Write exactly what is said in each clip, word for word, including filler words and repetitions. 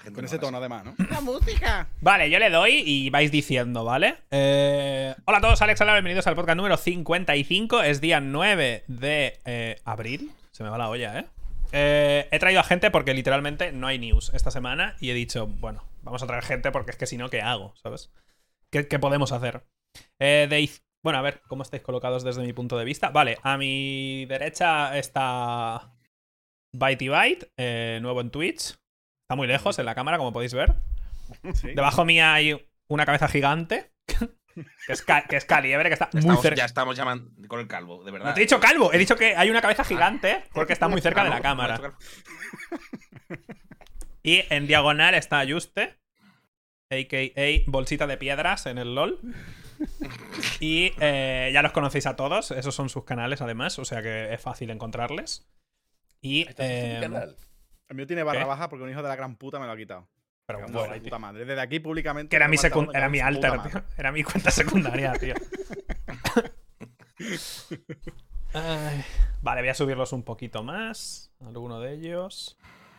gente Con no ese habla tono, así. además, ¿no? ¡La música! Vale, yo le doy y vais diciendo, ¿vale? Eh... Hola a todos, Alex Alaba, bienvenidos al podcast número cincuenta y cinco. Es día nueve de eh, abril. Se me va la olla, ¿eh? ¿eh? He traído a gente porque literalmente no hay news esta semana y he dicho, bueno, vamos a traer gente porque es que si no, ¿qué hago? ¿Sabes? ¿Qué, qué podemos hacer? Eh, de iz- Bueno, a ver, ¿cómo estáis colocados desde mi punto de vista? Vale, a mi derecha está Bitey Byte, eh, nuevo en Twitch. Está muy lejos en la cámara, como podéis ver. Sí. Debajo mía hay una cabeza gigante. Que es, ca- que es Caliebre, que está muy Estamos, cerca. ya estamos llamando con el calvo, de verdad. No te he dicho calvo, he dicho que hay una cabeza gigante porque está muy cerca de la cámara. Y en diagonal está Juste, a k a. Bolsita de Piedras en el LOL. Y eh, ya los conocéis a todos, esos son sus canales además, o sea que es fácil encontrarles. Y Este es eh, tu canal. El mío tiene barra ¿Qué? baja porque un hijo de la gran puta me lo ha quitado. pero Me cago en bueno, su tío. puta madre. Desde aquí públicamente. Que era mi, me ha secund- faltado, era me mi cago en su alter, puta tío. madre. Era mi cuenta secundaria, tío. Ay, vale, voy a subirlos un poquito más. Alguno de ellos.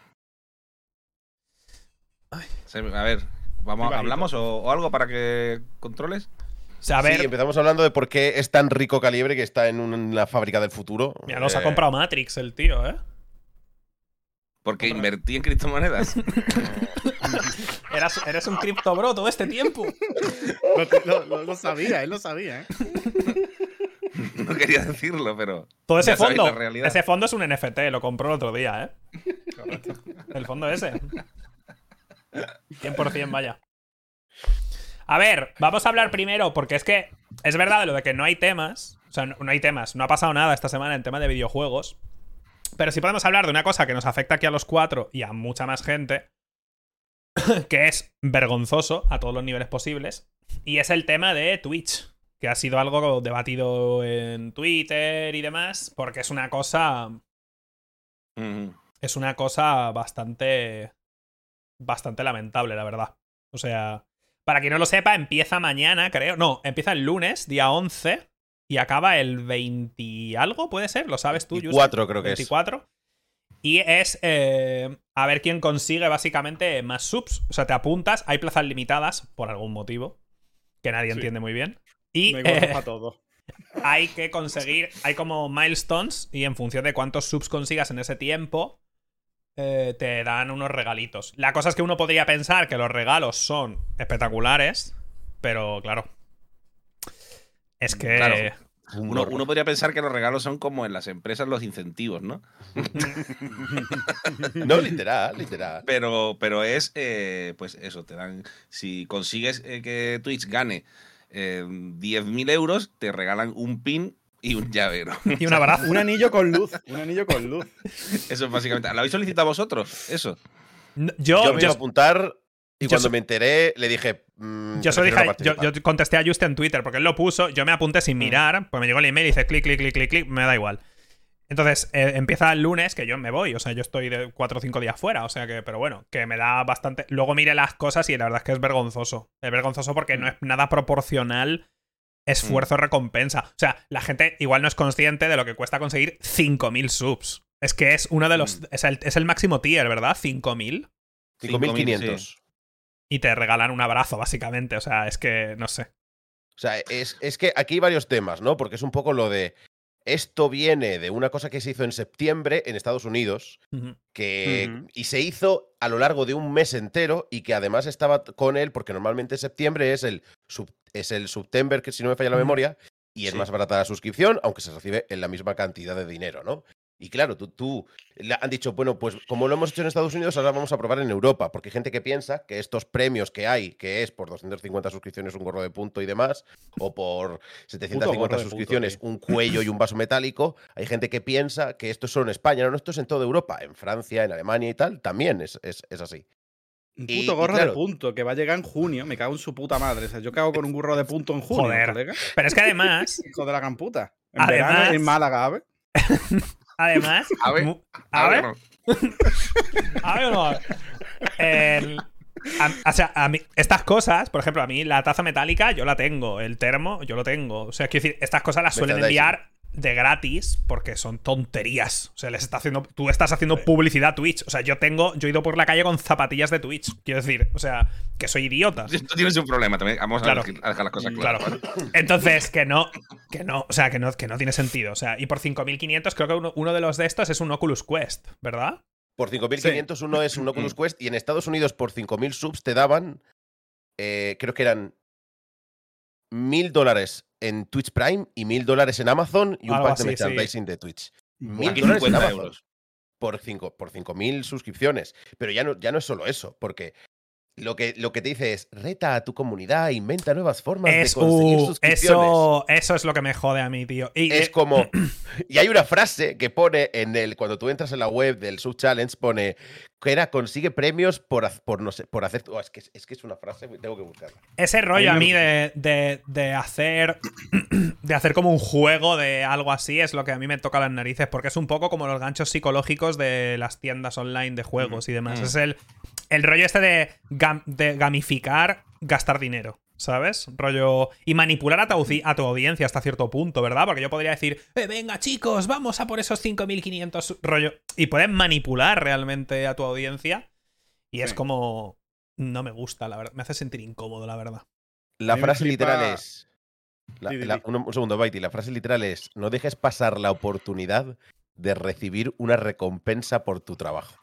Sí, a ver, vamos, Ibarito. ¿hablamos o, o algo para que controles? O sea, a ver, Sí, empezamos hablando de por qué es tan rico Calibre que está en una fábrica del futuro. mira, nos ha Eh, comprado Matrix el tío, ¿eh? Porque invertí en criptomonedas. Eras- eres un cripto bro todo este tiempo. Lo, lo- lo- lo sabía, él lo sabía, ¿eh? No quería decirlo, pero. Todo ese ya sabéis fondo. la realidad. Ese fondo es un N F T, lo compró el otro día, ¿eh? El fondo ese. cien por cien, vaya. A ver, vamos a hablar primero, porque es que es verdad lo de que no hay temas. O sea, no, no hay temas. No ha pasado nada esta semana en tema de videojuegos. Pero sí podemos hablar de una cosa que nos afecta aquí a los cuatro y a mucha más gente. Que es vergonzoso a todos los niveles posibles. Y es el tema de Twitch. Que ha sido algo debatido en Twitter y demás. Porque es una cosa. Ujú. Es una cosa bastante. Bastante lamentable, la verdad. O sea. Para quien no lo sepa, empieza mañana, creo. No, empieza el lunes, día once. Y acaba el veinte y algo, ¿puede ser? ¿Lo sabes tú, Juste? veinticuatro creo que es. veinticuatro. Y es eh, a ver quién consigue básicamente más subs. O sea, te apuntas, hay plazas limitadas por algún motivo que nadie Sí. entiende muy bien. Y No hay gorros eh, para todo. hay que conseguir, hay como milestones y en función de cuántos subs consigas en ese tiempo, eh, te dan unos regalitos. La cosa es que uno podría pensar que los regalos son espectaculares, pero claro, es que... Claro. un Uno, gorro. uno podría pensar que los regalos son como en las empresas los incentivos, ¿no? No, literal, literal. Pero, pero es, eh, pues eso, te dan. Si consigues eh, que Twitch gane eh, diez mil euros, te regalan un pin y un llavero. Y un abrazo. Un anillo con luz. Un anillo con luz. Eso es básicamente. ¿Lo habéis solicitado vosotros? Eso. No, Yo, Yo, me yo, iba a apuntar y yo cuando so- me enteré le dije. mm, yo, solo prefiero dije- no yo, participar. yo contesté a Juste en Twitter porque él lo puso, yo me apunté sin mirar, pues me llegó el email y dice clic, clic, clic, clic, clic, me da igual. Entonces, eh, empieza el lunes, que yo me voy, o sea, yo estoy de cuatro o cinco días fuera, o sea que, pero bueno, que me da bastante... Luego mire las cosas y la verdad es que es vergonzoso. Es vergonzoso porque no es nada proporcional esfuerzo-recompensa. O sea, la gente igual no es consciente de lo que cuesta conseguir cinco mil subs. Es que es uno de los... Mm. Es, el, es el máximo tier, ¿verdad? cinco mil. cinco mil quinientos. sí. Y te regalan un abrazo, básicamente. O sea, es que, no sé. O sea, es, es que aquí hay varios temas, ¿no? Porque es un poco lo de. Esto viene de una cosa que se hizo en septiembre en Estados Unidos. Ujú. Que, Ujú. y se hizo a lo largo de un mes entero y que además estaba con él, porque normalmente septiembre es el, sub, es el September, que si no me falla la Ujú. memoria, y es Sí. más barata la suscripción, aunque se recibe en la misma cantidad de dinero, ¿no? Y claro, tú, tú le han dicho, bueno, pues como lo hemos hecho en Estados Unidos, ahora vamos a probar en Europa, porque hay gente que piensa que estos premios que hay, que es por doscientas cincuenta suscripciones un gorro de punto y demás, o por setecientas cincuenta gorro de punto, suscripciones tío. un cuello y un vaso metálico, hay gente que piensa que esto es solo en España, no, no, esto es en toda Europa, en Francia, en Alemania y tal, también es, es, es así. Un Y- puto y gorro claro- de punto que va a llegar en junio. Me cago en su puta madre. O sea, yo cago con un gorro de punto en junio, Joder. colega. Pero es que además... Hijo de la gran puta. En Además- verano en Málaga, ¿sabes? Además... A ver, mu- A a ver, ver, a ver o no. El- a- o sea, a mí, estas cosas, por ejemplo, a mí la taza metálica yo la tengo, el termo yo lo tengo. O sea, quiero decir, estas cosas las suelen Merchandising. enviar de gratis porque son tonterías. O sea, les está haciendo. Tú estás haciendo publicidad a Twitch. O sea, yo tengo. Yo he ido por la calle con zapatillas de Twitch. Quiero decir, o sea, que soy idiota. Tú tienes un problema también. Vamos Claro. a dejar las cosas claras. Claro. Entonces, que no. Que no. O sea, que no, que no tiene sentido. O sea, y por cinco mil quinientos, creo que uno, uno de los de estos es un Oculus Quest, ¿verdad? Por cinco mil quinientos Sí. uno es un Oculus Quest y en Estados Unidos por cinco mil subs te daban, eh, creo que eran mil dólares en Twitch Prime y mil dólares en Amazon y un Algo pack de así, sí. merchandising de Twitch. Mil Aquí dólares en cincuenta Amazon euros. por cinco por cinco mil suscripciones. Pero ya no, ya no es solo eso, porque lo que, lo que te dice es reta a tu comunidad, inventa nuevas formas Es, de conseguir uh, suscripciones. eso, eso es lo que me jode a mí, tío. Y, Es eh, como. Y hay una frase que pone en el. Cuando tú entras en la web del Sub Challenge, pone que era consigue premios por, haz- por no sé, por hacer. Oh, es, que, es que es una frase, tengo que buscarla. ese rollo A a mí mí me- de, de, de hacer. De hacer como un juego de algo así es lo que a mí me toca las narices, porque es un poco como los ganchos psicológicos de las tiendas online de juegos y demás. Mm. Es el, el rollo este de, gam- de gamificar, gastar dinero, ¿sabes? Rollo. Y manipular a tu, audi- a tu audiencia hasta cierto punto, ¿verdad? Porque yo podría decir, eh, venga, chicos, vamos a por esos cinco mil quinientos rollo. Y puedes manipular realmente a tu audiencia. Y es Sí. como. No me gusta, la verdad. Me hace sentir incómodo, la verdad. La A mí me frase flipa- literal es. La- Di, di, la- di. un, un segundo, Baiti. La frase literal es: no dejes pasar la oportunidad de recibir una recompensa por tu trabajo.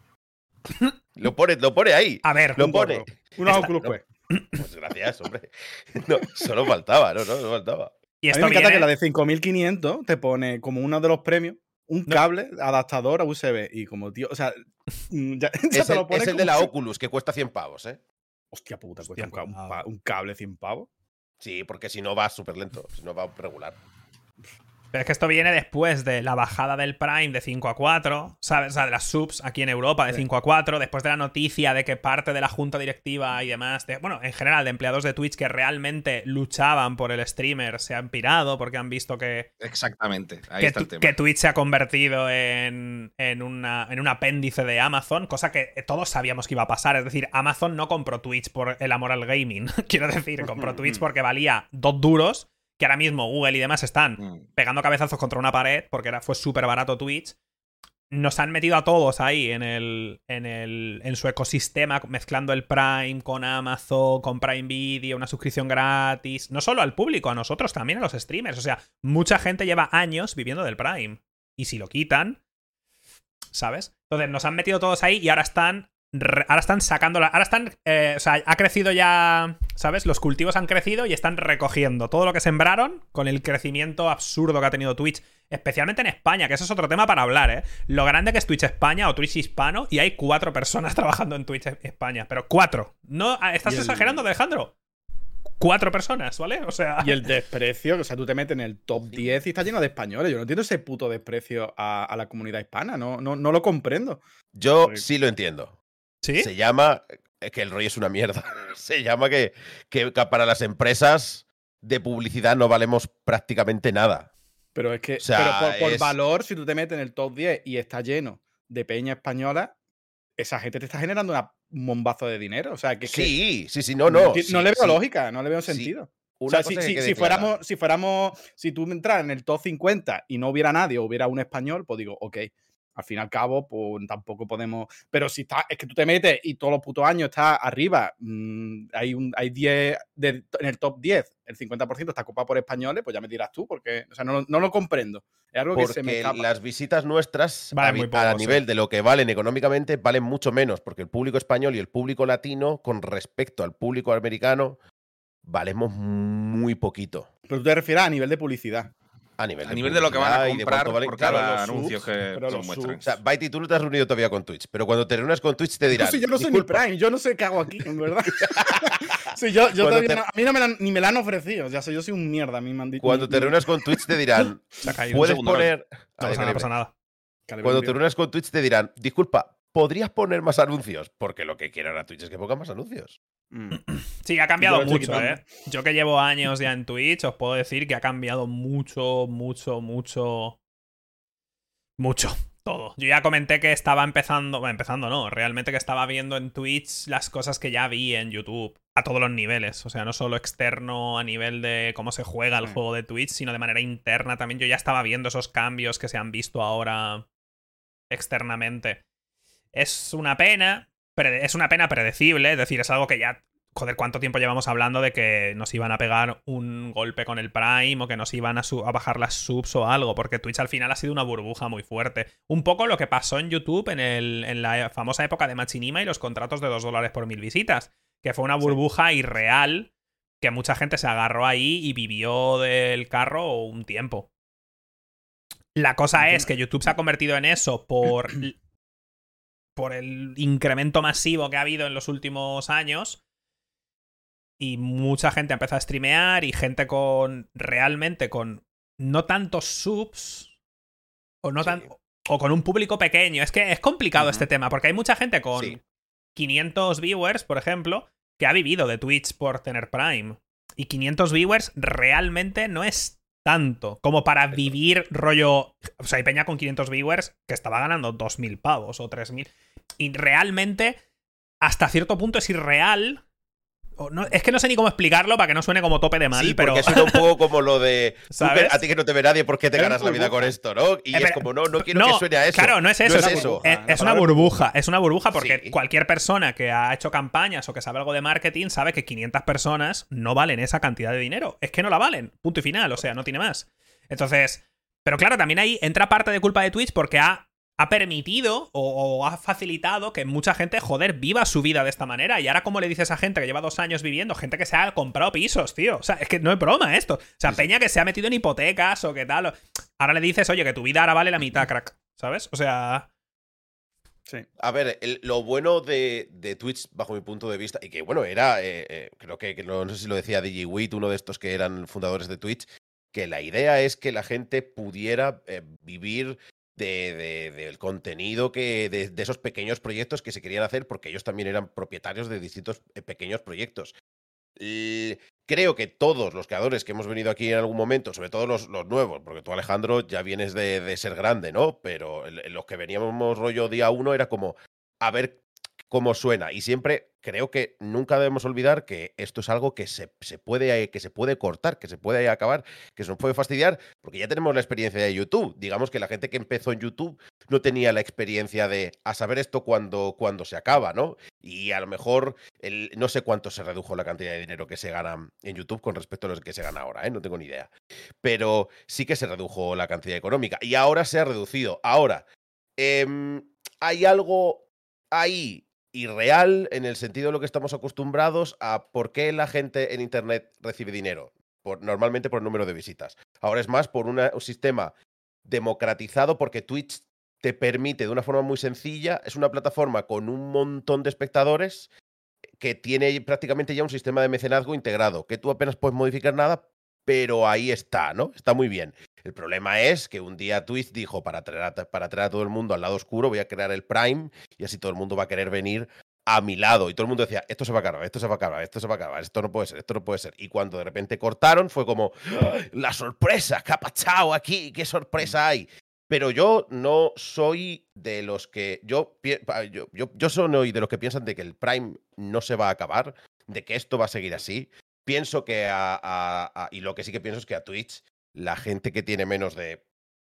Lo pone, lo pone ahí. A ver, Lo un pone. gorro. Una Esta- Oculus no. Quest. Pues gracias, hombre. No, solo faltaba, no, no, no faltaba. y A mí esto me encanta viene. que la de cinco mil quinientos te pone como uno de los premios un No. cable adaptador a U S B. Y como, tío, o sea, mm, ya, ya Es te el, lo pone es el como de la si- Oculus, que cuesta cien pavos, ¿eh? Hostia puta, Hostia, cuesta un, ca- un cuidado. pa- un cable cien pavos. Sí, porque si no va súper lento, si no va regular. Pero es que esto viene después de la bajada del Prime de cinco a cuatro, ¿sabes? O sea, de las subs aquí en Europa de Sí. cinco a cuatro, después de la noticia de que parte de la junta directiva y demás, de, bueno, en general, de empleados de Twitch que realmente luchaban por el streamer se han pirado porque han visto que, Exactamente. Ahí que, está el tu- tema. que Twitch se ha convertido en, en, una, en un apéndice de Amazon, cosa que todos sabíamos que iba a pasar. Es decir, Amazon no compró Twitch por el amor al gaming. Quiero decir, compró Twitch porque valía dos duros, que ahora mismo Google y demás están Mm. pegando cabezazos contra una pared porque era, fue súper barato Twitch. Nos han metido a todos ahí en el, en el en su ecosistema, mezclando el Prime con Amazon, con Prime Video, una suscripción gratis. No solo al público, a nosotros también, a los streamers. O sea, mucha gente lleva años viviendo del Prime. Y si lo quitan, ¿sabes? Entonces nos han metido todos ahí y ahora están. re- Ahora están sacándola. Ahora están. eh, o sea, ha crecido ya. ¿Sabes? Los cultivos han crecido y están recogiendo todo lo que sembraron con el crecimiento absurdo que ha tenido Twitch. Especialmente en España, que eso es otro tema para hablar, ¿eh? Lo grande que es Twitch España o Twitch hispano y hay cuatro personas trabajando en Twitch España. Pero cuatro. No, ¿estás Y el- exagerando, Alejandro? Cuatro personas, ¿vale? O sea. Y el desprecio, o sea, tú te metes en el top Sí. diez y está lleno de españoles. Yo no entiendo ese puto desprecio a, a la comunidad hispana. No, no, no lo comprendo. Yo Porque- sí lo entiendo. ¿Sí? Se llama. Es que el rollo es una mierda. Se llama que, que para las empresas de publicidad no valemos prácticamente nada. Pero es que O sea, pero por, por es- valor, si tú te metes en el top diez y está lleno de peña española, esa gente te está generando una- un bombazo de dinero. O sea, que, es que Sí, sí, sí, no, no. ti- sí, no le veo sí. lógica, no le veo Sí. sentido. O Una sea, cosa si, que si- quede si clara. fuéramos, si fuéramos, si tú entras en el top cincuenta y no hubiera nadie o hubiera un español, pues digo, ok, al fin y al cabo, pues tampoco podemos. Pero si está, es que tú te metes y todos los putos años está arriba, mmm, hay un, hay diez de- en el top diez, el cincuenta por ciento está ocupado por españoles, pues ya me dirás tú, porque, o sea, no, lo- no lo comprendo. Es algo que se me Porque escapa. las visitas nuestras, Valen a, vi- muy poco, a sí. nivel de lo que valen económicamente, valen mucho menos, porque el público español y el público latino, con respecto al público americano, valemos muy poquito Pero tú te refieres a nivel de publicidad. a nivel A de, nivel de lo que van a publicidad y de comprar cuánto valen. por Claro, cada los anuncio subs, que pero se los muestran. o sea, Baiti, tú no te has reunido todavía con Twitch, pero cuando te reúnas con Twitch te dirán. No sé, yo no soy ni "Disculpa, Prime, yo no sé qué hago aquí, en verdad. Sí, yo, yo Cuando todavía te- no- a mí no me la han- ni me la han ofrecido. O sea, yo soy un mierda. A mí me han dicho. Cuando te reúnas con Twitch te dirán, Se ha caído. puedes segundo, poner. No Vale, pasa nada, vale, no pasa vale. nada. Cuando te reúnas con Twitch te dirán, disculpa, ¿podrías poner más anuncios? Porque lo que quiere ahora Twitch es que ponga más anuncios. Mm. Sí, ha cambiado Yo lo estoy mucho, quitando. ¿eh? Yo que llevo años ya en Twitch, os puedo decir que ha cambiado mucho, mucho, mucho. Mucho. Todo. Yo ya comenté que estaba empezando. Bueno, empezando no. Realmente que estaba viendo en Twitch las cosas que ya vi en YouTube. a todos los niveles. O sea, no solo externo a nivel de cómo se juega el Sí. juego de Twitch, sino de manera interna también. Yo ya estaba viendo esos cambios que se han visto ahora externamente. Es una pena, prede- es una pena predecible, es decir, es algo que ya... Joder, ¿cuánto tiempo llevamos hablando de que nos iban a pegar un golpe con el Prime o que nos iban a, su- a bajar las subs o algo? Porque Twitch al final ha sido una burbuja muy fuerte. Un poco lo que pasó en YouTube en, el, en la famosa época de Machinima y los contratos de dos dólares por mil visitas. Que fue una burbuja irreal que mucha gente se agarró ahí y vivió del carro un tiempo. La cosa es que YouTube se ha convertido en eso por, por el incremento masivo que ha habido en los últimos años. Y mucha gente ha empezado a streamear y gente con realmente con no tantos subs o no Sí. tan o con un público pequeño. Es que es complicado Ujú. este tema porque hay mucha gente con Sí. quinientos viewers, por ejemplo, que ha vivido de Twitch por tener Prime. Y quinientos viewers realmente no es tanto como para vivir rollo... O sea, hay peña con quinientos viewers que estaba ganando dos mil pavos o tres mil. Y realmente, hasta cierto punto es irreal. O no, es que no sé ni cómo explicarlo para que no suene como tope de mal, Sí, pero... porque suena un poco como lo de tú ¿Sabes? que- a ti que no te ve nadie, ¿por qué te Es ganas la vida burbuja. con esto, no? Y Eh, es pero- como, no, no quiero no, que suene a eso. Claro, no es eso. No es, es eso. eso. Es, La es una palabra burbuja. Es una burbuja porque Sí. cualquier persona que ha hecho campañas o que sabe algo de marketing sabe que quinientas personas no valen esa cantidad de dinero. Es que no la valen. Punto y final. O sea, no tiene más. Entonces... Pero claro, también ahí entra parte de culpa de Twitch porque ha, ha permitido o, o ha facilitado que mucha gente, joder, viva su vida de esta manera. Y ahora, ¿cómo le dices a gente que lleva dos años viviendo? Gente que se ha comprado pisos, tío. O sea, es que no es broma esto. O sea, Sí, sí. peña que se ha metido en hipotecas o qué tal. Ahora le dices, oye, que tu vida ahora vale la mitad, crack. ¿Sabes? O sea... Sí. A ver, el- lo bueno de, de Twitch, bajo mi punto de vista, y que bueno, era, eh, eh, creo que, que no, no sé si lo decía DigiWit, uno de estos que eran fundadores de Twitch, que la idea es que la gente pudiera eh, vivir de, de- del contenido que de, de esos pequeños proyectos que se querían hacer, porque ellos también eran propietarios de distintos eh, pequeños proyectos. L- Creo que todos los creadores que hemos venido aquí en algún momento, sobre todo los, los nuevos, porque tú, Alejandro, ya vienes de, de ser grande, ¿no? Pero el- los que veníamos rollo día uno era como a ver cómo suena. Y siempre creo que nunca debemos olvidar que esto es algo que se, se puede, que se puede cortar, que se puede acabar, que se nos puede fastidiar, porque ya tenemos la experiencia de YouTube. Digamos que la gente que empezó en YouTube no tenía la experiencia de a saber esto cuando, cuando se acaba, ¿no? Y a lo mejor el, no sé cuánto se redujo la cantidad de dinero que se gana en YouTube con respecto a lo que se gana ahora, ¿eh? No tengo ni idea. Pero sí que se redujo la cantidad económica. Y ahora se ha reducido. Ahora, em, hay algo ahí irreal en el sentido de lo que estamos acostumbrados a por qué la gente en Internet recibe dinero. Por, normalmente por el número de visitas. Ahora es más por una, un sistema democratizado porque Twitch te permite de una forma muy sencilla, es una plataforma con un montón de espectadores que tiene prácticamente ya un sistema de mecenazgo integrado, que tú apenas puedes modificar nada, pero ahí está, ¿no? Está muy bien. El problema es que un día Twitch dijo, para traer, a, para traer a todo el mundo al lado oscuro, voy a crear el Prime y así todo el mundo va a querer venir a mi lado. Y todo el mundo decía, esto se va a acabar, esto se va a acabar, esto se va a acabar, esto no puede ser, esto no puede ser. Y cuando de repente cortaron, fue como, ¡ah! La sorpresa, ¿qué ha pasado aquí? ¿Qué sorpresa hay? Pero yo no soy de los que. Yo, yo, yo, yo soy de los que piensan de que el Prime no se va a acabar, de que esto va a seguir así. Pienso que a, a, a. Y lo que sí que pienso es que a Twitch, la gente que tiene menos de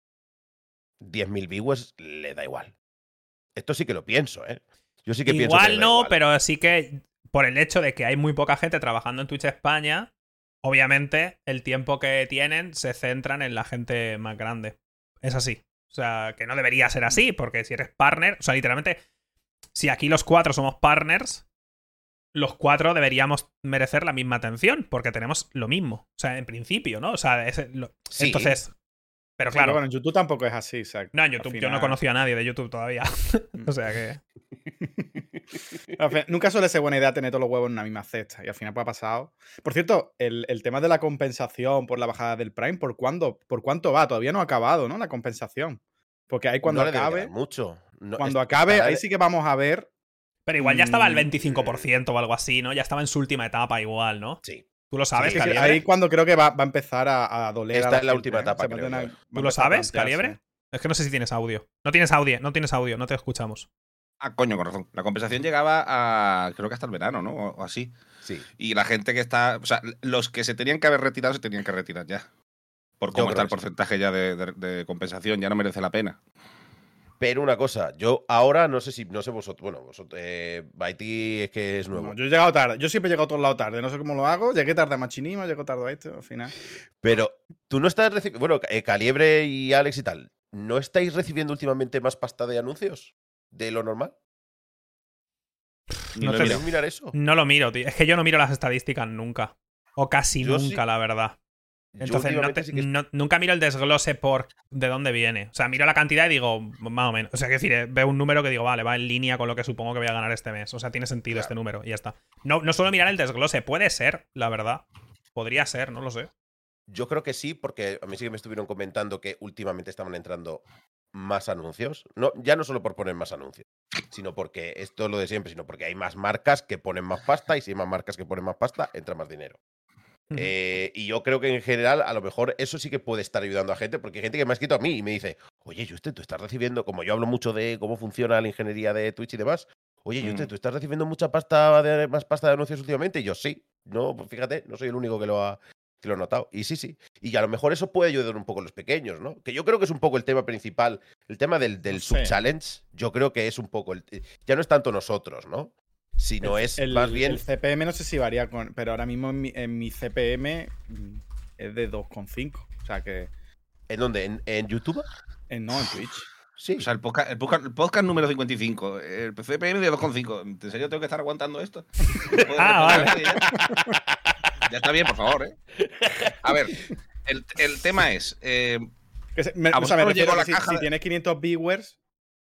diez mil viewers le da igual. Esto sí que lo pienso, ¿eh? Yo sí que pienso que Igual le da no, igual. pero sí que por el hecho de que hay muy poca gente trabajando en Twitch España, obviamente el tiempo que tienen se centran en la gente más grande. Es así. O sea, que no debería ser así, porque si eres partner, o sea, literalmente, si aquí los cuatro somos partners, los cuatro deberíamos merecer la misma atención, porque tenemos lo mismo. O sea, en principio, ¿no? O sea, es lo... Sí. entonces... Pero Sí, claro, pero bueno, en YouTube tampoco es así. O sea, no, en al YouTube yo final- no he conocido a nadie de YouTube todavía. O sea que... Al final, nunca suele ser buena idea tener todos los huevos en una misma cesta. Y al final pues ha pasado. Por cierto, el, el tema de la compensación por la bajada del Prime, ¿por cuándo, por cuánto va? Todavía no ha acabado, ¿no? La compensación. Porque ahí cuando no le debe acabe. quedar mucho. No, Cuando es- acabe, estará- ahí sí que vamos a ver. Pero igual ya estaba al Mm, veinticinco por ciento o algo así, ¿no? Ya estaba en su última etapa igual, ¿no? Sí. ¿Tú lo sabes, Sí, sí, Caliebre? ahí cuando creo que va, va a empezar a, a doler. a Está la en la gente, última ¿eh? etapa, Se va a creo tener- yo. va a ¿Tú lo empezar a sabes, plantearse. Caliebre? Es que no sé si tienes audio. No tienes audio, no tienes audio, no te escuchamos. Ah, coño, con razón. La compensación llegaba a, creo que hasta el verano, ¿no? O, o así. Sí. Y la gente que está, o sea, los que se tenían que haber retirado se tenían que retirar ya. Por cómo Yo está creo el que sí. porcentaje ya de, de- de compensación, ya no merece la pena. Pero una cosa, yo ahora no sé si, no sé vosotros, bueno, vosotros, eh, Baiti es que es nuevo. No, yo he llegado tarde. Yo siempre he llegado a todos lados tarde. No sé cómo lo hago. Llegué tarde a Machinima, llego tarde a esto, al final. Pero tú no estás recibiendo, bueno, eh, Caliebre y Alex y tal, ¿no estáis recibiendo últimamente más pasta de anuncios de lo normal? Ni No lo te he ¿Queréis mirado. mirar eso? No lo miro, tío. Es que yo no miro las estadísticas nunca. O casi Yo nunca, sí. la verdad. Yo Entonces, no últimamente te- sí que no- nunca miro el desglose por de dónde viene. O sea, miro la cantidad y digo, más o menos. O sea, quiero decir, eh, veo un número que digo, vale, va en línea con lo que supongo que voy a ganar este mes. O sea, tiene sentido Claro. este número y ya está. No, no suelo mirar el desglose. Puede ser, la verdad. Podría ser, no lo sé. Yo creo que sí, porque a mí sí que me estuvieron comentando que últimamente estaban entrando más anuncios. No, ya no solo por poner más anuncios, sino porque es todo lo de siempre, sino porque hay más marcas que ponen más pasta y si hay más marcas que ponen más pasta, entra más dinero. Ujú. Eh, y yo creo que en general, a lo mejor eso sí que puede estar ayudando a gente, porque hay gente que me ha escrito a mí y me dice, oye, Juste, tú estás recibiendo, como yo hablo mucho de cómo funciona la ingeniería de Twitch y demás, oye, Juste, Mm. tú estás recibiendo mucha pasta de, más pasta de anuncios últimamente. Y yo, sí, no, pues fíjate, no soy el único que lo ha, que lo ha notado. Y sí, sí. Y a lo mejor eso puede ayudar un poco a los pequeños, ¿no? Que yo creo que es un poco el tema principal, el tema del, del No sé. sub-challenge, yo creo que es un poco, el, ya no es tanto nosotros, ¿no? Sino el, es el- más bien... el C P M no sé si varía con. Pero ahora mismo en mi, en mi C P M mm, es de dos coma cinco. O sea que. ¿En dónde? ¿En, en YouTube? eh, no, en Twitch. Sí. O sea, el podcast, el podcast, el podcast número cincuenta y cinco, el C P M de dos coma cinco. ¿En serio tengo que estar aguantando esto? Ah, vale. Ya, ya está bien, por favor, ¿eh? A ver, el, el tema es... eh, Que se- me, ¿A o sea, me vosotros refiero llegó que la si, caja si de- tienes quinientos viewers,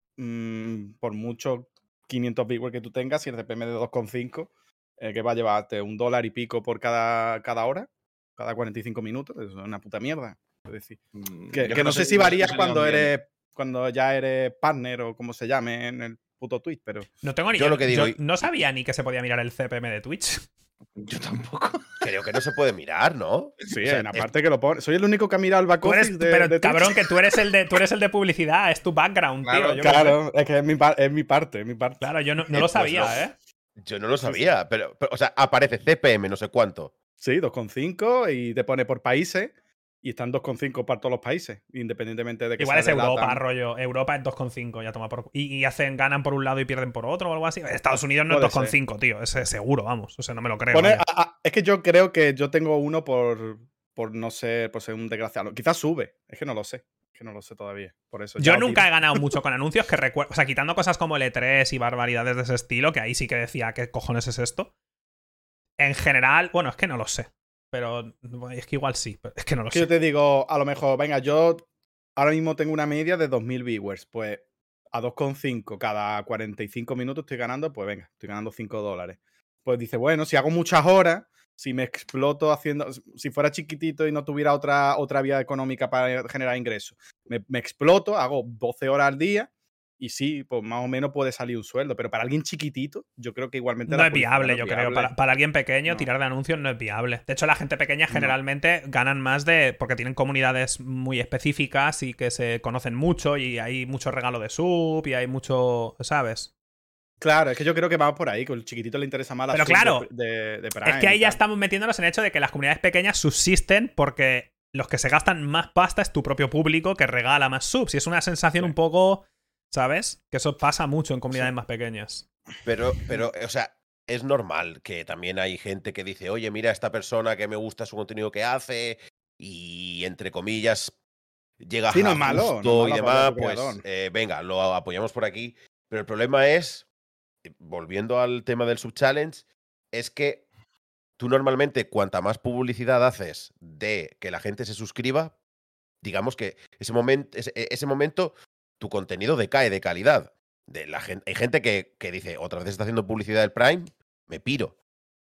mm, por mucho quinientos viewers que tú tengas, si el C P M de dos coma cinco, eh, que va a llevarte un dólar y pico por cada, cada hora, cada cuarenta y cinco minutos, eso es una puta mierda. Es decir, mm, que, yo que no sé si no varía sé ni cuando dónde viene. eres cuando ya eres partner o como se llame en el puto Twitch, pero No tengo ni Yo yo, lo que digo yo y- no sabía ni que se podía mirar el C P M de Twitch. Yo tampoco. Creo que no se puede mirar, ¿no? sí, O sea, hay una es- parte que lo pone. Soy el único que ha mirado el back Tú eres, office de, pero de Twitch. cabrón, que tú eres el de, tú eres el de publicidad, es tu background, Claro, tío. Yo qué sé. Claro, es que es mi, par- es mi parte, es mi parte. Claro, yo no, no Eh, lo pues sabía, no. ¿eh? Yo no lo sabía, pero, pero, o sea, aparece C P M, no sé cuánto. Sí, dos coma cinco y te pone por países y están dos coma cinco para todos los países, independientemente de que Igual sea es de Europa, LATAM. rollo. Europa es dos coma cinco, ya toma por. Y, y hacen, ganan por un lado y pierden por otro o algo así. Estados Unidos no es Puede dos coma ser. cinco, tío. Es seguro, vamos. O sea, no me lo creo. Pone- vaya. a- a- es que yo creo que yo tengo uno por, por no ser, por ser un desgraciado. Quizás sube, es que no lo sé. Es que no lo sé todavía. Por eso. Yo ya os nunca he diré. ganado mucho con anuncios que recuerdo. O sea, quitando cosas como el E tres y barbaridades de ese estilo, que ahí sí que decía, ¿qué cojones es esto? En general, bueno, es que no lo sé. Pero es que igual sí. Pero es que no lo Es que sé. yo te digo, a lo mejor, venga, yo ahora mismo tengo una media de dos mil viewers. Pues a dos coma cinco cada cuarenta y cinco minutos estoy ganando, pues venga, estoy ganando cinco dólares. Pues dice, bueno, si hago muchas horas, si me exploto haciendo, si fuera chiquitito y no tuviera otra, otra vía económica para generar ingresos, me, me exploto, hago doce horas al día y sí, pues más o menos puede salir un sueldo. Pero para alguien chiquitito, yo creo que igualmente No la es publicidad viable, no es yo creo. viable. Para, para alguien pequeño, No. tirar de anuncios no es viable. De hecho, la gente pequeña No. generalmente ganan más de. Porque tienen comunidades muy específicas y que se conocen mucho y hay mucho regalo de sub y hay mucho. ¿Sabes? Claro, es que yo creo que vamos por ahí, que al chiquitito le interesa más la Pero sub claro, de, de, de Prime Es que ahí y ya tal. estamos metiéndonos en el hecho de que las comunidades pequeñas subsisten porque los que se gastan más pasta es tu propio público que regala más subs. Y es una sensación Sí. un poco. ¿Sabes? Que eso pasa mucho en comunidades Sí. más pequeñas. Pero, pero, o sea, es normal que también hay gente que dice, oye, mira, esta persona que me gusta su contenido que hace y, entre comillas, llega Sí, no a es malo, justo no es y malo demás, apoyar a tu pues creador. eh, venga, lo apoyamos por aquí. Pero el problema es, eh, volviendo al tema del sub-challenge, es que tú normalmente, cuanta más publicidad haces de que la gente se suscriba, digamos que ese, moment, ese, ese momento tu contenido decae de calidad. De la gente, hay gente que, que dice, otra vez está haciendo publicidad del Prime, me piro.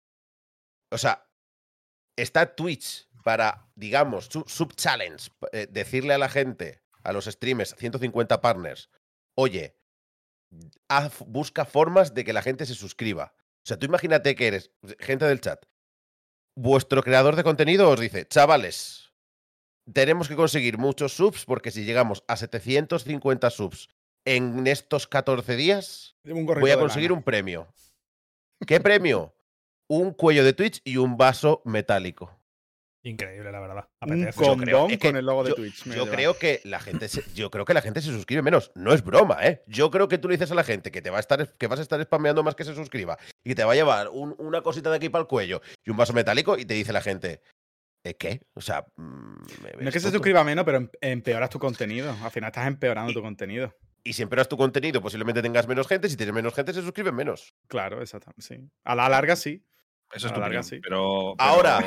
O sea, está Twitch para, digamos, su, sub-challenge, eh, decirle a la gente, a los streamers, ciento cincuenta partners, oye, haz, busca formas de que la gente se suscriba. O sea, tú imagínate que eres, gente del chat, vuestro creador de contenido os dice, chavales, tenemos que conseguir muchos subs porque si llegamos a setecientos cincuenta subs en estos catorce días Un gorrito voy a de conseguir lana. un premio. ¿Qué premio? Un cuello de Twitch y un vaso metálico. Increíble, la verdad. Un Apetece. condón creo- es que con el logo de yo- Twitch. me Yo lleva. creo que la gente se, yo creo que la gente se suscribe menos. No es broma, ¿eh? Yo creo que tú le dices a la gente que te va a estar que vas a estar spameando más que se suscriba y te va a llevar un- una cosita de aquí para el cuello y un vaso metálico y te dice la gente, ¿eh, ¿qué? O sea, mm, me No ves es que se tonto. suscriba menos, pero em- empeoras tu contenido. Al final estás empeorando tu contenido. Y si empeoras tu contenido, posiblemente tengas menos gente. Si tienes menos gente, se suscriben menos. Claro, exactamente. Sí. A la larga, sí. Eso A es la tu larga, opinión, sí. pero, pero Ahora.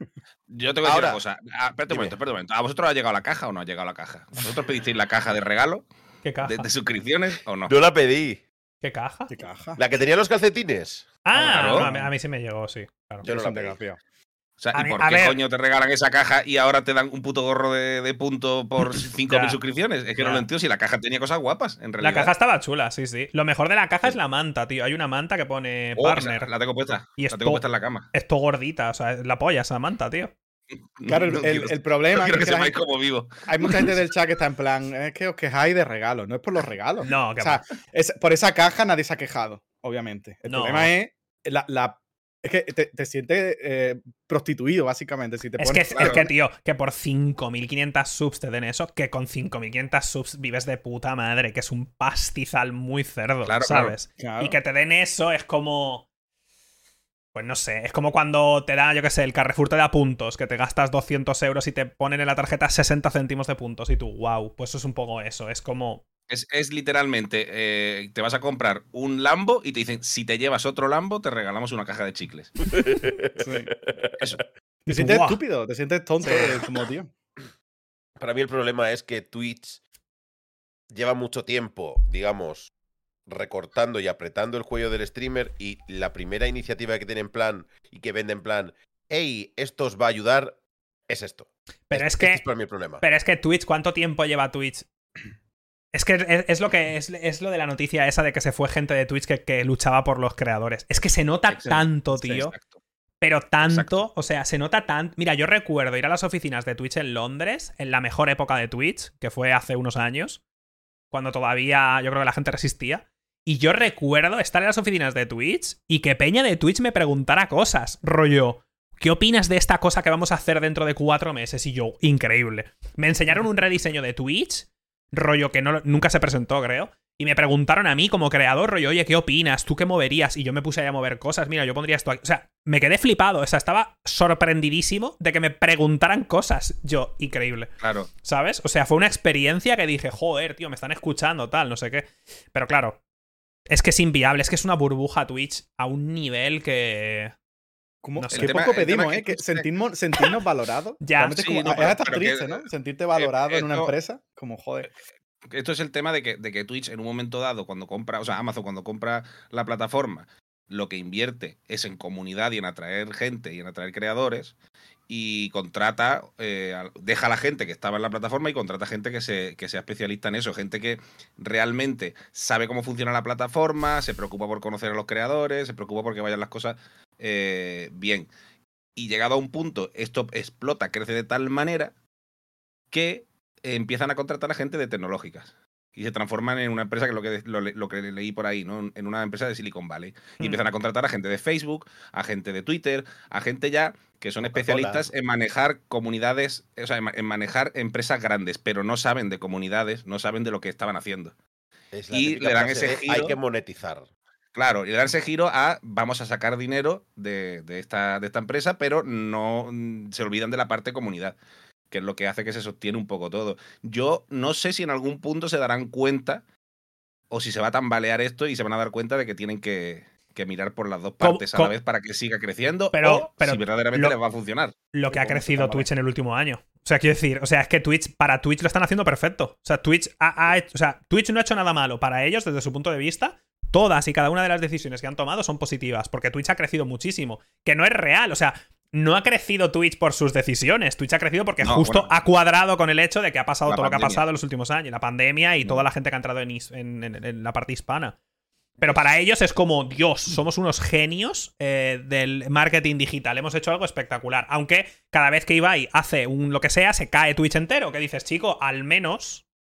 yo te voy a decir Ahora. una cosa. Ah, espérate un Dime. momento, espérate un momento. ¿A vosotros ha llegado la caja o no ha llegado la caja? ¿Vosotros pedisteis la caja de regalo? ¿Qué caja? ¿De, de suscripciones o no? Yo la pedí. ¿Qué caja? ¿Qué caja? La que tenía los calcetines. Ah, Claro. no, a, mí, a mí sí me llegó, sí. Claro. Yo no Eres la un pedí. desgraciado. O sea, A ¿y mí- por a qué ver. coño te regalan esa caja y ahora te dan un puto gorro de, de punto por cinco mil Ya. suscripciones? Es que no Ya. lo entiendo. Si la caja tenía cosas guapas, en La realidad. caja estaba chula, sí, sí. Lo mejor de la caja es la manta, tío. Hay una manta que pone Oh, partner. esa- la tengo puesta. Y la esto- tengo puesta en la cama. Esto gordita, o sea, es la polla esa manta, tío. Claro, el, No el- quiero- el problema no quiero es que que la sepáis gente- cómo vivo. hay mucha gente del chat que está en plan, es que os quejáis de regalos, no es por los regalos. No, que O sea, es- por esa caja nadie se ha quejado, obviamente. El No. problema es la, la- es que te, te sientes eh, prostituido, básicamente. Si te Es que, pones, es que, tío, que por cinco mil quinientas subs te den eso, que con cinco mil quinientas subs vives de puta madre, que es un pastizal muy cerdo, Claro, claro. ¿sabes? Claro. Y que te den eso es como... Pues no sé, es como cuando te da, yo qué sé, el Carrefour te da puntos, que te gastas doscientos euros y te ponen en la tarjeta sesenta céntimos de puntos y tú, wow, pues eso es un poco eso, es como... Es, es literalmente, eh, te vas a comprar un Lambo y te dicen, si te llevas otro Lambo, te regalamos una caja de chicles. Sí. Eso. Te sientes Guau. estúpido, te sientes tonto, eh, como tío. Para mí el problema es que Twitch lleva mucho tiempo, digamos, recortando y apretando el cuello del streamer y la primera iniciativa que tiene en plan y que vende en plan, hey, esto os va a ayudar, es esto. Pero es Este que... es para mí el problema. Pero es que Twitch, ¿cuánto tiempo lleva Twitch? Es que es, es lo que es, es lo de la noticia esa de que se fue gente de Twitch que, que luchaba por los creadores. Es que se nota Exacto. tanto, Sí, tío. exacto. Pero tanto, Exacto. o sea, se nota tanto. Mira, yo recuerdo ir a las oficinas de Twitch en Londres, en la mejor época de Twitch, que fue hace unos años, cuando todavía yo creo que la gente resistía. Y yo recuerdo estar en las oficinas de Twitch y que Peña de Twitch me preguntara cosas. Rollo, ¿qué opinas de esta cosa que vamos a hacer dentro de cuatro meses? Y yo, increíble. Me enseñaron un rediseño de Twitch, rollo que no, nunca se presentó, creo. Y me preguntaron a mí como creador, rollo, oye, ¿qué opinas? ¿Tú qué moverías? Y yo me puse ahí a mover cosas. Mira, yo pondría esto aquí. O sea, me quedé flipado. O sea, estaba sorprendidísimo de que me preguntaran cosas. Yo, increíble. Claro. ¿Sabes? O sea, fue una experiencia que dije, joder, tío, me están escuchando, tal, no sé qué. Pero claro, es que es inviable. Es que es una burbuja Twitch a un nivel que... Como, No sé. qué El tema- poco el tema pedimos, es ¿eh? que Que tú- sentirnos, sentirnos valorados. Ya, Realmente es sí, como- no, es pero- hasta pero triste, que- ¿no? Sentirte valorado en una esto- empresa, como joder. Esto es el tema de que, de que Twitch en un momento dado, cuando compra, o sea, Amazon cuando compra la plataforma, lo que invierte es en comunidad y en atraer gente y en atraer creadores y contrata, eh, a- deja a la gente que estaba en la plataforma y contrata gente que, se, que sea especialista en eso, gente que realmente sabe cómo funciona la plataforma, se preocupa por conocer a los creadores, se preocupa porque vayan las cosas eh, bien. Y llegado a un punto, esto explota, crece de tal manera que eh, empiezan a contratar a gente de tecnológicas y se transforman en una empresa, que es lo que, lo, lo que leí por ahí, ¿no? En una empresa de Silicon Valley. Y Mm. empiezan a contratar a gente de Facebook, a gente de Twitter, a gente ya que son Coca-Cola. especialistas en manejar comunidades, o sea, en, ma- en manejar empresas grandes, pero no saben de comunidades, no saben de lo que estaban haciendo. Es la y típica le dan frase ese de, giro. hay que monetizar. Claro, y le dan ese giro a vamos a sacar dinero de, de esta, de esta empresa, pero no mm, se olvidan de la parte comunidad, que es lo que hace que se sostiene un poco todo. Yo no sé si en algún punto se darán cuenta o si se va a tambalear esto y se van a dar cuenta de que tienen que, que mirar por las dos ¿Cómo- partes a cómo? la vez para que siga creciendo Pero- o pero si verdaderamente lo- les va a funcionar. Lo que ha ¿Cómo se crecido tambarea? Twitch en el último año. O sea, quiero decir, o sea, es que Twitch, para Twitch lo están haciendo perfecto. O sea, Twitch ha, ha hecho- o sea, Twitch no ha hecho nada malo para ellos desde su punto de vista. Todas y cada una de las decisiones que han tomado son positivas, porque Twitch ha crecido muchísimo. Que no es real, o sea, no ha crecido Twitch por sus decisiones. Twitch ha crecido porque No, justo bueno. ha cuadrado con el hecho de que ha pasado La todo lo que ha pandemia. pasado en los últimos años, la pandemia y No. toda la gente que ha entrado en, is- en- en- en la parte hispana. Pero para ellos es como, Dios, somos unos genios eh, del marketing digital. Hemos hecho algo espectacular. Aunque cada vez que Ibai hace un lo que sea, se cae Twitch entero. Que dices, chico, al menos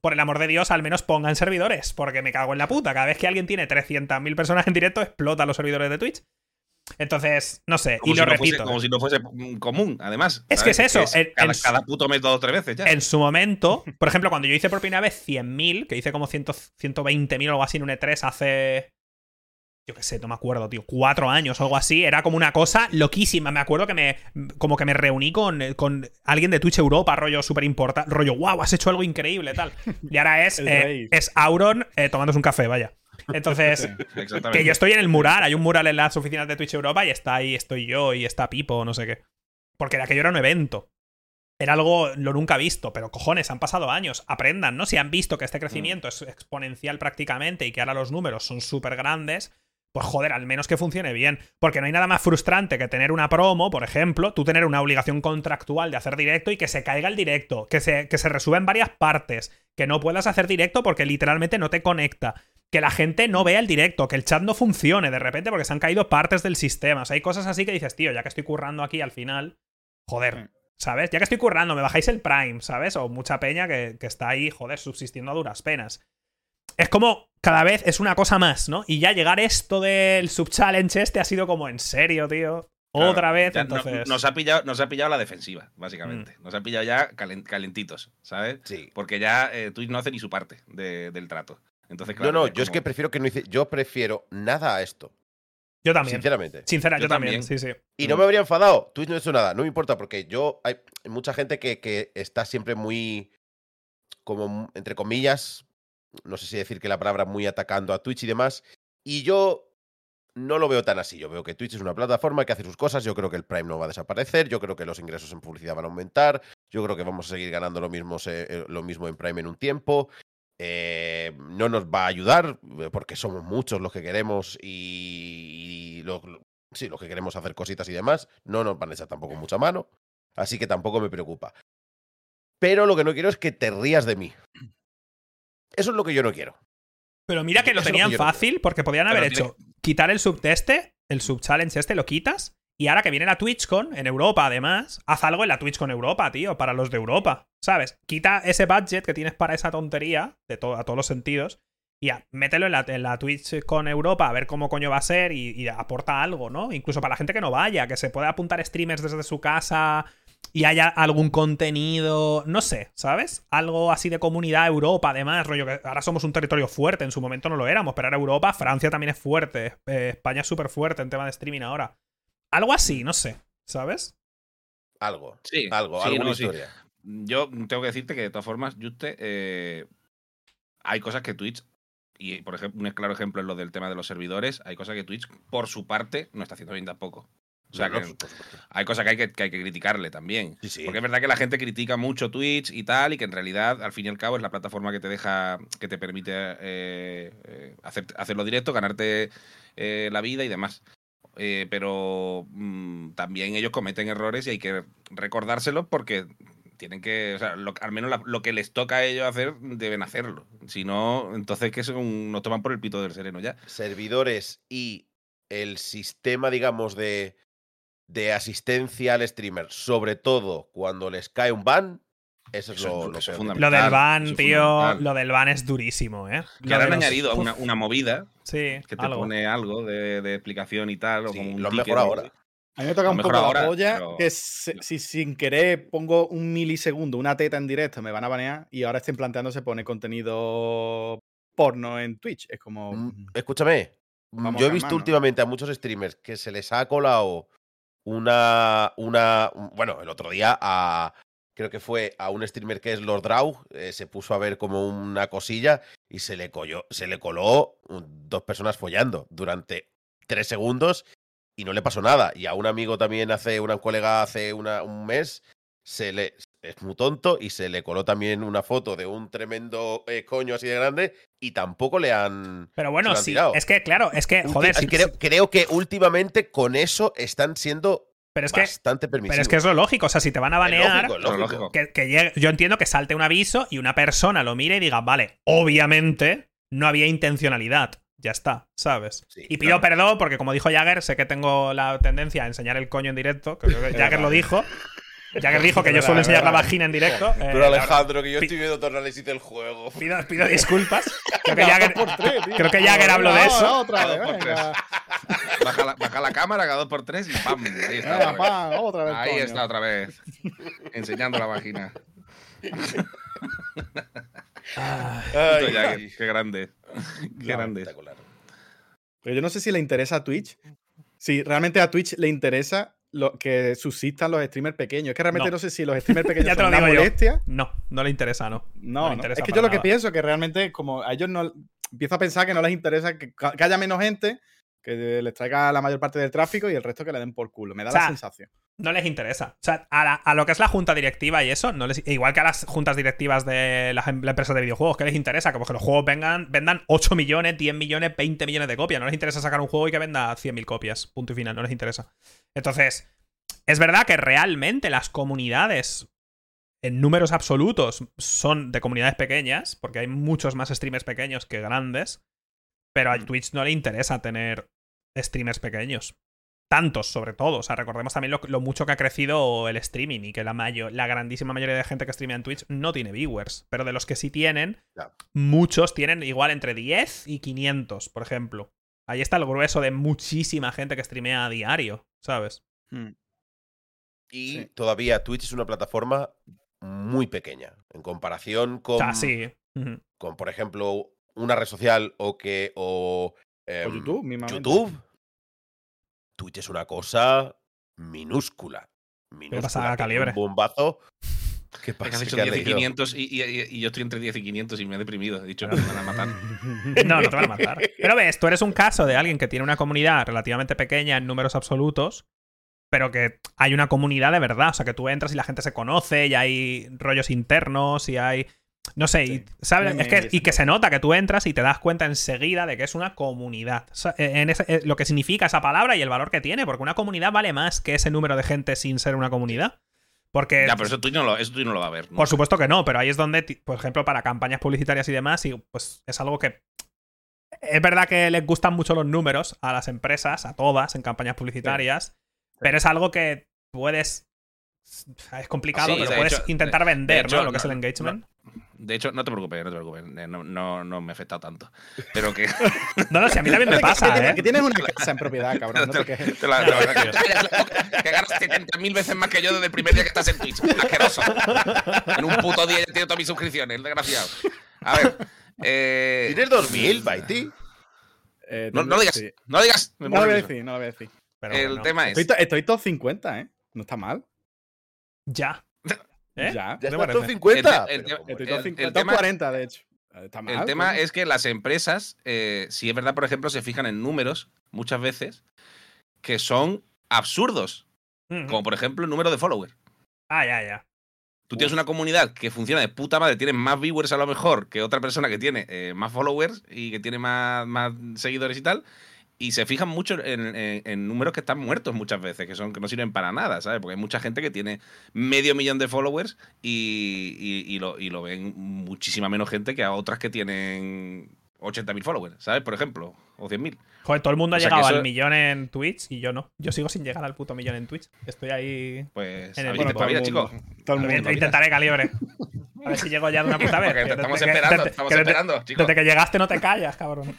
por el amor de Dios, al menos pongan servidores, porque me cago en la puta. Cada vez que alguien tiene trescientas mil personas en directo, explota los servidores de Twitch. Entonces, no sé, como y si lo no repito. Fuese, como si no fuese común, además. Es ¿sabes? Que es eso. Es en, cada, en cada puto mes dos o tres veces ya. En su momento, por ejemplo, cuando yo hice por primera vez cien mil, que hice como ciento veinte mil o algo así en un E tres hace... Yo qué sé, no me acuerdo, tío. Cuatro años o algo así. Era como una cosa loquísima. Me acuerdo que me... Como que me reuní con, con alguien de Twitch Europa, rollo súper importante. Rollo, wow, has hecho algo increíble, tal. Y ahora es... eh, es Auron eh, tomándose un café, vaya. Entonces, que yo estoy en el mural. Hay un mural en las oficinas de Twitch Europa y está ahí, estoy yo y está Pipo, no sé qué. Porque aquello era un evento. Era algo lo nunca visto, pero cojones, han pasado años. Aprendan, ¿no? Si han visto que este crecimiento mm. es exponencial prácticamente y que ahora los números son súper grandes... Pues joder, al menos que funcione bien. Porque no hay nada más frustrante que tener una promo, por ejemplo, tú tener una obligación contractual de hacer directo y que se caiga el directo, que se, que se resuba en varias partes, que no puedas hacer directo porque literalmente no te conecta, que la gente no vea el directo, que el chat no funcione de repente porque se han caído partes del sistema. O sea, hay cosas así que dices, tío, ya que estoy currando aquí al final, joder, ¿sabes? Ya que estoy currando, me bajáis el Prime, ¿sabes? O mucha peña que, que está ahí, joder, subsistiendo a duras penas. Es como, cada vez es una cosa más, ¿no? Y ya llegar esto del sub-challenge este ha sido como, en serio, tío. Claro, otra vez, entonces... No, nos, ha pillado, nos ha pillado la defensiva, básicamente. Mm. Nos ha pillado ya calent, calentitos, ¿sabes? Sí. Porque ya eh, Twitch no hace ni su parte de, del trato. Entonces, claro, no, no, es yo como... es que prefiero que no hice... Yo prefiero nada a esto. Yo también. Sinceramente. Sincera, yo, yo también. también, sí, sí. Y no me habría enfadado. Twitch no ha hecho nada. No me importa porque yo... Hay mucha gente que, que está siempre muy... Como, entre comillas... No sé si decir que la palabra muy atacando a Twitch y demás. Y yo no lo veo tan así. Yo veo que Twitch es una plataforma que hace sus cosas. Yo creo que el Prime no va a desaparecer. Yo creo que los ingresos en publicidad van a aumentar. Yo creo que vamos a seguir ganando lo mismo, lo mismo en Prime en un tiempo. Eh, no nos va a ayudar porque somos muchos los que queremos y, y lo, sí, los que queremos hacer cositas y demás. No nos van a echar tampoco mucha mano. Así que tampoco me preocupa. Pero lo que no quiero es que te rías de mí. Eso es lo que yo no quiero. Pero mira que lo Eso tenían que no fácil porque podían haber Pero hecho tiene... quitar el subteste, el subchallenge este, lo quitas. Y ahora que viene la TwitchCon, en Europa además, haz algo en la TwitchCon Europa, tío, para los de Europa, ¿sabes? Quita ese budget que tienes para esa tontería, de to a todos los sentidos, y ya, mételo en la, en la TwitchCon Europa a ver cómo coño va a ser y, y aporta algo, ¿no? Incluso para la gente que no vaya, que se pueda apuntar streamers desde su casa... Y haya algún contenido, no sé, ¿sabes? Algo así de comunidad Europa, además, rollo que ahora somos un territorio fuerte, en su momento no lo éramos, pero ahora Europa, Francia también es fuerte, eh, España es súper fuerte en tema de streaming ahora. Algo así, no sé, ¿sabes? Algo, sí, algo, sí, alguna no, historia. Sí. Yo tengo que decirte que de todas formas, Juste, eh, hay cosas que Twitch, y por ejemplo, un claro ejemplo es lo del tema de los servidores, hay cosas que Twitch, por su parte, no está haciendo bien tampoco. O sea, que hay cosas que hay que, que hay que criticarle también. Sí, sí. Porque es verdad que la gente critica mucho Twitch y tal, y que en realidad, al fin y al cabo, es la plataforma que te deja, que te permite eh, eh, hacer, hacerlo directo, ganarte eh, la vida y demás. Eh, pero mmm, también ellos cometen errores y hay que recordárselos porque tienen que, o sea, lo, al menos la, lo que les toca a ellos hacer, deben hacerlo. Si no, entonces que son, nos toman por el pito del sereno ya. Servidores y el sistema, digamos, de... de asistencia al streamer, sobre todo cuando les cae un ban, eso es eso, lo, lo, eso peor. Fundamental. Lo del ban, tío, lo del ban es durísimo, ¿eh? Que ahora han añadido una, una movida sí, que te algo. pone algo de, de explicación y tal, o sí, como un lo han mejorado ahora. A mí me toca un poco ahora, la polla pero... que si, si sin querer pongo un milisegundo, una teta en directo, me van a banear y ahora estén planteándose poner contenido porno en Twitch. Es como... Mm, escúchame, Vamos yo he calmando, visto ¿no? últimamente a muchos streamers que se les ha colado una, una, bueno, el otro día a, creo que fue a un streamer que es Lord Draw, eh, se puso a ver como una cosilla y se le colló, se le coló dos personas follando durante tres segundos y no le pasó nada. Y a un amigo también hace, una colega hace una, un mes, se le, es muy tonto y se le coló también una foto de un tremendo eh, coño así de grande y tampoco le han Pero bueno, sí, tirado. Es que, claro, es que, joder, Ulti sí, creo, sí. creo que últimamente con eso están siendo pero es bastante que, permisivos. Pero es que es lo lógico, o sea, si te van a banear, es lógico, es lógico. Que, que llegue, yo entiendo que salte un aviso y una persona lo mire y diga, vale, obviamente no había intencionalidad. Ya está, ¿sabes? Sí, y pido claro. perdón porque, como dijo Jagger, sé que tengo la tendencia a enseñar el coño en directo, que creo que Jagger lo dijo. Jagger dijo que yo suelo enseñar la vagina en directo. Eh, Pero Alejandro, que yo pi- estoy viendo todo el análisis del juego. Pido, pido disculpas. Creo que Venga, Jagger, dos por tres, tío. creo que Jagger habló de Venga, eso. Otra vez, Dos por venga. Baja la, baja la cámara, cada dos por tres y ¡pam! Ahí está. Venga, otra vez. pa, otra vez. Ahí coño. está otra vez. Enseñando la vagina. Ay, Puto Jagger, ay. qué grande. Qué grande. Espectacular. Pero yo no sé si le interesa a Twitch. Si realmente a Twitch le interesa lo, que subsistan los streamers pequeños. Es que realmente No. no, sé si los streamers pequeños Ya te son lo una digo yo. molestia. No, no le interesa, no. No, le no. interesa Es que para yo lo que nada. pienso que realmente, como a ellos no. Empiezo a pensar que no les interesa que, que haya menos gente, que les traiga la mayor parte del tráfico y el resto que le den por culo. Me da O sea, la sensación. No les interesa. O sea, a, la- a lo que es la junta directiva y eso, no les, igual que a las juntas directivas de las em- la empresas de videojuegos, ¿qué les interesa? Como que los juegos vengan, vendan ocho millones, diez millones, veinte millones de copias. No les interesa sacar un juego y que venda cien mil copias. Punto y final, no les interesa. Entonces, es verdad que realmente las comunidades en números absolutos son de comunidades pequeñas, porque hay muchos más streamers pequeños que grandes, pero a Twitch no le interesa tener streamers pequeños. Tantos, sobre todo. O sea, recordemos también lo, lo mucho que ha crecido el streaming y que la, mayo, la grandísima mayoría de gente que streamea en Twitch no tiene viewers. Pero de los que sí tienen, Ya. muchos tienen igual entre diez y quinientos, por ejemplo. Ahí está el grueso de muchísima gente que streamea a diario, ¿sabes? Y Sí. todavía Twitch es una plataforma muy pequeña en comparación con, O sea, sí. Ujú. con por ejemplo, una red social o que o, em, O YouTube, mismamente. YouTube. Twitch es una cosa minúscula. Minúscula. pasa, que hay Calibre? Un bombazo. ¿Qué Es que has pasa? dicho ¿Qué has diez y leído? quinientos y, y- y- y yo estoy entre diez y quinientos y me he deprimido. He dicho, no, me van a matar. No, no te van a matar. Pero ves, tú eres un caso de alguien que tiene una comunidad relativamente pequeña en números absolutos, pero que hay una comunidad de verdad. O sea, que tú entras y la gente se conoce, y hay rollos internos, y hay. No sé, y, Sí. ¿sabes? Memes Es y que, esas y que se cosas. nota que tú entras y te das cuenta enseguida de que es una comunidad. O sea, en ese- eh, lo que significa esa palabra y el valor que tiene, porque una comunidad vale más que ese número de gente sin ser una comunidad. Porque. Ya, pero eso Twitch no lo, eso Twitch no lo va a ver. ¿no? Por supuesto que no, pero ahí es donde, ti- por ejemplo, para campañas publicitarias y demás, y pues es algo que. Es verdad que les gustan mucho los números a las empresas, a todas, en campañas publicitarias, pero es algo que puedes. Es complicado, Sí, pero de puedes hecho- intentar de- de vender, hecho, ¿no? Lo que es no- el engagement. De hecho, no te preocupes, no te preocupes. eh, No, no, no me ha afectado tanto. Pero que. No, no, si a mí también me Que pasa, tienes- ¿eh? Que tienes una casa en propiedad, cabrón. No te quejes. Te la- te la- que ganas setenta mil veces más que yo desde el primer día que estás en Twitch. Asqueroso. En un puto día ya tengo todas mis suscripciones, el desgraciado. A ver. Eh, ¿Tienes dos mil, Baiti? Eh, no, tengo- no digas, sí. no digas. me No lo voy a nervioso. decir, no lo voy a decir. Pero El bueno, tema es. Estoy, to- estoy top cincuenta, ¿eh? No está mal. Ya. ¿Eh? Ya. ¿Ya ¿Qué te estás parece? top cincuenta? El- el- Pero ¿cómo Estoy es? top el- cincuenta, el top tema- cuarenta, de hecho. Está mal. El tema coño. es que las empresas, eh, si es verdad, por ejemplo, se fijan en números muchas veces que son absurdos. Ujú. Como por ejemplo el número de followers. Ah, ya, ya. Tú tienes una comunidad que funciona de puta madre, tienes más viewers a lo mejor que otra persona que tiene eh, más followers y que tiene más, más seguidores y tal. Y se fijan mucho en, en- en números que están muertos muchas veces, que son que no sirven para nada, ¿sabes? Porque hay mucha gente que tiene medio millón de followers y, y- y lo, y lo ven muchísima menos gente que a otras que tienen ochenta mil followers, ¿sabes? Por ejemplo, o cien mil. Joder, todo el mundo ha O sea, que llegado eso- al millón en Twitch y yo no. Yo sigo sin llegar al puto millón en Twitch. Estoy ahí. Pues En el a ver, bueno, intenta- todo el mira, mundo. chicos. Todo el Lo mundo. intentaré, Calibre. A ver si llego ya de una puta vez. Porque te Que estamos desde que- esperando, desde- estamos que desde- esperando, chicos. Desde que llegaste no te callas, cabrón.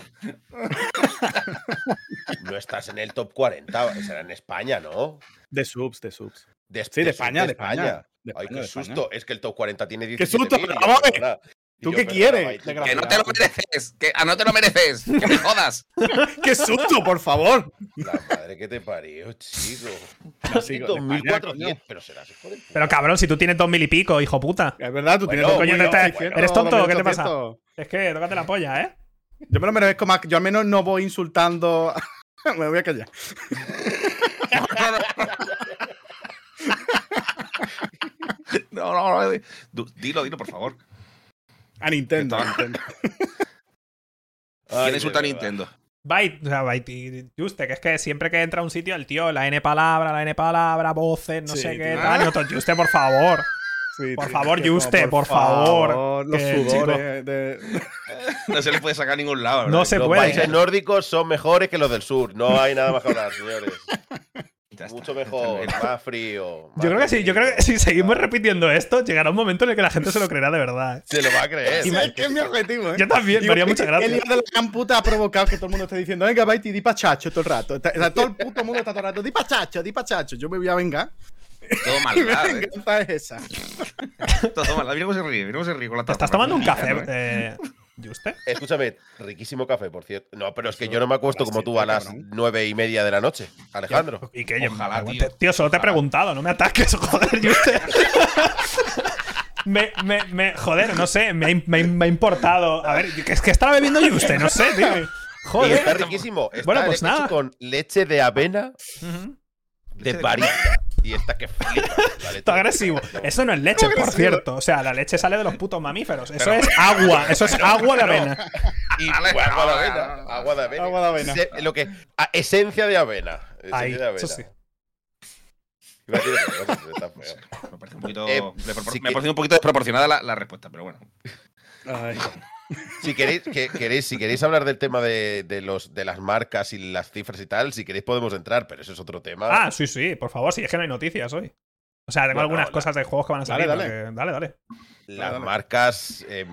No estás en el top cuarenta, será en España, ¿no? De subs, de subs. De, Sí, de España, de España. De Ay, España, qué de España. susto. Es que el top cuarenta tiene ¡Qué diecisiete susto! mil, y yo, ¡Vamos! perdona. Y ¿Tú yo, qué perdona, quieres? Baiti. Desgraciado. Que no te lo mereces, que ah, no te lo mereces, que me jodas. ¡Qué susto, por favor! La madre que te parió, chico. No, sigo, de dos mil España, cuatrocientos, coño. pero serás hijo de puta. Pero cabrón, si tú tienes dos mil y pico, hijo puta. Es verdad, tú Bueno, tienes dos coño, mil te estás- ochocientos, ¿eres tonto o qué te dos mil ochocientos. Es que tócate la polla, ¿eh? Yo me lo merezco más. Yo al menos no voy insultando. Me voy a callar. No, no, no. Du- Dilo, dilo, por favor. A Nintendo. a Está- Nintendo. Ay, ¿Quién de insulta a verdad. Nintendo? Byte, o sea, Byte y Juste, que es que siempre que entra a un sitio, el tío, la N palabra, la N palabra, voces, no Sí, sé qué, tío. tal. Y otro, Juste, por favor. Sí, Por tío, favor, que como, Juste, por favor, Los que, sudores de. No se le puede sacar a ningún lado, ¿verdad? No se Los puede. países nórdicos son mejores que los del sur. No hay nada más que hablar, señores. Ya está. Mucho mejor, más frío. más Yo creo que sí, yo creo que si seguimos repitiendo esto, llegará un momento en el que la gente se lo creerá de verdad. ¿eh? Se lo va a creer. Y me- es que es mi objetivo, ¿eh? Yo también, me haría mucha El gracia. hijo de la gran puta ha provocado que todo el mundo esté diciendo, venga, Baiti, di pachacho todo el rato. Está- está- todo el puto mundo está todo el rato, di pachacho, di pachacho. Yo me voy a vengar. Todo Y mi maldad, ¿eh? venganza es esa. Todo maldad. Mira cómo se ríe, mira cómo se ríe con la ¿Te taza. estás tomando un café, ¿eh? eh, Juste? Escúchame, riquísimo café, por cierto. No, pero es que Eso- yo no me acuesto como tú a las cabrón. nueve y media de la noche, Alejandro. ¿Y qué? Yo- Ojalá, aguante. tío. Tío, solo te he Ojalá. preguntado, no me ataques, joder, Juste. me, me, me, joder, no sé, me ha, me ha- me ha importado. A ver, que es que estaba bebiendo Juste, no sé, tío. Y está Joder. riquísimo. Está Bueno, pues hecho nada. con leche de avena Ujú. de de barista. Y esta que flipa. la leche. Todo agresivo. Eso no es leche, por agresivo. cierto. O sea, la leche sale de los putos mamíferos. Eso Pero- es agua. Eso es agua de avena. Y Vale, pues, agua de no, avena. no, no. Agua de avena. Agua de avena. Se- lo que, a- esencia de avena. Esencia Ahí, de avena. eso sí. Iba a decir otra cosa, pero está feo. Me parece un poquito, Eh, me propor- sí me que- parece un poquito desproporcionada la, la respuesta, pero bueno. Ay. Si queréis, que, queréis, si queréis hablar del tema de, de los, de las marcas y las cifras y tal, si queréis podemos entrar, pero eso es otro tema. Ah, sí, sí, por favor, si es que no hay noticias hoy. O sea, tengo Bueno, algunas la- cosas de juegos que van a salir. Dale, pero dale. que- dale, dale. Las dale. marcas eh,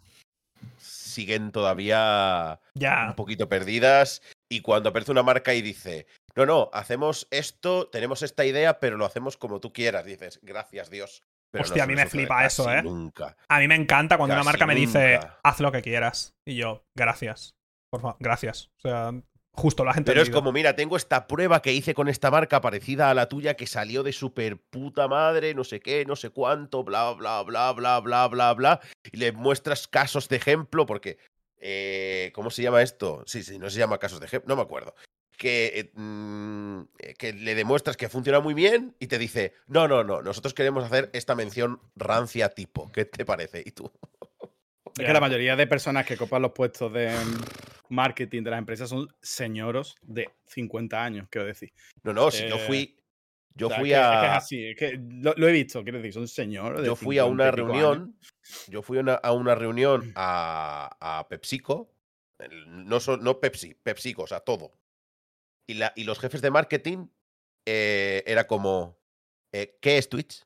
siguen todavía Ya. un poquito perdidas y cuando aparece una marca y dice, no, no, hacemos esto, tenemos esta idea, pero lo hacemos como tú quieras, dices, gracias Dios. Pero Hostia, a mí suele me suceder flipa eso, casi ¿eh? Nunca. A mí me encanta cuando una Casi marca me dice, nunca. haz lo que quieras. Y yo, gracias. Por favor, gracias. O sea, justo lo has Pero es entendido. como, mira, tengo esta prueba que hice con esta marca parecida a la tuya que salió de super puta madre, no sé qué, no sé cuánto, bla, bla, bla, bla, bla, bla, bla. Y le muestras casos de ejemplo, porque. eh, ¿Cómo se llama esto? Sí, sí, no se llama casos de ejemplo, no me acuerdo. Que, eh, mm, que le demuestras que funciona muy bien y te dice, no, no, no, nosotros queremos hacer esta mención rancia tipo. ¿Qué te parece? Y tú. Es que la mayoría de personas que copan los puestos de marketing de las empresas son señoros de cincuenta años, quiero decir. No, no, si yo Eh, fui. Yo O sea, fui es que- a. Es que es así, es que lo, lo he visto, quiero decir, son señores. de Yo fui a una cincuenta y pico años. reunión, yo fui a una, a una reunión a, a PepsiCo, el- no, so- no Pepsi, PepsiCo, o sea, todo. Y, la, y los jefes de marketing eh, era como, eh, ¿qué es Twitch?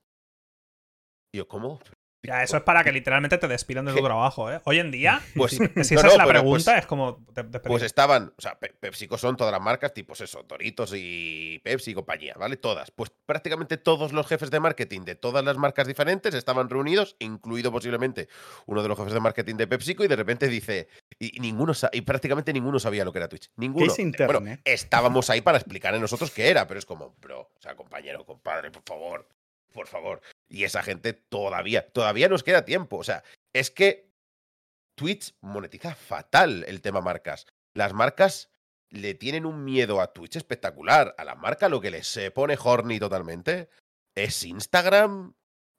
Y yo, ¿cómo? Ya, eso es para que literalmente te despidan de tu ¿Qué? trabajo, ¿eh? Hoy en día, Pues- si, si no, esa no, es la pero pregunta, pues- es como. te- despedir. Pues estaban, o sea, Pe- PepsiCo son todas las marcas, tipo eso, Doritos y Pepsi y compañía, ¿vale? Todas. Pues prácticamente todos los jefes de marketing de todas las marcas diferentes estaban reunidos, incluido posiblemente uno de los jefes de marketing de PepsiCo, y de repente dice, y, y ninguno sa- y prácticamente ninguno sabía lo que era Twitch. Ninguno. es Internet? Bueno, estábamos ahí para explicar a nosotros qué era, pero es como, bro, o sea, compañero, compadre, por favor, por favor. Y esa gente todavía, todavía nos queda tiempo. O sea, es que Twitch monetiza fatal el tema marcas. Las marcas le tienen un miedo a Twitch espectacular. A la marca lo que les eh, pone horny totalmente es Instagram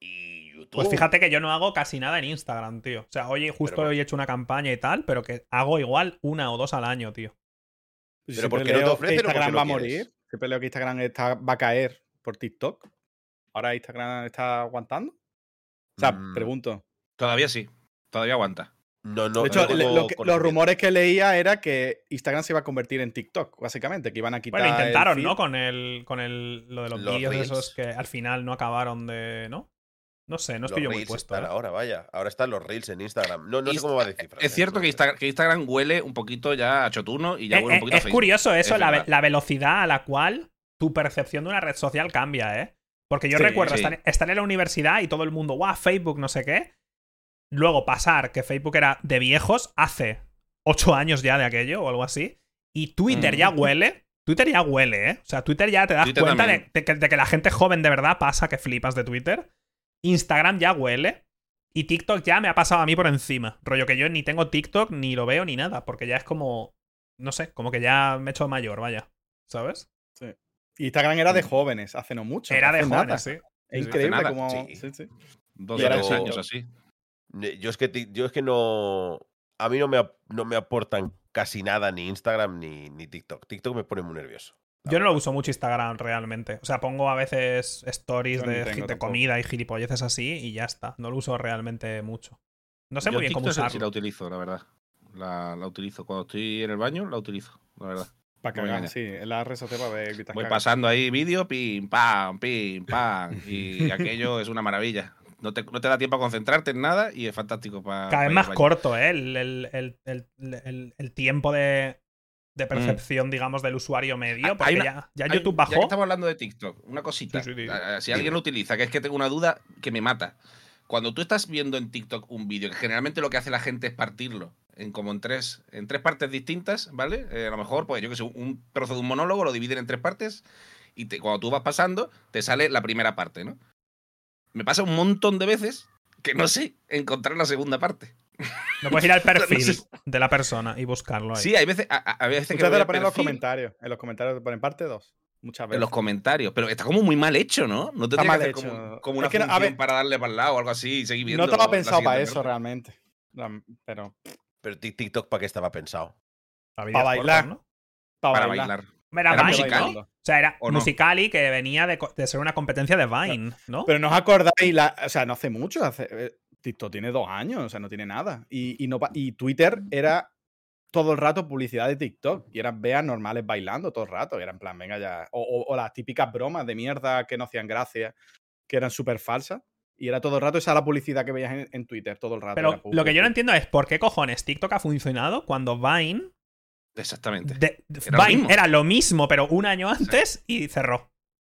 y YouTube. Pues fíjate que yo no hago casi nada en Instagram, tío. O sea, oye, justo Pero- hoy he hecho una campaña y tal, pero que hago igual una o dos al año, tío. Pues Pero siempre ¿por qué no te leo ofrecen que o por qué Instagram no va a quieres? morir. Siempre leo que Instagram está- va a caer por TikTok. Ahora Instagram está aguantando. O sea, Mm. pregunto. Todavía sí. Todavía aguanta. No, no, de hecho, no le- tengo lo que- los conocimiento. rumores que leía era que Instagram se iba a convertir en TikTok, básicamente, que iban a quitar. Bueno, intentaron, el ¿no? feed. Con el, con el, lo de los, Los vídeos Reels. esos que al final no acabaron de. ¿No? No sé, no estoy Los yo muy Reels puesto. están ¿eh? ahora, vaya. Ahora están los Reels en Instagram. No, no sé Insta- cómo va de cifras. Es eh, cierto no que sé. Instagram, que Instagram huele un poquito ya a chotuno y ya Eh, huele un eh, poquito a es Facebook. curioso eso, Es la, ve- verdad. la velocidad a la cual tu percepción de una red social cambia, ¿eh? Porque yo Sí, recuerdo sí. estar, estar en la universidad y todo el mundo, guau, Facebook, no sé qué. Luego pasar que Facebook era de viejos hace ocho años ya de aquello o algo así. Y Twitter Mm. ya huele. Twitter ya huele, ¿eh? O sea, Twitter ya te das Twitter cuenta de, también. de que, de que la gente joven de verdad pasa que flipas de Twitter. Instagram ya huele. Y TikTok ya me ha pasado a mí por encima. Rollo que yo ni tengo TikTok, ni lo veo, ni nada. Porque ya es como. No sé, como que ya me he hecho mayor, vaya. ¿Sabes? Instagram era de jóvenes, hace no mucho. Era de hace nada. jóvenes, sí. Es Sí, sí. increíble Hace nada, como. sí. Sí, sí. Dos Y o ahora tres sí, años yo- así. Ne- Yo es que, ti- yo es que no. A mí no me, ap- no me aportan casi nada ni Instagram ni, ni TikTok. TikTok me pone muy nervioso. Yo no lo uso mucho Instagram realmente. O sea, pongo a veces stories Yo ni de, tengo de tampoco. comida y gilipolleces así y ya está. No lo uso realmente mucho. No sé Yo muy bien cómo TikTok sí- sí la usarlo. utilizo, la verdad. La, la utilizo. Cuando estoy en el baño, la utilizo, la verdad. Para No me cagar, engañas. sí. Es la red social para ver gritas Voy cagas. pasando ahí vídeo, pim, pam, pim, pam. Y aquello es una maravilla. No te, no te da tiempo a concentrarte en nada y es fantástico para. Cada vez ir más al baño. corto, ¿eh? El, el- el- el- el- el tiempo de, de percepción, digamos, del usuario medio. Hay Porque una- ya, ya Hay- YouTube Ya que bajó. estamos hablando de TikTok, una cosita. Sí, sí, dime. Ah, Si Dime. alguien lo utiliza, que es que tengo una duda que me mata. Cuando tú estás viendo en TikTok un vídeo, que generalmente lo que hace la gente es partirlo en como en tres, en tres partes distintas, ¿vale? Eh, a lo mejor, pues yo que sé, un trozo de un monólogo lo dividen en tres partes y te- cuando tú vas pasando, te sale la primera parte, ¿no? Me pasa un montón de veces que no sé encontrar la segunda parte. No puedes ir al perfil No sé. de la persona y buscarlo ahí. Sí, hay veces, a, a- a veces que Ustedes voy lo al ponen en los perfil, comentarios. En los comentarios te ponen parte dos. Muchas veces. en los comentarios, pero está como muy mal hecho, ¿no? No Está tendría que mal hacer hecho. como, como una Es que no- a función ver, para darle para el lado o algo así y seguir viendo. No estaba la pensado para siguiente eso parte. realmente. La- Pero Pero Tik- TikTok, ¿para qué estaba pensado? Para vídeos bailar. cortos, ¿no? para, Para bailar. bailar. Era ¿Era Vine, Musical.ly? ¿no? O sea, era ¿O no? Musical.ly que venía de, co- de ser una competencia de Vine, ¿no? Pero no os acordáis, la- o sea, no hace mucho. Hace, eh, TikTok tiene dos años, o sea, no tiene nada. Y, y, no, pa- y Twitter era todo el rato publicidad de TikTok. Y eran veas normales bailando todo el rato. Y era en plan, venga ya. O, o- o las típicas bromas de mierda que no hacían gracia, que eran súper falsas. Y era todo el rato esa la publicidad que veías en, en Twitter, todo el rato. Pero era pu- lo que pu- yo no pu- entiendo es por qué cojones TikTok ha funcionado cuando Vine, Exactamente. de- de- Era lo Vine mismo. era lo mismo, pero un año antes y cerró.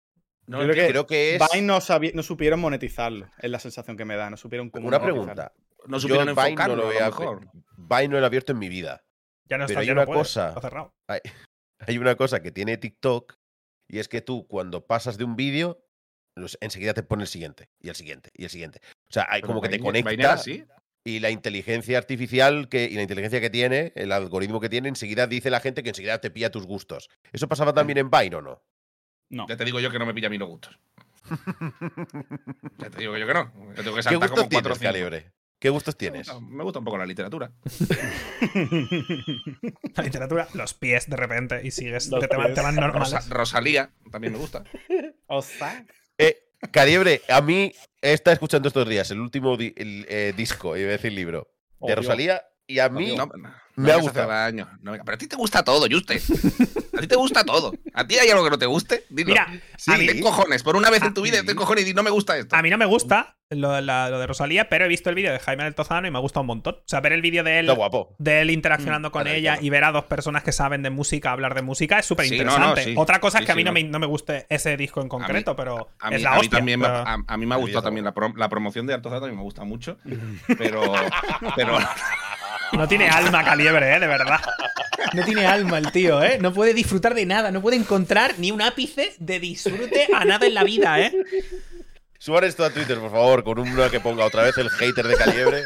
No Yo lo creo que Creo que es Vine no, sabí- no supieron monetizarlo. Es la sensación que me da. No supieron cómo una monetizarlo. pregunta. No Yo supieron Vine no enfocarlo, lo a lo he ab- mejor. Vine no lo he abierto en mi vida. Ya no Pero está, hay ya una no puedes, cosa- está cerrado. Hay, hay una cosa que tiene TikTok y es que tú cuando pasas de un vídeo, los- enseguida te pone el siguiente y el siguiente y el siguiente. O sea, hay Pero como que te Vine- Vine era conecta así. y la inteligencia artificial que, y la inteligencia que tiene, el algoritmo que tiene, enseguida dice la gente que enseguida te pilla tus gustos. ¿Eso pasaba también en Vine o no? No. Ya te digo yo que no me pilla a mí los gustos. Ya te digo yo que no. Yo tengo que ¿Qué saltar gustos como cuatro o tienes, cinco. Calibre? ¿Qué gustos Me tienes? gusta, me gusta un poco la literatura. La literatura, los pies de repente y sigues Los de temas, pies. temas normales. Rosa- Rosalía también me gusta. O sea, Eh, Caliebre, a mí he estado escuchando estos días el último di- el, eh, disco, iba a decir libro, de Obvio. Rosalía, y a mí No, no, me no ha vengas a gustado. hacer daño. No venga- pero a ti te gusta todo, Juste. A ti te gusta todo. ¿A ti hay algo que no te guste? Dilo. Mira, Sí, a mí- ten cojones. Por una vez en tu vida, sí. ten cojones y di, no me gusta esto. A mí no me gusta lo, la- lo de Rosalía, pero he visto el vídeo de Jaime Altozano y me gusta un montón. O sea, ver el vídeo de él, Está guapo. de él interaccionando con vale, ella claro. y ver a dos personas que saben de música hablar de música es súper Sí, interesante. no, no, sí. Otra cosa es Sí, que a mí sí, no, no. me, no me guste ese disco en concreto, pero A mí, es la a mí hostia. también me, pero- a, a mí me ha El gustado vídeo también la, prom- la promoción de Altozano, también me gusta mucho. Pero, pero No tiene alma Caliebre, ¿eh? De verdad. No tiene alma el tío, ¿eh? No puede disfrutar de nada, no puede encontrar ni un ápice de disfrute a nada en la vida, ¿eh? Suban esto a Twitter, por favor, con uno que ponga otra vez el hater de Caliebre.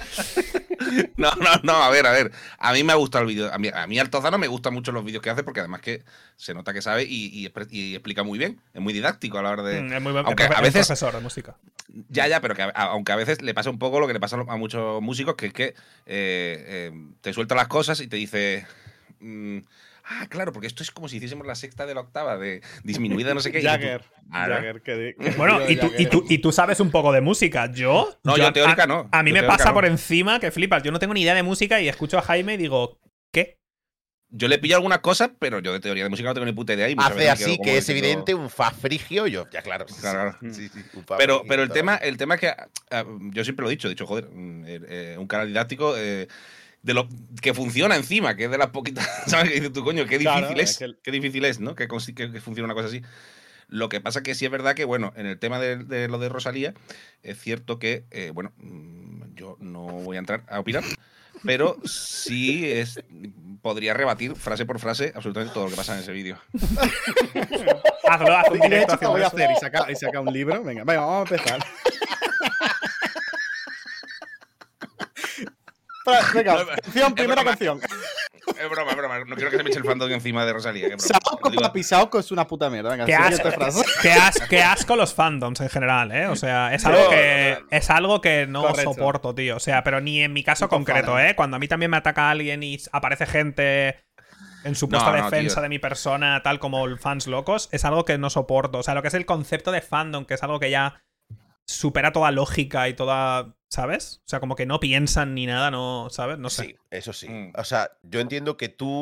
no, no, no, a ver, a ver. A mí me ha gustado el vídeo. A mí, a mí Altozano me gustan mucho los vídeos que hace porque además que se nota que sabe y, y expre- y explica muy bien. Es muy didáctico a la hora de. Mm, Es muy buen aunque es a profe- veces- es profesor de música. Ya, ya, pero que a- a- aunque a veces le pasa un poco lo que le pasa a muchos músicos, que es que eh, eh, te suelta las cosas y te dice. mm, ah, claro, porque esto es como si hiciésemos la sexta de la octava, de disminuida, no sé qué. y tú- Jagger. Ahora. Jagger, que, que- Bueno, yo y tú, y, Jagger. tú, y tú sabes un poco de música. Yo. No, yo teórica a, no. A mí Yo me teórica pasa no. por encima que flipas. Yo no tengo ni idea de música y escucho a Jaime y digo, ¿qué? Yo le pillo algunas cosas, pero yo de teoría de música no tengo ni puta idea. Y muchas Hace veces me quedo así como que es diciendo- evidente un fa frigio. Yo, ya claro. sí, Claro, sí, sí, sí, un fa Pero, frigio, pero el, tal. tema, el tema es que ah, ah, yo siempre lo he dicho, he dicho, joder, mm, eh, eh, un canal didáctico eh, de lo que funciona encima, que es de las poquitas, ¿sabes? Que dices tú, coño, qué difícil Claro, es, es que el- qué difícil es, ¿no? Que, consi- que, que funcione una cosa así. Lo que pasa que sí es verdad que, bueno, en el tema de, de lo de Rosalía, es cierto que, eh, bueno, mm, yo no voy a entrar a opinar, pero sí es podría rebatir frase por frase absolutamente todo lo que pasa en ese vídeo. Hazlo, haz un Y de directo hecho, lo voy haciendo a eso. hacer y saca, y saca un libro. Venga, venga, vamos a empezar. Para- Venga, canción, primera broma. canción. Es broma, es broma. No quiero que se me eche el fandom encima de Rosalía. Que es broma. Saoco Lo digo- para Pisaoco es una puta mierda. Venga, Qué siguiente asco, frase. qué, as- qué asco los fandoms en general, ¿eh? O sea, es algo No, que, no, no. es algo que no Correcto. soporto, tío. O sea, pero ni en mi caso Puto concreto, fandom. ¿eh? Cuando a mí también me ataca alguien y aparece gente en supuesta No, no, defensa tío. de mi persona, tal como fans locos, es algo que no soporto. O sea, lo que es el concepto de fandom, que es algo que ya supera toda lógica y toda. ¿Sabes? O sea, como que no piensan ni nada, no. ¿Sabes? No sé. Sí, eso sí. Mm. O sea, yo entiendo que tú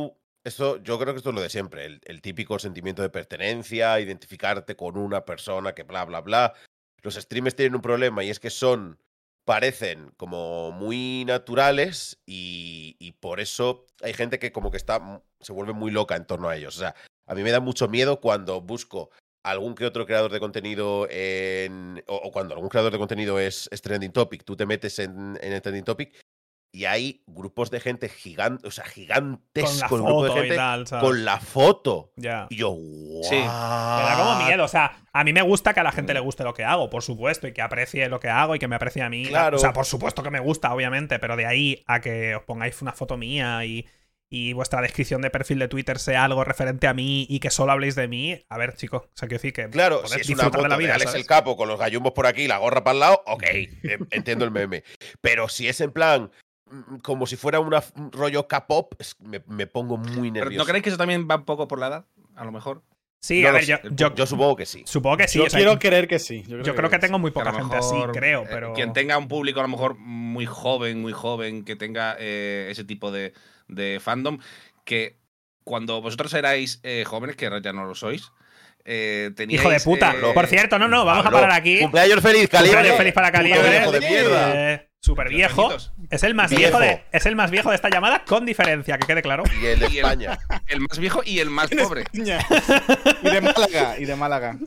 Esto, yo creo que esto es lo de siempre, el, el típico sentimiento de pertenencia, identificarte con una persona que bla, bla, bla. Los streamers tienen un problema y es que son, parecen como muy naturales y, y por eso hay gente que como que está, se vuelve muy loca en torno a ellos. O sea, a mí me da mucho miedo cuando busco algún que otro creador de contenido en, o, o cuando algún creador de contenido es, es trending topic, tú te metes en, en el trending topic y hay grupos de gente gigante, o sea, gigantescos, Con la un grupo de foto y gente tal, ¿sabes? con la foto. Ya. Y yo, wow. Sí. Me da como miedo, o sea, a mí me gusta que a la gente le guste lo que hago, por supuesto, y que aprecie lo que hago y que me aprecie a mí. Claro. O sea, por supuesto que me gusta, obviamente, pero de ahí a que os pongáis una foto mía y, y vuestra descripción de perfil de Twitter sea algo referente a mí y que solo habléis de mí, a ver, chicos, o sea, quiero decir que Claro, poder si es una disfrutar foto de la de, vida, Alex ¿sabes? el Capo con los gallumbos por aquí y la gorra para el lado, ok, eh, entiendo el meme. Pero si es en plan, mm, como si fuera una, un rollo K-pop, es- me, me pongo muy Pero, nervioso. ¿no creéis que eso también va un poco por la edad? A lo mejor. Sí, No a lo ver, yo, sé, yo, yo supongo que sí. supongo que sí. yo o sea, quiero creer que sí. yo creo que tengo muy Que a poca lo gente así, mejor, creo, eh, pero... Quien tenga un público a lo mejor muy joven, muy joven, que tenga eh, ese tipo de, de fandom, que cuando vosotros erais eh, jóvenes, que ahora ya no lo sois, eh, teníais... Hijo de puta. eh, Por cierto, no, no, vamos Pablo, a parar aquí. Cumpleaños feliz, Calibre. Cumpleaños feliz para Puto Calibre. viejo de mierda. Eh, Súper viejo. añitos. Es el más Viejo. viejo. de, es el más viejo de esta llamada, con diferencia, que quede claro. Y el de Y el- España. El más viejo y el más pobre. España. Y de Málaga, y de Málaga.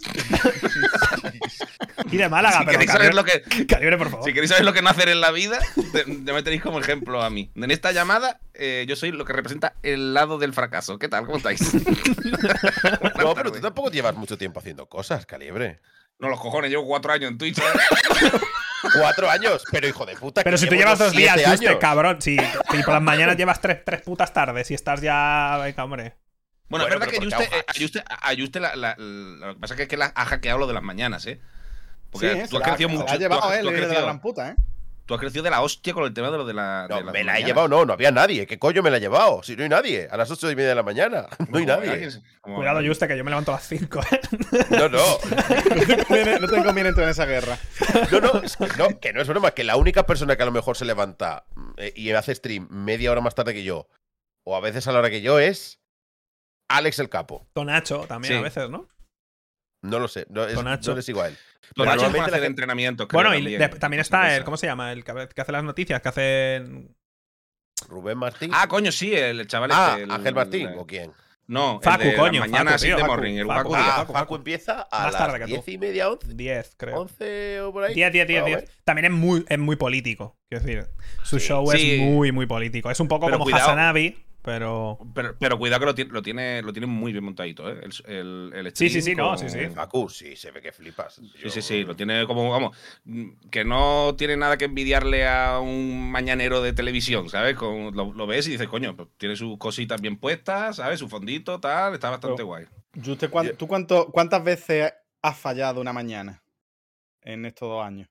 Y de Málaga, Si pero queréis saber Calibre, lo que, Calibre, por favor. si queréis saber lo que no hacer en la vida, de- ya me tenéis como ejemplo a mí. En esta llamada, eh, yo soy lo que representa el lado del fracaso. ¿Qué tal? ¿Cómo estáis? No, pero tú tampoco llevas mucho tiempo haciendo cosas, Calibre. No, los cojones, llevo cuatro años en Twitch. ¿eh? Cuatro años, pero hijo de puta. Pero que si tú llevo llevas yo dos días, siete Juste, años. cabrón. Si, si por las mañanas llevas tres, tres putas tardes y estás ya. Venga, hombre. Bueno, Bueno, es verdad pero que porque Ayuste, hago eh, hacks. Ayuste, Ayuste la, la- la- lo que pasa es que la- ha hackeado lo de las mañanas, ¿eh? Porque Sí, ¿eh? tú has Se la- crecido se la mucho. ha tú llevado has- él, tú has el de la crecido- gran puta, ¿eh? Tú has crecido de la hostia con el tema de lo de la. No, de las me la he mañanas. llevado, no, no había nadie. ¿Qué coño me la he llevado? Si no hay nadie. A las ocho y media de la mañana. No hay Como nadie. alguien- como Cuidado, alguien- Juste, que yo me levanto a las cinco. No, no. No te conviene, no te conviene entrar en esa guerra. No, no, es que no, que no es broma. Que la única persona que a lo mejor se levanta eh, y hace stream media hora más tarde que yo, o a veces a la hora que yo, es Alex el Capo. Tonacho también Sí. a veces, ¿no? No lo sé. No, es, Tonacho. no le sigo a él. Los Pero Nachos normalmente pueden la hacer gente- entrenamientos. creo, Bueno, y también, de- también en está el. sorpresa. ¿Cómo se llama? El que que hace las noticias, que hace. Rubén Martín. Ah, coño, sí, el chaval Ah, este. el- Ángel Martín, el- ¿o quién? No, el Facu, de las coño, mañanas Facu, in tío. the Facu, morning, el Facu, Facu. tío. Ah, Facu, Facu Facu. empieza a Más tarde las que tú. diez y media, once. diez, creo. once o por ahí. diez, diez, diez, Ah, diez. bueno. También es muy, es muy político. Quiero decir, su Sí. show Sí. es muy, muy político. Es un poco Pero como cuidado. Hasanabi, pero. Pero, pero cuidado que lo tiene, lo tiene, lo tiene muy bien montadito, ¿eh? El, el, el Sí, sí, stream sí, no, con- sí, sí. Facu, sí, se ve que flipas. Sí, Yo- sí, sí, lo tiene como, vamos, mm, que no tiene nada que envidiarle a un mañanero de televisión, ¿sabes? Con, lo, lo ves y dices, coño, pues tiene sus cositas bien puestas, ¿sabes? Su fondito, tal, está bastante Pero- guay. Juste, ¿cuán- ¿tú cuánto, cuántas veces has fallado una mañana en estos dos años?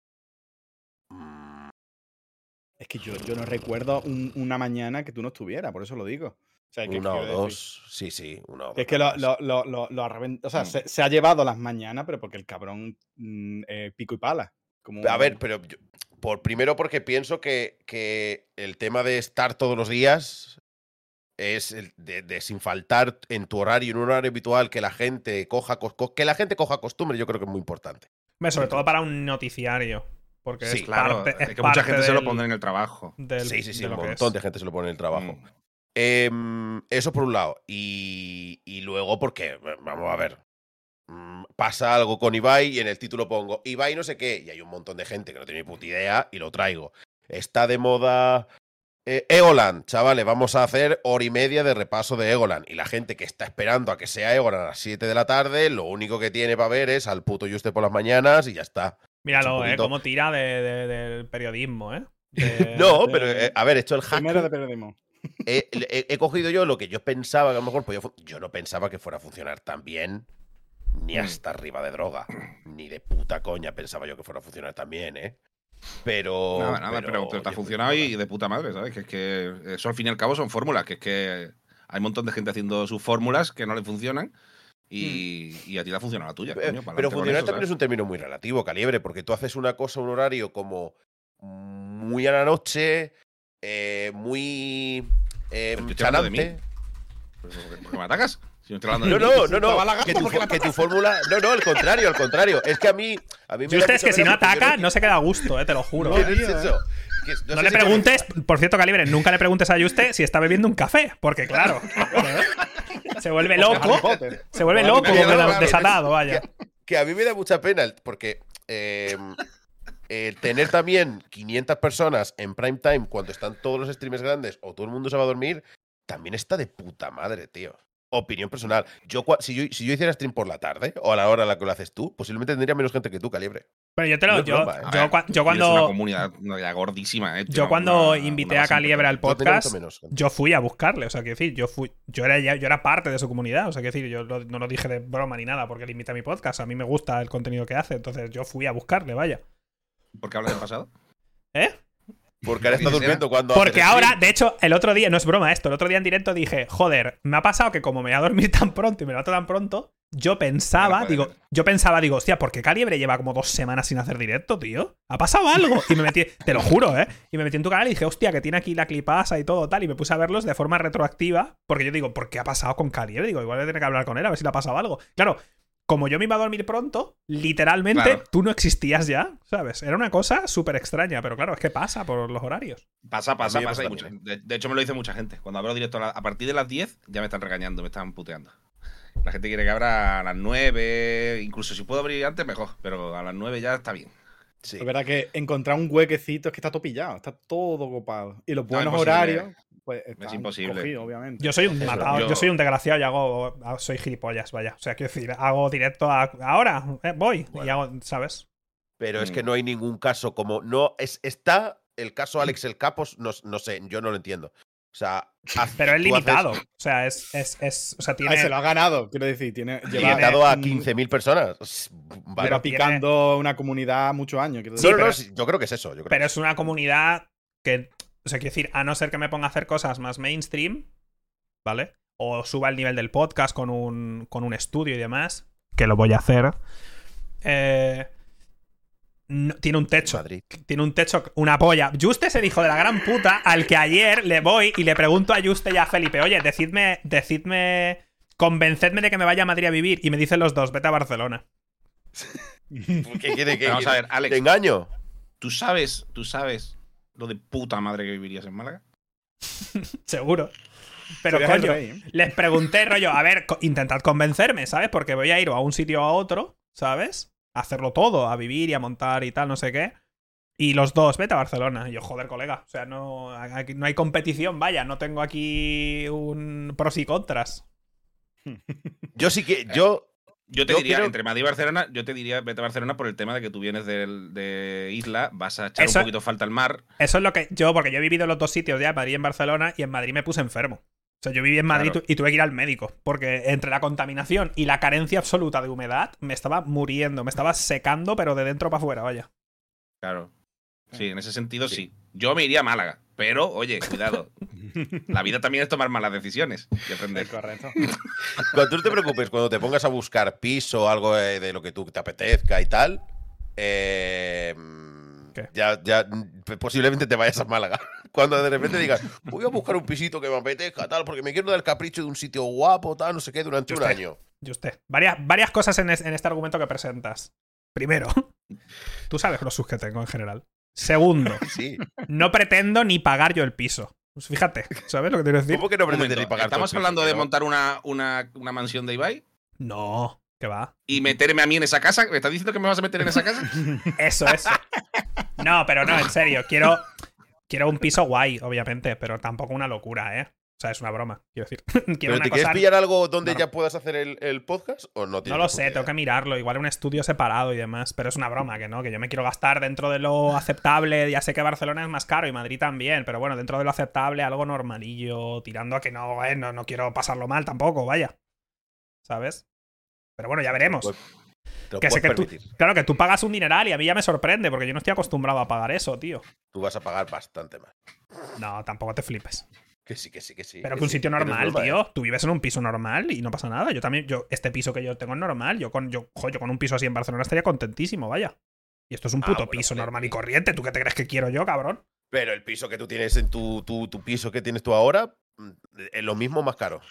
Mm, Es que yo, yo no recuerdo un- una mañana que tú no estuvieras, por eso lo digo. O sea, que Una o quiero decir, dos. Sí, sí, una o dos. que es que lo, nada más. lo, lo, lo, lo ha revent- O sea, Mm. se, se ha llevado las mañanas, pero porque el cabrón mm, eh, pico y pala. Como A ver, pero yo- por primero porque pienso que, que el tema de estar todos los días es el de, de sin faltar en tu horario, en un horario habitual, que la gente coja cos- co- que la gente coja costumbre, yo creo que es muy importante. Hombre, sobre todo para un noticiario. Porque Sí, es Claro, parte. es Es que mucha parte gente se lo del- pondrá en el trabajo. del- sí, sí, sí, de un lo que montón es. de gente se lo pone en el trabajo. Mm. Em, eso por un lado. Y, y luego porque, vamos a ver, mm, pasa algo con Ibai y en el título pongo Ibai no sé qué, y hay un montón de gente que no tiene ni puta idea y lo traigo. Está de moda eh, Egoland, chavales, vamos a hacer hora y media de repaso de Egoland. Y la gente que está esperando a que sea Egoland a las siete de la tarde, lo único que tiene para ver es al puto Juste por las mañanas y ya está. Míralo, un ¿eh? poquito- Cómo tira de, de- del periodismo, ¿eh? De- No, de- pero eh, a ver, he hecho el hack. Primero de periodismo. he, he- he cogido yo lo que yo pensaba que a lo mejor podía fun- yo no pensaba que fuera a funcionar tan bien ni Mm. hasta arriba de droga ni de puta coña pensaba yo que fuera a funcionar tan bien, ¿eh? Pero Nada, nada, pero, pero te ha oye, funcionado pues, y de puta madre, ¿sabes? Que es que eso al fin y al cabo son fórmulas, que es que hay un montón de gente haciendo sus fórmulas que no le funcionan y, y a ti te ha funcionado la tuya. Eh, coño, pa'lante pero con funcionar eso, también ¿sabes? es un término muy relativo, Calibre, porque tú haces una cosa, un horario como muy a la noche, eh, muy eh, Pero estoy hablando de chanante. mí. ¿Por qué me atacas? Si no estoy hablando No, de no, mí. no, no. Que tu, que tu fórmula. No, no, al contrario, al contrario. Es que a mí. A mí me Y usted da es que mucha si no pena porque yo ataca, no se queda a gusto, eh, te lo juro. ¿Qué es eso? Que No, sé le si me- preguntes, por cierto, Calibre, nunca le preguntes a Yuste si está bebiendo un café, porque claro, se vuelve loco, se vuelve loco, Claro, como claro, desatado, vaya. Que, que a mí me da mucha pena el- porque eh, eh, tener también quinientas personas en prime time cuando están todos los streamers grandes o todo el mundo se va a dormir, también está de puta madre, tío. Opinión personal. Yo, cua- si, yo, si yo hiciera stream por la tarde o a la hora a la que lo haces tú, posiblemente tendría menos gente que tú, Calibre. Pero yo te lo, No es yo, broma, ¿eh? yo, cua- yo Tienes una cuando, comunidad no, ya gordísima, ¿eh? yo Una- cuando una- invité una a base Calibre al Yo tenía mucho podcast, menos gente. yo fui a buscarle, o sea, quiero decir, yo fui, yo era, ya- yo era parte de su comunidad, o sea, quiero decir, yo lo- no lo dije de broma ni nada porque le invité a mi podcast, a mí me gusta el contenido que hace, entonces yo fui a buscarle, vaya. ¿Por qué hablas del pasado? ¿Eh? Porque ahora está Sí, sí, durmiendo cuando. Porque haces ahora, stream. de hecho, el otro día, no es broma esto, el otro día en directo dije, joder, me ha pasado que como me voy a dormir tan pronto y me levanto tan pronto, yo pensaba, Bueno, digo, puede ser. yo pensaba, digo, hostia, ¿por qué Calibre lleva como dos semanas sin hacer directo, tío? ¿Ha pasado algo? Y me metí, te lo juro, ¿eh? Y me metí en tu canal y dije, hostia, que tiene aquí la clipasa y todo tal, y me puse a verlos de forma retroactiva, porque yo digo, ¿por qué ha pasado con Calibre? Digo, igual voy a tener que hablar con él a ver si le ha pasado algo. Claro, como yo me iba a dormir pronto, literalmente Claro. tú no existías ya, ¿sabes? Era una cosa súper extraña, pero claro, es que pasa por los horarios. Pasa, A pasa, mí me pasa. pasa y mucha- también. de, de hecho, me lo dice mucha gente. Cuando abro directo a, la- a partir de las diez, ya me están regañando, me están puteando. La gente quiere que abra a las nueve, incluso si puedo abrir antes, mejor. Pero a las nueve ya está bien. Sí. Es verdad que encontrar un huequecito es que está todo pillado, está todo copado. Y los buenos imposible. horarios, pues están imposible. cogidos, obviamente. Yo soy un Eso, matado, yo... yo- soy un desgraciado y hago. Soy gilipollas, vaya. O sea, quiero decir, hago directo a, ahora, eh, voy. Bueno. Y hago, ¿sabes? Pero es que Mm. no hay ningún caso como. No, es, está el caso Alex el Capos, no, no sé, yo no lo entiendo. O sea, haz- Pero es tú haces- limitado. O sea, es. es, es o sea, tiene. Ay, se lo ha ganado, quiero decir. Tiene, lleva, limitado a mm, quince mil personas. Vale. lleva tiene- picando una comunidad muchos años. quiero Sí, No, decir. no, pero- no, sí, yo creo que es eso. Yo creo Pero que es una comunidad que. O sea, quiero decir, a no ser que me ponga a hacer cosas más mainstream, ¿vale? O suba el nivel del podcast con un, con un estudio y demás, que lo voy a hacer. Eh, no- tiene un techo. Madrid. Tiene un techo, una polla. Juste es el hijo de la gran puta al que ayer le voy y le pregunto a Juste y a Felipe, oye, decidme, decidme, convencedme de que me vaya a Madrid a vivir. Y me dicen los dos, vete a Barcelona. ¿Qué quiere que Vamos a ver, Alex. ¿Te engaño? ¿Tú sabes, tú sabes lo de puta madre que vivirías en Málaga? Seguro. Pero Serías el coño, rey, ¿eh? les pregunté, rollo, a ver, co- intentad convencerme, ¿sabes? Porque voy a ir o a un sitio o a otro, ¿sabes? A hacerlo todo, a vivir y a montar y tal, no sé qué. Y los dos, vete a Barcelona. Y yo, joder, colega. O sea, no, aquí no hay competición, vaya. No tengo aquí un pros y contras. Yo sí que. Yo. Yo te Yo diría, quiero- entre Madrid y Barcelona, yo te diría vete a Barcelona por el tema de que tú vienes del- de isla, vas a echar Eso- un poquito falta al mar. Eso es lo que yo, porque yo he vivido en los dos sitios ya, en Madrid y en Barcelona, y en Madrid me puse enfermo. O sea, yo viví en Madrid Claro. tu- y tuve que ir al médico, porque entre la contaminación y la carencia absoluta de humedad, me estaba muriendo, me estaba secando, pero de dentro para afuera, vaya. Claro. Sí, en ese sentido sí. Yo me iría a Málaga, pero oye, cuidado. La vida también es tomar malas decisiones y aprender. Correcto. Cuando tú no te preocupes, cuando te pongas a buscar piso o algo de, de lo que tú te apetezca y tal, eh, ¿Qué? ya, ya mm, posiblemente te vayas a Málaga. Cuando de repente digas, voy a buscar un pisito que me apetezca, tal, porque me quiero dar el capricho de un sitio guapo, tal, no sé qué, durante un Usted. año. Y usted. Varias, varias cosas en, es- en este argumento que presentas. Primero, tú sabes los sus que tengo en general. Segundo, Sí. no pretendo ni pagar yo el piso. Pues fíjate, ¿sabes lo que te quiero decir? ¿Cómo que no Un pretendes momento, ni pagar todo el ¿estamos piso, hablando que de no? montar una, una, una mansión de Ibai No, que va. y meterme a mí en esa casa? ¿Me estás diciendo que me vas a meter en esa casa? Eso, eso. No, pero no, en serio. Quiero, quiero un piso guay, obviamente, pero tampoco una locura, ¿eh? O sea, es una broma, quiero decir. Quiero ¿Pero una te cosa... quieres pillar algo donde No, no. ya puedas hacer el, el podcast o no? No tienes lo ni sé, puta tengo idea? que mirarlo. Igual un estudio separado y demás, pero es una broma, que no, que yo me quiero gastar dentro de lo aceptable. Ya sé que Barcelona es más caro y Madrid también, pero bueno, dentro de lo aceptable, algo normalillo, tirando a que no, eh, no, no quiero pasarlo mal tampoco, vaya. ¿Sabes? Pero bueno, ya veremos. Pues, Te lo Que sé puedes que tú, permitir. claro que tú pagas un dineral y a mí ya me sorprende, porque yo no estoy acostumbrado a pagar eso, tío. Tú vas a pagar bastante más. No, tampoco te flipes. Que sí, que sí, que sí. Pero que que un sí, sitio que no es normal, broma, ¿eh? tío. Tú vives en un piso normal y no pasa nada. Yo también, yo, este piso que yo tengo es normal. Yo con, yo, jo, yo con un piso así en Barcelona estaría contentísimo, vaya. Y esto es un Ah, puto bueno, piso joder, normal y sí. corriente. ¿Tú qué te crees que quiero yo, cabrón? Pero el piso que tú tienes en tu, tu, tu piso que tienes tú ahora, mm, es lo mismo más caro.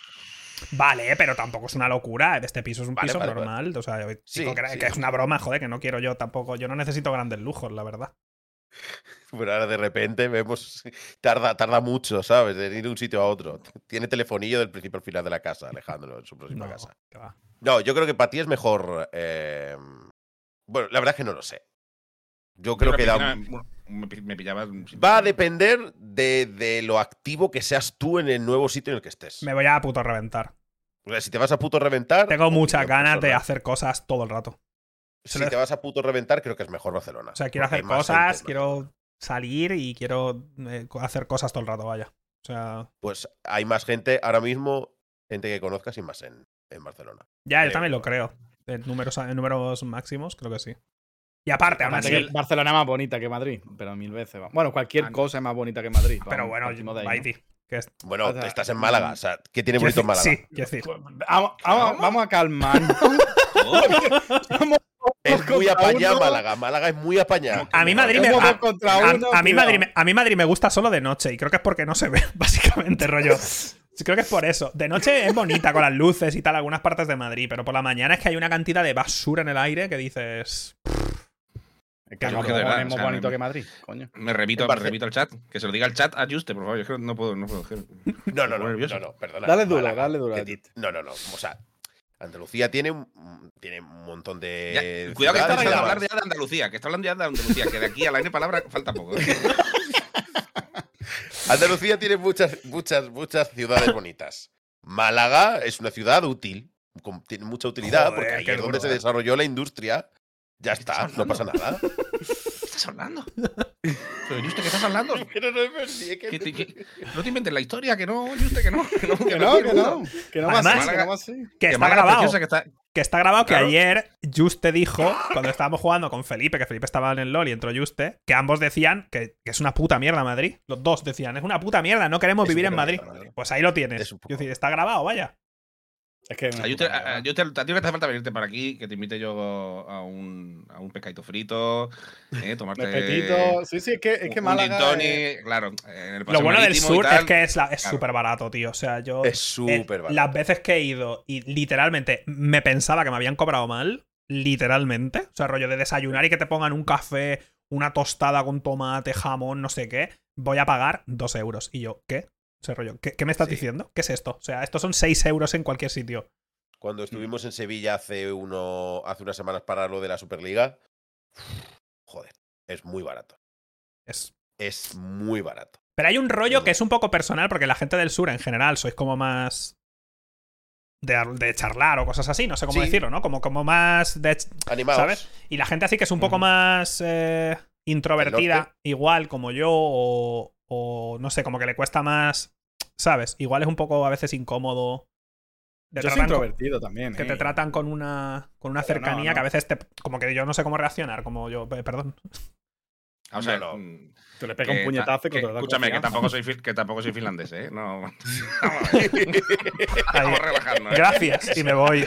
Vale, pero tampoco es una locura. Este piso es un Vale, piso vale, normal. vale. O sea, Sí, chico, que, sí. que es una broma, joder, que no quiero yo tampoco. Yo no necesito grandes lujos, la verdad. Pero ahora de repente vemos. Tarda, tarda mucho, ¿sabes? De ir de un sitio a otro. Tiene telefonillo del principio al final de la casa, Alejandro, en su próxima No, casa. que va. No, yo creo que para ti es mejor. eh, Bueno, la verdad es que no lo sé. Yo creo Yo que la da. piscina, bueno, me, me pillaba. sin Va a piscina. depender de, de lo activo que seas tú en el nuevo sitio en el que estés. Me voy a puto reventar. O sea, si te vas a puto reventar. Tengo muchas opinión ganas de personal. hacer cosas todo el rato. Si te vas a puto reventar, creo que es mejor Barcelona. O sea, quiero porque hacer hay más cosas, gente, quiero salir y quiero eh, hacer cosas todo el rato, vaya. O sea, Pues hay más gente ahora mismo, gente que conozcas y más en, en Barcelona. ya, yo Creo también yo. lo creo. En números, en números máximos, creo que sí. Y aparte, aún Aparte así. que Barcelona es más bonita que Madrid, pero mil veces. va. Bueno, cualquier Ah, no. cosa es más bonita que Madrid. Pero vamos, bueno, partimos de ahí, ¿no? Baiti. Que es, Bueno, O sea, estás en Málaga. O sea, ¿qué tiene quiero bonito en Málaga? decir- Sí, quiero decir. Pues, Vamos, vamos, vamos a calmarnos. Vamos Es muy contra apañado uno. Málaga. Málaga es muy apañado. A mí Madrid me Somos a, dos contra a- uno, a mí cuidado. Madrid me- a mí Madrid me gusta solo de noche y creo que es porque no se ve, básicamente, rollo. Creo que es por eso. De noche es bonita con las luces y tal algunas partes de Madrid, pero por la mañana es que hay una cantidad de basura en el aire que dices. Es que Yo no que de verdad, es más o sea, bonito me- que Madrid, coño. Me remito, En me Barce- remito al chat. Que se lo diga al chat a Juste, por favor. Yo es que no puedo. No puedo. es que- No, no, me no, pongo nervioso. no, no, perdona. Dale duro, Málaga, dale duro, que David. ti- No, no, no. O sea, Andalucía tiene un, tiene un montón de. Ya, cuidado que está ciudades, hablando además. ya de Andalucía. Que está hablando ya de Andalucía. Que de aquí a la N palabra falta poco. ¿eh? Andalucía tiene muchas, muchas, muchas ciudades bonitas. Málaga es una ciudad útil, con- tiene mucha utilidad, Joder, porque ahí qué es donde duro, se eh. desarrolló la industria. Ya está, no pasa nada. ¿Qué estás hablando? Pero Juste, ¿qué estás hablando? Pero no es verdad, que- Que te- que- no te inventes la historia, que no, Juste, que no. Que no, Que no, que no. Que no va Además- así, que no va así. Que Que está Málaga grabado. preciosa, que está. Que está grabado que Claro. ayer Juste dijo, cuando estábamos jugando con Felipe, que Felipe estaba en el LoL y entró Juste, que ambos decían que, que es una puta mierda Madrid. Los dos decían, es una puta mierda, no queremos Es vivir un en poco Madrid. mierda, Madrid. Pues ahí lo tienes. Es un poco- Quiero decir, está grabado, vaya. Es que. A, Juste, a, a Juste, a ti no te hace falta venirte para aquí, que te invite yo a un, a un pescadito frito, eh, tomarte Respetito. Sí, sí, es que, es que un Málaga. gin tonic, es- claro. En el Lo paseo bueno del marítimo y sur tal. es que es la- es Claro. súper barato, tío. O sea, yo. Es eh, súper barato. Las veces que he ido y literalmente me pensaba que me habían cobrado mal, literalmente. O sea, rollo de desayunar y que te pongan un café, una tostada con tomate, jamón, no sé qué, voy a pagar dos euros. Y yo, ¿qué? O sea, rollo, ¿qué, qué me estás Sí. diciendo? ¿Qué es esto? O sea, estos son seis euros en cualquier sitio. Cuando estuvimos en Sevilla hace, uno, hace unas semanas para lo de la Superliga, joder, es muy barato. Es. Es muy barato. Pero hay un rollo Mm. que es un poco personal porque la gente del sur en general sois como más. De, de charlar o cosas así, no sé cómo Sí. decirlo, ¿no? Como, como más de, Animados. ¿sabes? Y la gente así que es un poco Ujú. más eh, introvertida, norte. igual como yo, o, o no sé, como que le cuesta más, ¿sabes? Igual es un poco a veces incómodo. Te Yo soy tratan con- introvertido también. que eh. te tratan con una, con una Pero no, cercanía no. que a veces te. Como que yo no sé cómo reaccionar, como yo. eh, Perdón. O sea, No, no. mm, Tú le pegas que un puñetazo y ta- que- cuando te da escúchame, que confianza. tampoco, soy, fil- que tampoco soy finlandés, ¿eh? No. Vamos a ver. Ahí. Vamos a relajarnos. ¿eh? Gracias, y me voy.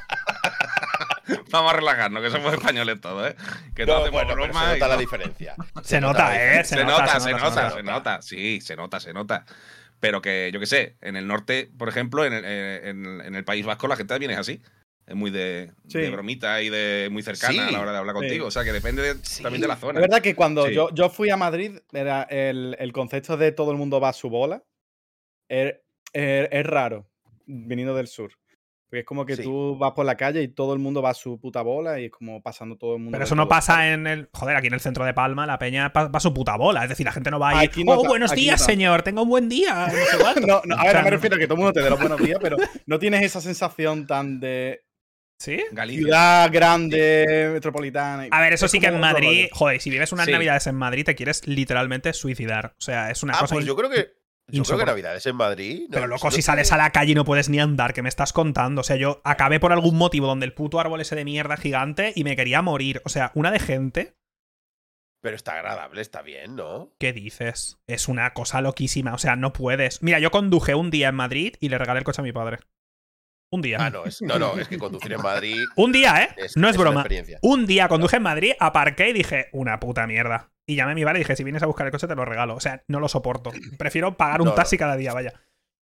Vamos a relajarnos, que somos españoles todos, ¿eh? Que No, todos hacemos bueno, pero bromas se y nota la todo. diferencia. Se nota, la ¿eh? diferencia. Se nota, se nota, nota. se nota. Sí, se nota, se nota. Pero que, yo qué sé, en el norte, por ejemplo, en el, eh, en, en el País Vasco, la gente también es así. Es muy de, Sí. de bromita y de muy cercana Sí. a la hora de hablar Sí. contigo. O sea, que depende de- Sí. también de la zona. Es verdad que cuando Sí. yo, yo fui a Madrid, era el, el concepto de todo el mundo va a su bola. Es, es- es raro, viniendo del sur. Porque es como que Sí. tú vas por la calle y todo el mundo va a su puta bola y es como pasando todo el mundo. Pero de eso no todo, pasa ¿sabes? en el. Joder, aquí en el centro de Palma, la peña pa- va a su puta bola. Es decir, la gente no va a ir. Aquí no oh, ta- buenos aquí días, no. señor. Tenga un buen día. No sé cuánto. No, no, a ver, O sea, no me refiero a que todo el mundo te dé los buenos días, pero no tienes esa sensación tan de ¿Sí? Galicia. ciudad grande, metropolitana. A ver, eso Es sí que como en otro Madrid. rollo. Joder, si vives unas Sí. navidades en Madrid, te quieres literalmente suicidar. O sea, es una Ah, cosa. pues in- yo creo que. Yo creo que insoportable. Navidades en Madrid. no, Pero loco, no si sales tiene- a la calle y no puedes ni andar, ¿qué me estás contando? O sea, yo acabé por algún motivo donde el puto árbol ese de mierda gigante y me quería morir. O sea, una de gente. Pero está agradable, está bien, ¿no? ¿Qué dices? Es una cosa loquísima. O sea, no puedes. Mira, yo conduje un día en Madrid y le regalé el coche a mi padre. Un día. Ah, no, es, no, no, es que conducir en Madrid Un día, ¿eh? es, no es, es una broma. experiencia. Un día conduje en Madrid, aparqué y dije, una puta mierda. Y llamé a mi padre y dije, si vienes a buscar el coche te lo regalo. O sea, no lo soporto. Prefiero pagar un No, no. taxi cada día, vaya.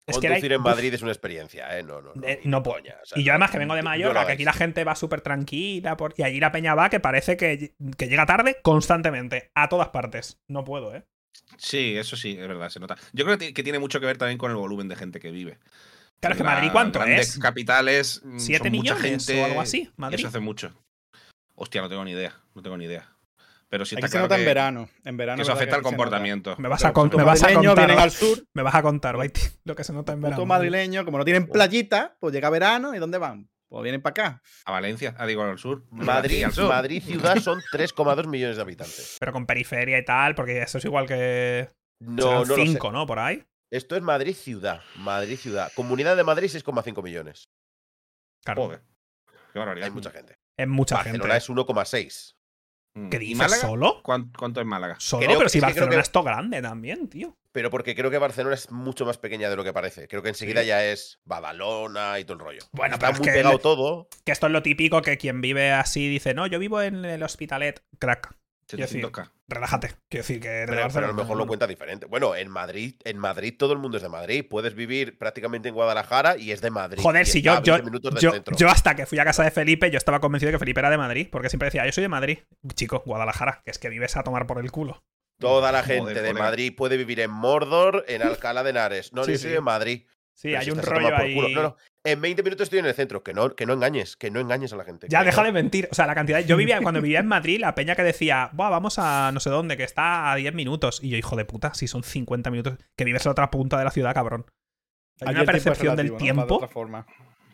Es que era- Conducir en uf, Madrid es una experiencia, ¿eh? No, no, no. Eh, ni no de puedo. coña, o sea, Y yo además que vengo de no- no Mallorca, lo que aquí hagáis. la gente va súper tranquila por... y allí la peña va que parece que, que llega tarde constantemente, a todas partes. No puedo, ¿eh? Sí, eso sí, es verdad, se nota. Yo creo que ti- que tiene mucho que ver también con el volumen de gente que vive. Claro, es que Las Madrid, ¿cuánto grandes es? capitales, mm, ¿Siete son mucha millones gente o algo así? y Madrid. eso hace mucho. Hostia, no tengo ni idea, no tengo ni idea. Pero sí está Aquí se claro nota que, en verano. En verano que es eso verdad afecta al aquí se nota. comportamiento. Me vas a, Pero con- se me nota. vas a madrileños contar. vienen al sur. Me vas a contar, Baiti, lo que se nota en verano. Puto madrileño, como no tienen playita, pues llega verano y ¿dónde van? Pues vienen para acá. A Valencia, ah, digo al sur. Madrid, Sí, al sur. Madrid ciudad son tres coma dos millones de habitantes. Pero con periferia y tal, porque eso es igual que. No, no lo sé. cinco, ¿no? Por ahí. Esto es Madrid ciudad. Madrid ciudad. Comunidad de Madrid seis coma cinco millones. Claro. Joder. Qué barbaridad. Hay mucha gente. Es mucha Barcelona gente. es uno coma seis. Mm. ¿Qué ¿Y dices? Málaga? ¿Solo? ¿Cuán- ¿Cuánto es Málaga? Solo, Creo pero que- si es que creo Barcelona que- es todo grande también, tío. Pero porque creo que Barcelona es mucho más pequeña de lo que parece. Creo que enseguida Sí. ya es Badalona y todo el rollo. Bueno, Está pero es muy que pegado el- todo. Que esto es lo típico que quien vive así dice, no, yo vivo en el Hospitalet, crack. Quiero decir, setecientos K. relájate. Quiero decir que de Pero, pero a Barcelona, lo mejor lo no. cuenta diferente. Bueno, en Madrid, en Madrid todo el mundo es de Madrid. Puedes vivir prácticamente en Guadalajara y es de Madrid. Joder, y si está yo, a yo, veinte minutos del yo, centro. yo hasta que fui a casa de Felipe, yo estaba convencido de que Felipe era de Madrid, porque siempre decía, yo soy de Madrid. Chico, Guadalajara, que es que vives a tomar por el culo. Toda la Joder, gente de colega. Madrid puede vivir en Mordor, en Alcalá de Henares. No, Sí, yo soy sí. de Madrid. Sí, Pero hay si un estás a tomar rollo por ahí. culo. No, no. En veinte minutos estoy en el centro. Que no, que no engañes, que no engañes a la gente. Ya, Que deja no. de mentir. O sea, la cantidad. Yo vivía, cuando vivía en Madrid, la peña que decía, Buah, vamos a no sé dónde, que está a diez minutos. Y yo, hijo de puta, si son cincuenta minutos, que vives en la otra punta de la ciudad, cabrón. Hay Aquí una el tiempo es percepción del relativo, ¿no? Va de tiempo. otra forma.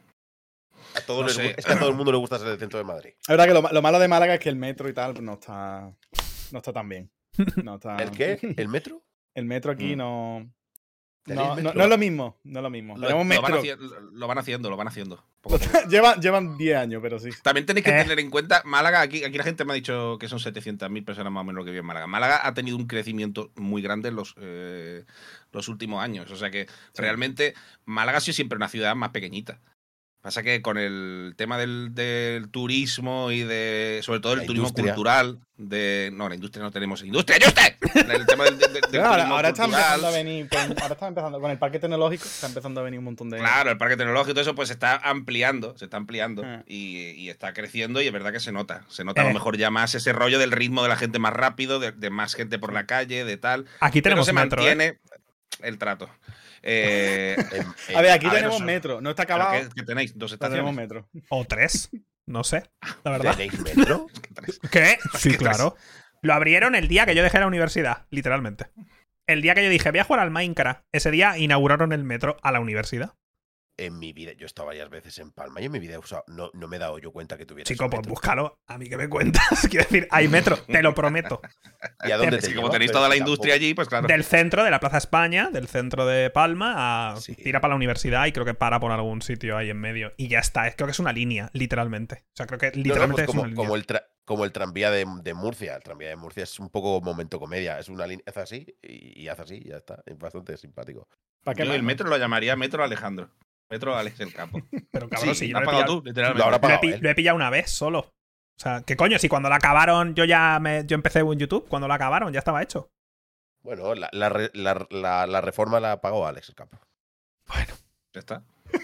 A todos No les sé. gu- Es que a todo el mundo le gusta ser el centro de Madrid. Es verdad que lo, ma- lo malo de Málaga es que el metro y tal pues, no está. No está tan bien. No está... ¿El qué? ¿El metro? El metro aquí Mm. no. ¿Tenéis No, no, metro? no es lo mismo. No es lo mismo. Lo, Tenemos lo van metro. haci- lo van haciendo, lo van haciendo. Poco a poco. llevan, llevan diez años, pero sí. También tenéis que Eh. tener en cuenta, Málaga, aquí, aquí la gente me ha dicho que son setecientas mil personas más o menos lo que viven en Málaga. Málaga ha tenido un crecimiento muy grande en los, eh, los últimos años. O sea que realmente Málaga ha sido siempre una ciudad más pequeñita. Pasa que con el tema del, del turismo y de. Sobre todo el La turismo industria. cultural. De, no, la industria no tenemos. ¡Industria, ¡Juste! El tema del, del- del Pero ahora, turismo ahora está cultural. empezando a venir. pues, ahora está empezando con el parque tecnológico. Está empezando a venir un montón de. Claro, el parque tecnológico y todo eso pues se está ampliando, se está ampliando Ah. y, y está creciendo y es verdad que se nota. Se nota a Eh. lo mejor ya más ese rollo del ritmo de la gente más rápido, de, de más gente por la calle, de tal. Aquí Pero tenemos se metro, ¿eh? mantiene el trato. Eh, En- en- A ver, aquí a ver, tenemos no sé. metro. No está ¿pero acabado. ¿qué, qué tenéis? Dos pero tenemos estaciones. metro. O tres. No sé. La verdad. ¿Tenéis metro? ¿Qué? Sí, que tres. claro. Lo abrieron el día que yo dejé la universidad, literalmente. El día que yo dije, voy a jugar al Minecraft. Ese día inauguraron el metro a la universidad. En mi vida, yo he estado varias veces en Palma y en mi vida he usado. No, no me he dado yo cuenta que tuviera. Chico, ese pues metro. búscalo. A mí que me cuentas. Quiero decir, hay metro, te lo prometo. ¿Y a dónde Es te que como lleva? tenéis Pero toda la tampoco- industria allí, pues claro. Del centro de la Plaza España, del centro de Palma, a Sí. tira para la universidad y creo que para por algún sitio ahí en medio. Y ya está. Es- Creo que es una línea, literalmente. O sea, creo que No, no, literalmente pues es como, una línea. como el tra- como el tranvía de, de Murcia. El tranvía de Murcia es un poco momento comedia. Es una línea, hace así y, y hace así y ya está. Es bastante simpático. ¿Para qué Yo más? el metro lo llamaría Metro Alejandro. Metro Alex el Capo. Pero cabrón, Sí, si yo lo lo has he pagado pillado- tú, literalmente. Lo habrá Lo he, pagado pi- él. lo he pillado una vez solo. O sea, ¿qué coño? Si cuando la acabaron, yo ya me, yo empecé en YouTube, cuando la acabaron, ya estaba hecho. Bueno, la, la re- la- la- la reforma la pagó Alex el Capo. Bueno, Ya está.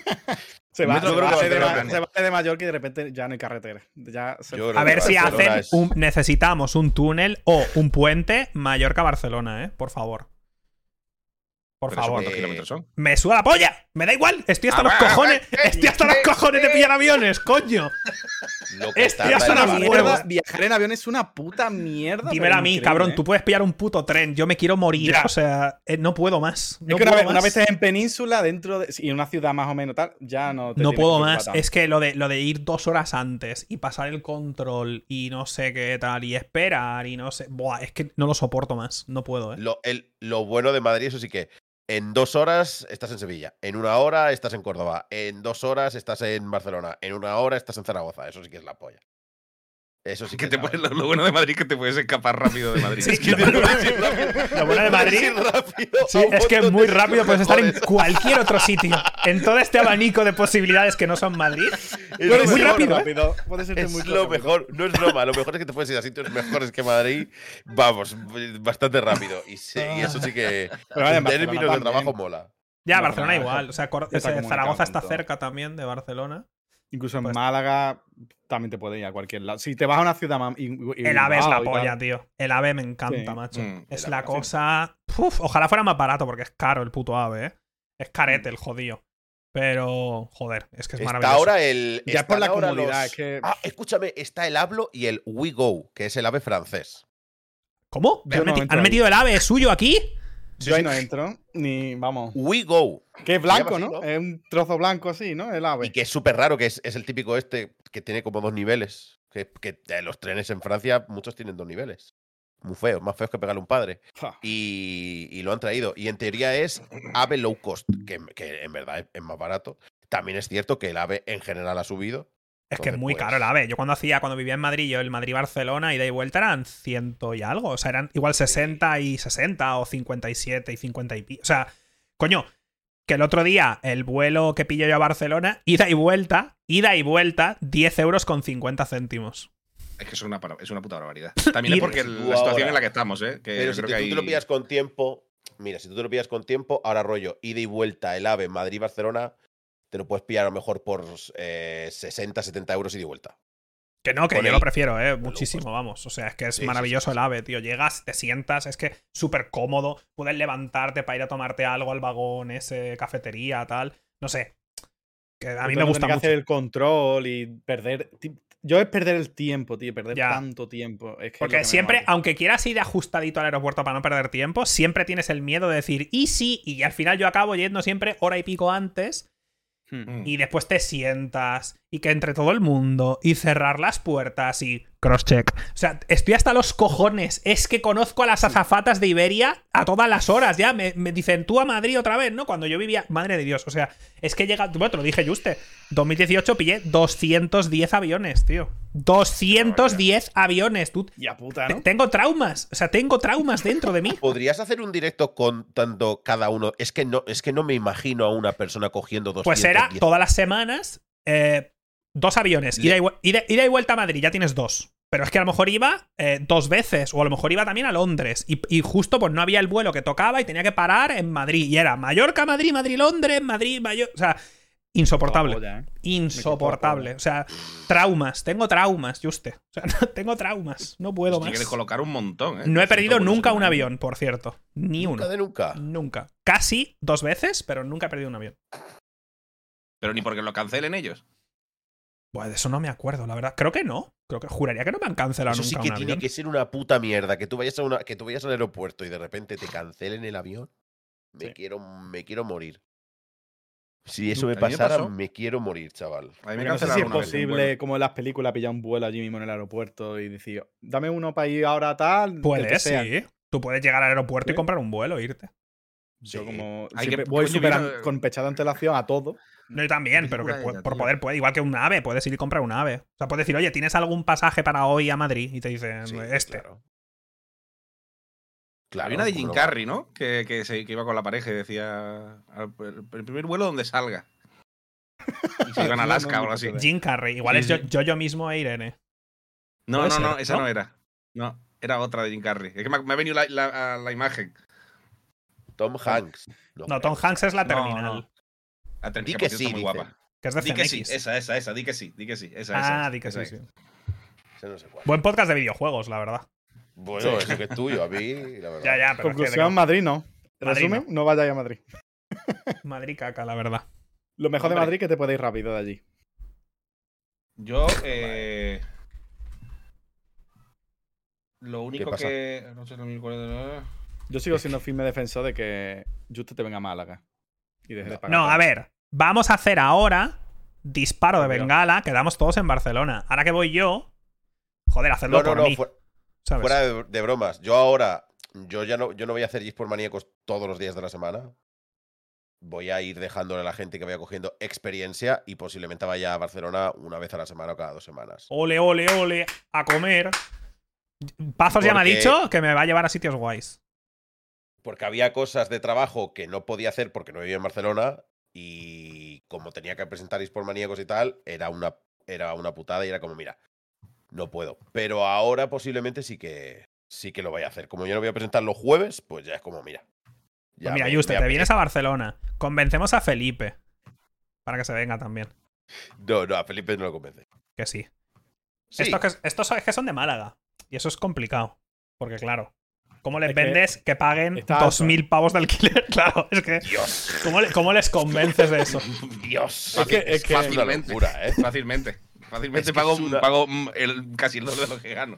Se va, Metro se creo va que a hacer de, Barcelona. Ma- se va a hacer de Mallorca y de repente ya no hay carretera. Ya se- Yo creo a que ver si Barcelona hacen es- un. Necesitamos un túnel o un puente Mallorca-Barcelona, ¿eh? Por favor. Por Pero eso favor. ¿cuántos Eh, kilómetros son? ¡Me suda la polla! ¡Me da igual! Estoy hasta Ah, los va, cojones. va, eh, Estoy hasta los eh, cojones de eh. pillar aviones, coño. Lo que Este tarda ya en suena una llegar- mierda. mierda. Viajar en avión es una puta mierda. Dímelo pero a mí, increíble, cabrón. ¿eh? Tú puedes pillar un puto tren. Yo me quiero morir. Ya. O sea, eh, no puedo más. No es que una puedo vez, una más. vez estés en península, dentro de. Y en una ciudad más o menos tal, ya no te No tienes puedo que preocupar más. tanto. Es que lo de, lo de ir dos horas antes y pasar el control y no sé qué tal y esperar y no sé. Buah, es que no lo soporto más. No puedo, ¿eh? Lo, el- lo bueno de Madrid, eso sí que en dos horas estás en Sevilla, en una hora estás en Córdoba, en dos horas estás en Barcelona, en una hora estás en Zaragoza. Eso sí que es la polla. Eso sí que, Que te es la puedes- lo, lo bueno de Madrid es que te puedes escapar rápido de Madrid. Sí, Es que lo- te- Lo bueno de Madrid. Sí, rápido, Sí, a un es que montón muy de rápido sitios puedes estar en mejores. cualquier otro sitio. En todo este abanico de posibilidades que no son Madrid. Es Puedes lo muy ir mejor, rápido, ¿eh? Puedes irte Es muy lo rápido. mejor, no es broma, lo mejor es que te puedes ir a sitios mejores que Madrid, vamos, bastante rápido. Y, sí, y eso sí que Pero vaya, en en Barcelona términos de también. trabajo mola. Ya, No, Barcelona Málaga igual. O sea, Cor- está ese- comunicado Zaragoza con está todo. cerca también de Barcelona. Incluso en Pues- Málaga también te puedes ir a cualquier lado. Si te vas a una ciudad más. y- y- El AVE es la Bilbao y polla, tal, tío. El AVE me encanta, Sí. macho. Mm, es el la AVE, cosa. Uf, ojalá fuera más barato porque es caro el puto AVE, ¿eh? Es carete Mm. el jodido. Pero, joder, es que es Está maravilloso. ahora el. Ya es por están la ahora comodidad, los- es que- Ah, escúchame, está el Hablo y el WeGo, que es el ave francés. ¿Cómo? Yo ¿Han, no meti- entro ¿han ahí. metido el AVE suyo aquí? Yo ahí no entro, ni vamos. WeGo. Que es Se llama blanco, así, ¿no? Es un trozo blanco así, ¿no? El ave. Y que es súper raro, que es, es el típico este que tiene como dos niveles. Que, que eh, los trenes en Francia, muchos tienen dos niveles. Muy feos, más feos que pegarle a un padre. Fa. Y, y lo han traído. Y en teoría es AVE low cost, que, que en verdad es, es más barato. También es cierto que el AVE en general ha subido. Es que es Entonces, muy pues, caro el AVE. Yo cuando hacía, cuando vivía en Madrid, yo el Madrid-Barcelona, ida y vuelta eran ciento y algo. O sea, eran igual sesenta y sesenta o cincuenta y siete y cincuenta y pico. O sea, coño, que el otro día el vuelo que pillo yo a Barcelona, ida y vuelta, ida y vuelta, diez euros con cincuenta céntimos. Es que es una, para- es una puta barbaridad. También Y- es porque Pero si el- tú la situación ahora- en la que estamos, ¿eh? Que Pero si creo te- que tú te lo hay- pillas con tiempo, mira, si tú te lo pillas con tiempo, ahora rollo, ida y vuelta, el AVE Madrid-Barcelona, te lo puedes pillar a lo mejor por eh, sesenta, setenta euros ida y vuelta. Que no, que Con yo el- lo prefiero, eh. low Muchísimo, cost. vamos. O sea, es que es Sí, sí, maravilloso sí, sí. el AVE, tío. Llegas, te sientas, es que súper cómodo. Puedes levantarte para ir a tomarte algo al vagón, ese, cafetería, tal. No sé. Que a mí Entonces me no gusta tener que mucho. hacer el control y perder. ti- Yo es perder el tiempo, tío. Perder Ya. tanto tiempo. Es que es lo Porque que me siempre, mata. aunque quieras ir ajustadito al aeropuerto para no perder tiempo, siempre tienes el miedo de decir, y sí, y al final yo acabo yendo siempre hora y pico antes, Hmm. Mm. y después te sientas, y que entre todo el mundo, y cerrar las puertas, y cross-check. O sea, estoy hasta los cojones. Es que conozco a las azafatas de Iberia a todas las horas ya. Me, me dicen, tú a Madrid otra vez, ¿no? Cuando yo vivía... Madre de Dios, o sea, es que llega... Bueno, te lo dije, Juste. dos mil dieciocho pillé doscientos diez aviones, tío. doscientos diez aviones, tú. Ya puta, Te- ¿no? Tengo traumas. O sea, tengo traumas dentro de mí. ¿Podrías hacer un directo contando cada uno? Es que no, es que no me imagino a una persona cogiendo doscientos Pues era diez. todas las semanas eh, dos aviones. Le- Ida y, vu- ida- ida y vuelta a Madrid, ya tienes dos. Pero es que a lo mejor iba eh, dos veces. O a lo mejor iba también a Londres. Y, y justo pues no había el vuelo que tocaba y tenía que parar en Madrid. Y era Mallorca, Madrid, Madrid, Londres, Madrid, Mallorca. O sea, insoportable. Polla, ¿eh? Insoportable. O sea, traumas. Tengo traumas, Juste. O sea, no, tengo traumas. No puedo Hostia, más. quieres colocar un montón, ¿eh? No he perdido Ciento nunca buenos un en avión, por cierto. Ni Nunca uno. de nunca. Nunca. Casi dos veces, pero nunca he perdido un avión. Pero ni porque lo cancelen ellos. Pues de eso no me acuerdo, la verdad. Creo que no. Creo que juraría que no me han cancelado Eso nunca sí que un tiene avión. que ser una puta mierda. Que tú vayas a una, que tú vayas al aeropuerto y de repente te cancelen el avión. Me Sí. quiero, me quiero morir. Si eso me A mí me pasara, pasó. me quiero morir, chaval. A mí me Porque no sé cancelaron si es una vez un posible, vuelo. como en las películas, pillar un vuelo allí mismo en el aeropuerto y decir, dame uno para ir ahora tal. el que Puedes, sea. sí. Tú puedes llegar al aeropuerto y Sí. comprar un vuelo e irte. Yo Sí. como Hay siempre que- voy coño, súper que an- yo- con pechada antelación a todo. No, yo también, Qué pero que locura pu- ella, por tío. poder, puede, igual que un AVE, puedes ir y comprar un AVE. O sea, puedes decir, oye, ¿tienes algún pasaje para hoy a Madrid? Y te dicen, Sí, este. Claro. Claro, Había una de ¿cómo Jim no va? Carrey, ¿no? Que, que, se, que iba con la pareja y decía al- el, el primer vuelo donde salga. Y se iban a No, Alaska no, o algo no así. puedo Jim Carrey. Igual Sí, es yo, sí. yo, yo mismo e Irene. No, Puede no, no, ser, esa ¿no? ¿no? era. No, era otra de Jim Carrey. Es que me ha, me ha venido la, la- la imagen. Tom Hanks. No, creo Tom que Hanks es la No, terminal. no. La Di técnica que por cierto, sí, muy dicen. guapa. Que es de Di que sí, C M X. esa, esa, esa, di que sí, di que sí. Esa, ah, esa, di que esa sí, es. sí. Ese no sé cuál. Buen podcast de videojuegos, la verdad. Bueno, eso que es tuyo, a mí, la verdad. Ya, ya, pero es que Conclusión, de- Madrid no. Madrid Resumen, no, vayáis a Madrid. Madrid caca, la verdad. Lo mejor de Hombre. Madrid es que te podéis rápido de allí. Yo, eh. Lo único pasa? que. No sé, no me acuerdo. Yo sigo siendo firme defensor de que Justo te venga a Málaga. Y deje de pagar. No, a tanto. ver. Vamos a hacer ahora disparo de Obvio. bengala. Quedamos todos en Barcelona. Ahora que voy yo. Joder, hacedlo No, no, por no, mí. fu- ¿sabes? fuera de, de bromas. Yo ahora, yo ya no, yo no voy a hacer Gis por maníacos todos los días de la semana. Voy a ir dejándole a la gente que vaya cogiendo experiencia y posiblemente vaya a Barcelona una vez a la semana o cada dos semanas. Ole, ole, ole. A comer. Pazos ya me ha Porque- dicho que me va a llevar a sitios guays. Porque había cosas de trabajo que no podía hacer porque no vivía en Barcelona y como tenía que presentar Gis por maníacos y tal, era una, era una putada y era como, mira, no puedo. Pero ahora posiblemente sí que, sí que lo vaya a hacer. Como yo no voy a presentar los jueves, pues ya es como, mira, Ya, Pues mira, me- Juste, me te vienes apetece. a Barcelona. Convencemos a Felipe para que se venga también. No, no, a Felipe no lo convence. Que sí. Sí. Estos, que, estos son- es que son de Málaga. Y eso es complicado. Porque, claro, ¿cómo les Es que vendes que, paguen está dos alto, mil ¿eh? pavos de alquiler? Claro, es que. Dios. ¿Cómo, le- cómo les convences de eso? Dios. Es que- es que- una Fácilmente. locura, ¿eh? Fácilmente. Fácilmente Es que pago, es una- pago mm, el, casi el doble de lo que gano.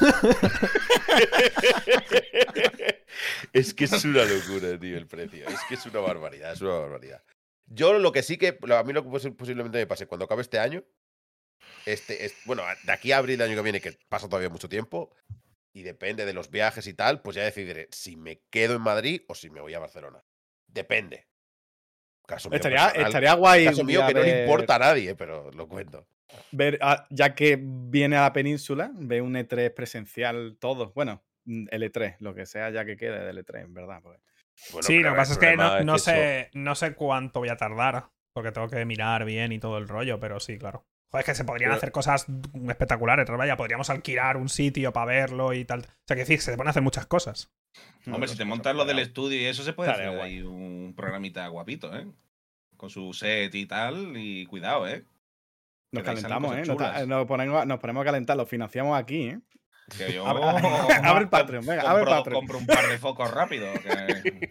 Es que es una locura, tío, el precio. Es que es una barbaridad, es una barbaridad. Yo lo que sí que, a mí lo que posi- posiblemente me pase cuando acabe este año, este, es, bueno, de aquí a abril del año que viene, que pasa todavía mucho tiempo, y depende de los viajes y tal, pues ya decidiré si me quedo en Madrid o si me voy a Barcelona. Depende. Caso mío Estaría, personal. estaría guay Caso un mío día que no le ver- importa a nadie, pero lo cuento. ver, ah, ya que viene a la península, ve un E tres presencial todo. Bueno, mm, el E tres, lo que sea ya que quede del E tres, en verdad. Porque... Bueno, Sí, pero lo a que ver, pasa el es que no, problema no es que sé, no sé cuánto voy a tardar. Porque tengo que mirar bien y todo el rollo, pero sí, claro. Joder, es que se podrían Pero- hacer cosas espectaculares. Vaya, podríamos alquilar un sitio para verlo y tal. O sea, que sí, se pueden hacer muchas cosas. Hombre, si te Cosas montas lo del fuera. estudio y eso, se puede Estaría hacer guay. ahí un programita guapito, ¿eh? Con su set y tal, y cuidado, ¿eh? Nos Que de ahí salen calentamos, cosas ¿eh? Nos, ta- chulas. nos ponemos, nos ponemos a calentar, lo financiamos aquí, ¿eh? Que yo Abre, abre el Patreon, venga, abre el compro, Patreon. compro un par de focos rápido. Que...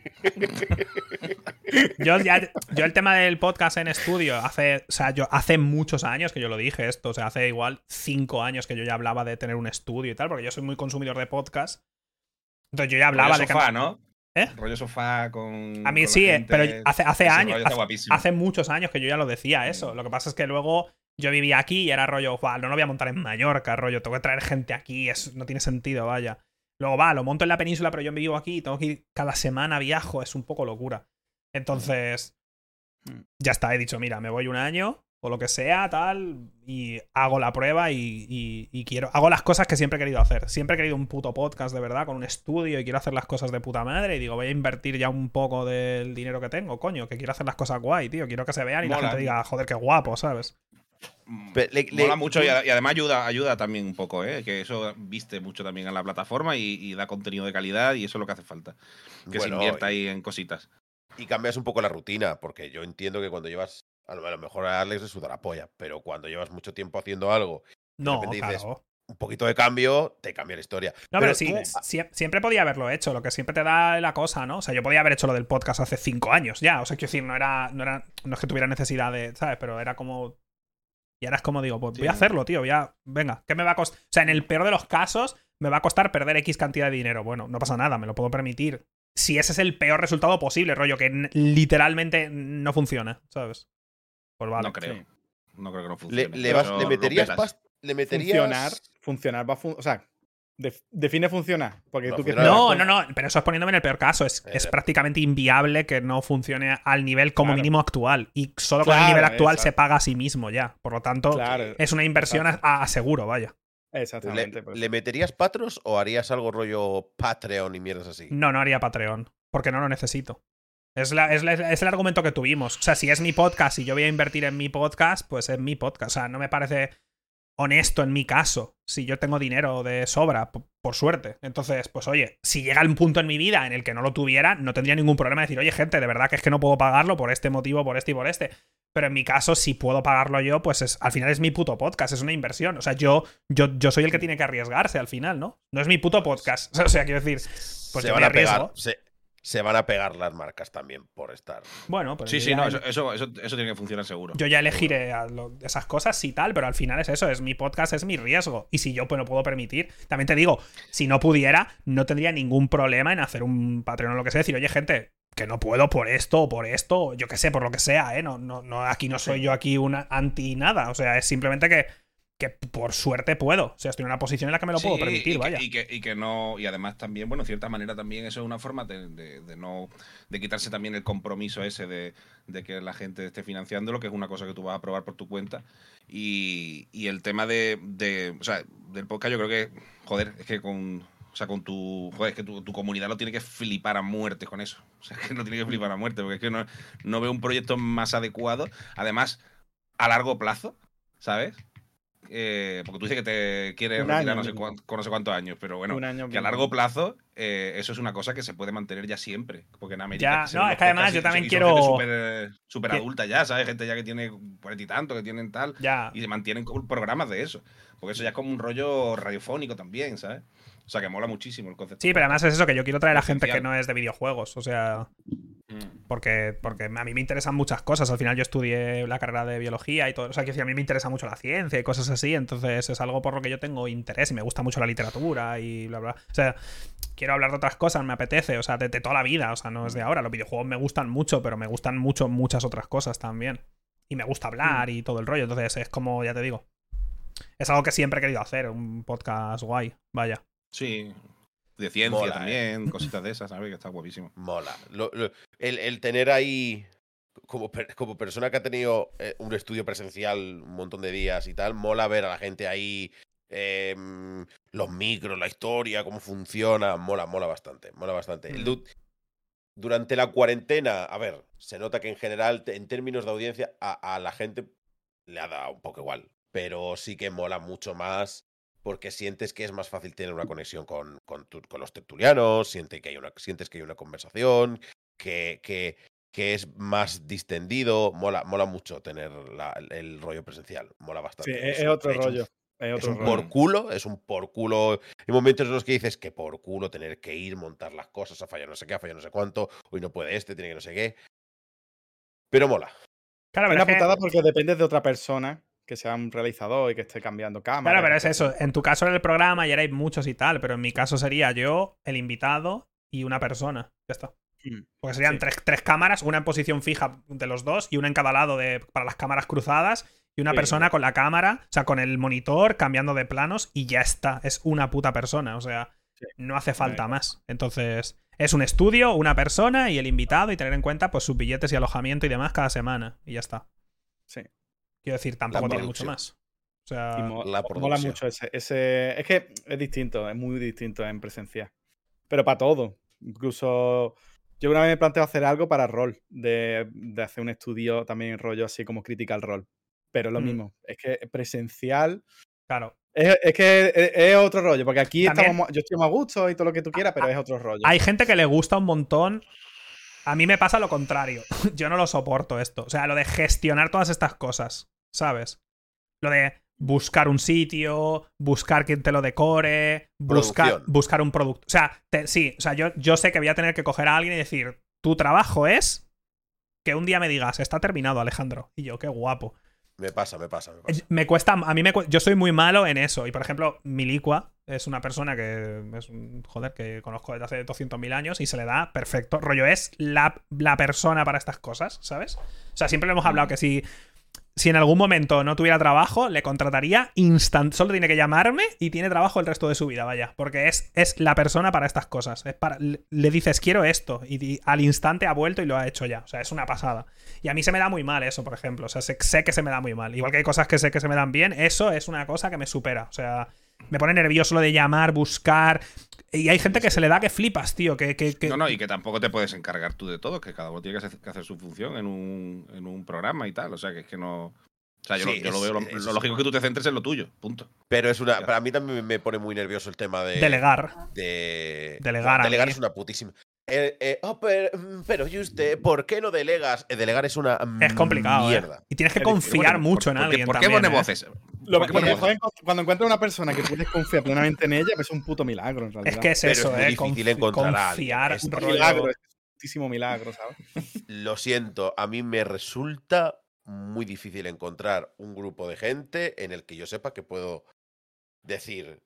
Yo, ya, yo el tema del podcast en estudio, hace, o sea, yo hace muchos años que yo lo dije esto, o sea, hace igual cinco años que yo ya hablaba de tener un estudio y tal, porque yo soy muy consumidor de podcast. Entonces yo ya hablaba Rollo de que... sofá, ¿no? ¿Eh? Rollo sofá con. A mí con la sí, eh, gente. pero hace, hace Ese años, rollo está hace, guapísimo. hace muchos años que yo ya lo decía eso. Lo que pasa es que luego yo vivía aquí y era rollo, "Buah, no lo voy a montar en Mallorca, rollo, tengo que traer gente aquí, es, no tiene sentido, vaya. Luego va, lo monto en la península, pero yo vivo aquí y tengo que ir cada semana, viajo, es un poco locura. Entonces, Mm. ya está, he dicho, mira, me voy un año o lo que sea, tal, y hago la prueba y, y- y quiero, hago las cosas que siempre he querido hacer. Siempre he querido un puto podcast de verdad, con un estudio y quiero hacer las cosas de puta madre y digo, voy a invertir ya un poco del dinero que tengo, coño, que quiero hacer las cosas guay, tío, quiero que se vean y la Mola. gente diga, joder, qué guapo, ¿sabes? Mm, Pe- le- Mola le- mucho y, a- y además ayuda, ayuda también un poco, ¿eh? Que eso viste mucho también en la plataforma y, y da contenido de calidad y eso es lo que hace falta. Que se Bueno, invierta y- ahí en cositas. Y cambias un poco la rutina, porque yo entiendo que cuando llevas, a lo, a lo mejor a Alex le suda la polla, pero cuando llevas mucho tiempo haciendo algo, No, repente dices, claro. un poquito de cambio, te cambia la historia. No, pero, sí, tú- sie- siempre podía haberlo hecho, lo que siempre te da la cosa, ¿no? O sea, yo podía haber hecho lo del podcast hace cinco años ya, o sea, quiero decir, no era, no era, no es que tuviera necesidad de, ¿sabes? Pero era como... Y ahora es como digo, pues voy a Sí. hacerlo, tío, voy a... Venga, ¿qué me va a costar? O sea, en el peor de los casos, me va a costar perder X cantidad de dinero. Bueno, no pasa nada, me lo puedo permitir. Si ese es el peor resultado posible, rollo, que n- literalmente no funciona, ¿sabes? Pues vale. no creo. sí. No creo que no le, funcione. le vas- Eso le lo meterías petas. pas- le meterías Funcionar, funcionar va a fun- O sea, def- define funcionar. Porque Va a tú que funcionar. No, esperas- no, no, pero eso es poniéndome en el peor caso. Es, es Eh. prácticamente inviable que no funcione al nivel como Claro. mínimo actual. Y solo con el Claro, nivel actual exacto. se paga a sí mismo ya. Por lo tanto, Claro, es una inversión a, a seguro, vaya. exactamente. ¿Le, por eso. le meterías Patros o harías algo rollo Patreon y mierdas así? No, no haría Patreon, porque no lo necesito. Es, la, es, la- es el argumento que tuvimos. O sea, si es mi podcast y yo voy a invertir en mi podcast, pues es mi podcast. O sea, no me parece honesto en mi caso, si yo tengo dinero de sobra, p- por suerte. Entonces, pues oye, si llega un punto en mi vida en el que no lo tuviera, no tendría ningún problema de decir, oye, gente, de verdad que es que no puedo pagarlo por este motivo, por este y por este. Pero en mi caso, si puedo pagarlo yo, pues es, al final es mi puto podcast, es una inversión. O sea, yo, yo, yo soy el que tiene que arriesgarse al final, ¿no? No es mi puto podcast. O sea, quiero decir, pues se yo van me a pegar, arriesgo. se, se van a pegar las marcas también por estar. Bueno, pero Sí, yo sí, ya- no, eso, eso, eso, eso tiene que funcionar seguro. Yo ya elegiré a lo- esas cosas y tal, pero al final es eso, es mi podcast, es mi riesgo. Y si yo pues, no puedo permitir, también te digo, si no pudiera, no tendría ningún problema en hacer un Patreon o lo que sea, decir, oye, gente, que no puedo por esto o por esto, o yo qué sé, por lo que sea, ¿eh? No, no, no, aquí no soy yo aquí una anti nada, o sea, es simplemente que, que por suerte puedo. O sea, estoy en una posición en la que me lo puedo Sí, permitir, y que, vaya. Y que, y que no, y además también, bueno, en cierta manera también eso es una forma de, de- de no, de quitarse también el compromiso ese de, de que la gente esté financiándolo, que es una cosa que tú vas a probar por tu cuenta. Y, y el tema de, de, o sea, del podcast yo creo que, joder, es que con, o sea, con tu, joder, es que tu, tu comunidad lo tiene que flipar a muerte con eso. O sea, que no tiene que flipar a muerte, porque es que no, no veo un proyecto más adecuado, además, a largo plazo, ¿sabes? eh, porque tú dices que te quieres Un retirar año no sé mínimo. cuán- con no sé cuántos años, pero bueno, Un año que a mínimo. largo plazo eh, eso es una cosa que se puede mantener ya siempre. Porque en América Ya, que se no, ven es los que además podcasts yo y- también y son quiero- gente súper súper que- adulta ya, ¿sabes? Gente ya que tiene cuarenta y tanto, que tienen tal, Ya. y se mantienen con programas de eso. Porque eso ya es como un rollo radiofónico también, ¿sabes? O sea, que mola muchísimo el concepto. Sí, pero además es eso, que yo quiero traer a gente que Esencial. no es de videojuegos. O sea, Mm. porque, porque a mí me interesan muchas cosas. Al final yo estudié la carrera de biología y todo. O sea, que sí, a mí me interesa mucho la ciencia y cosas así. Entonces es algo por lo que yo tengo interés y me gusta mucho la literatura y bla, bla. O sea, quiero hablar de otras cosas, me apetece. O sea, de, de toda la vida. O sea, no es de ahora. Los videojuegos me gustan mucho, pero me gustan mucho muchas otras cosas también. Y me gusta hablar y todo el rollo. Entonces es como, ya te digo. Es algo que siempre he querido hacer. Un podcast guay. Vaya. Sí. De ciencia Mola, también, cositas de esas, ¿sabes? Que está guapísimo. Mola. Lo- lo- el, el tener ahí, como, per- como persona que ha tenido eh, un estudio presencial un montón de días y tal, mola ver a la gente ahí, eh, mm, los micros, la historia, cómo funciona, mola, mola bastante, mola bastante. El Mm. du- durante la cuarentena, a ver, se nota que en general, te- en términos de audiencia, a, a la gente le ha dado un poco igual, pero sí que mola mucho más porque sientes que es más fácil tener una conexión con, con, tu- con los tertulianos, siente que hay una, sientes que hay una conversación, que, que, que es más distendido, mola, mola mucho tener la- el, el rollo presencial, mola Sí, bastante. es, es otro de hecho, rollo. Es Es otro un rollo. por culo, es un por culo. Hay momentos en los que dices que por culo tener que ir, montar las cosas, a fallar no sé qué, a fallar no sé cuánto, hoy no puede este, tiene que no sé qué. Pero mola. Claro, Es pero una es que- putada porque depende de otra persona que sea un realizador y que esté cambiando cámara. Claro, pero que es esté eso. haciendo En tu cosas. caso era el programa y erais muchos y tal, pero en mi caso sería yo, el invitado y una persona. Ya está. Mm. Porque serían Sí. tres, tres cámaras, una en posición fija de los dos y una en cada lado de, para las cámaras cruzadas y una Sí, persona igual. con la cámara, o sea, con el monitor cambiando de planos y ya está. Es una puta persona, o sea, Sí. no hace falta igual. más. Entonces, es un estudio, una persona y el invitado y tener en cuenta pues sus billetes y alojamiento y demás cada semana y ya está. Sí. Quiero decir, tampoco tiene mucho producción. más. O sea, Y mo- la mola producción. mucho ese, ese. Es que es distinto, es muy distinto en presencial. Pero para todo. Incluso yo una vez me planteo hacer algo para rol, de, de hacer un estudio también en rollo así como Critical Role. Pero es lo Mm. mismo. Es que presencial. claro. Es, es que es, es otro rollo. Porque aquí También- estamos, yo estoy más a gusto y todo lo que tú quieras, pero es otro rollo. Hay gente que le gusta un montón. A mí me pasa lo contrario. Yo no lo soporto esto. O sea, lo de gestionar todas estas cosas, ¿sabes? Lo de buscar un sitio, buscar quien te lo decore, buscar, Producción. buscar un producto. O sea, te- sí, o sea, yo, yo sé que voy a tener que coger a alguien y decir, tu trabajo es que un día me digas, está terminado, Alejandro. Y yo, qué guapo. Me pasa, me pasa, me pasa. Me cuesta, a mí me cu- yo soy muy malo en eso. Y por ejemplo, Milicua es una persona que es un joder que conozco desde hace doscientos mil años y se le da perfecto. Rollo, es la, la persona para estas cosas, ¿sabes? O sea, siempre le hemos hablado que si, si en algún momento no tuviera trabajo, le contrataría instant. Solo tiene que llamarme y tiene trabajo el resto de su vida, vaya. Porque es, es la persona para estas cosas. Es para, le dices, quiero esto. Y, y al instante ha vuelto y lo ha hecho ya. O sea, es una pasada. Y a mí se me da muy mal eso, por ejemplo. O sea, sé, sé que se me da muy mal. Igual que hay cosas que sé que se me dan bien, eso es una cosa que me supera. O sea, me pone nervioso lo de llamar, buscar. Y hay gente que se le da que flipas, tío. Que, que, que... No, no, y que tampoco te puedes encargar tú de todo, que cada uno tiene que hacer, que hacer su función en un, en un programa y tal. O sea, que es que no. O sea, yo, Sí, lo, yo lo es- veo. Lo, es- lo lógico es que tú te centres en lo tuyo. Punto. Pero es una. Ya. Para mí también me pone muy nervioso el tema de. Delegar. De. Delegar a Delegar mí. es una putísima. Eh, eh, oh, pero, mm, pero ¿y usted? ¿Por qué no delegas? Eh, delegar es una. mm, Es complicado, Mierda. ¿eh? Y tienes que Es confiar Bueno, mucho en ¿por, alguien ¿Por qué también, pone ¿eh? voces? Lo, ¿Por qué lo pone mejor voces? es cuando encuentras una persona que puedes confiar plenamente en ella, es un puto milagro, en realidad. Es que es Pero eso, es muy ¿eh? difícil Confi- encontrar a alguien. confiar. Es un rollo- milagro, es un putísimo milagro, ¿sabes? Lo siento, a mí me resulta muy difícil encontrar un grupo de gente en el que yo sepa que puedo decir,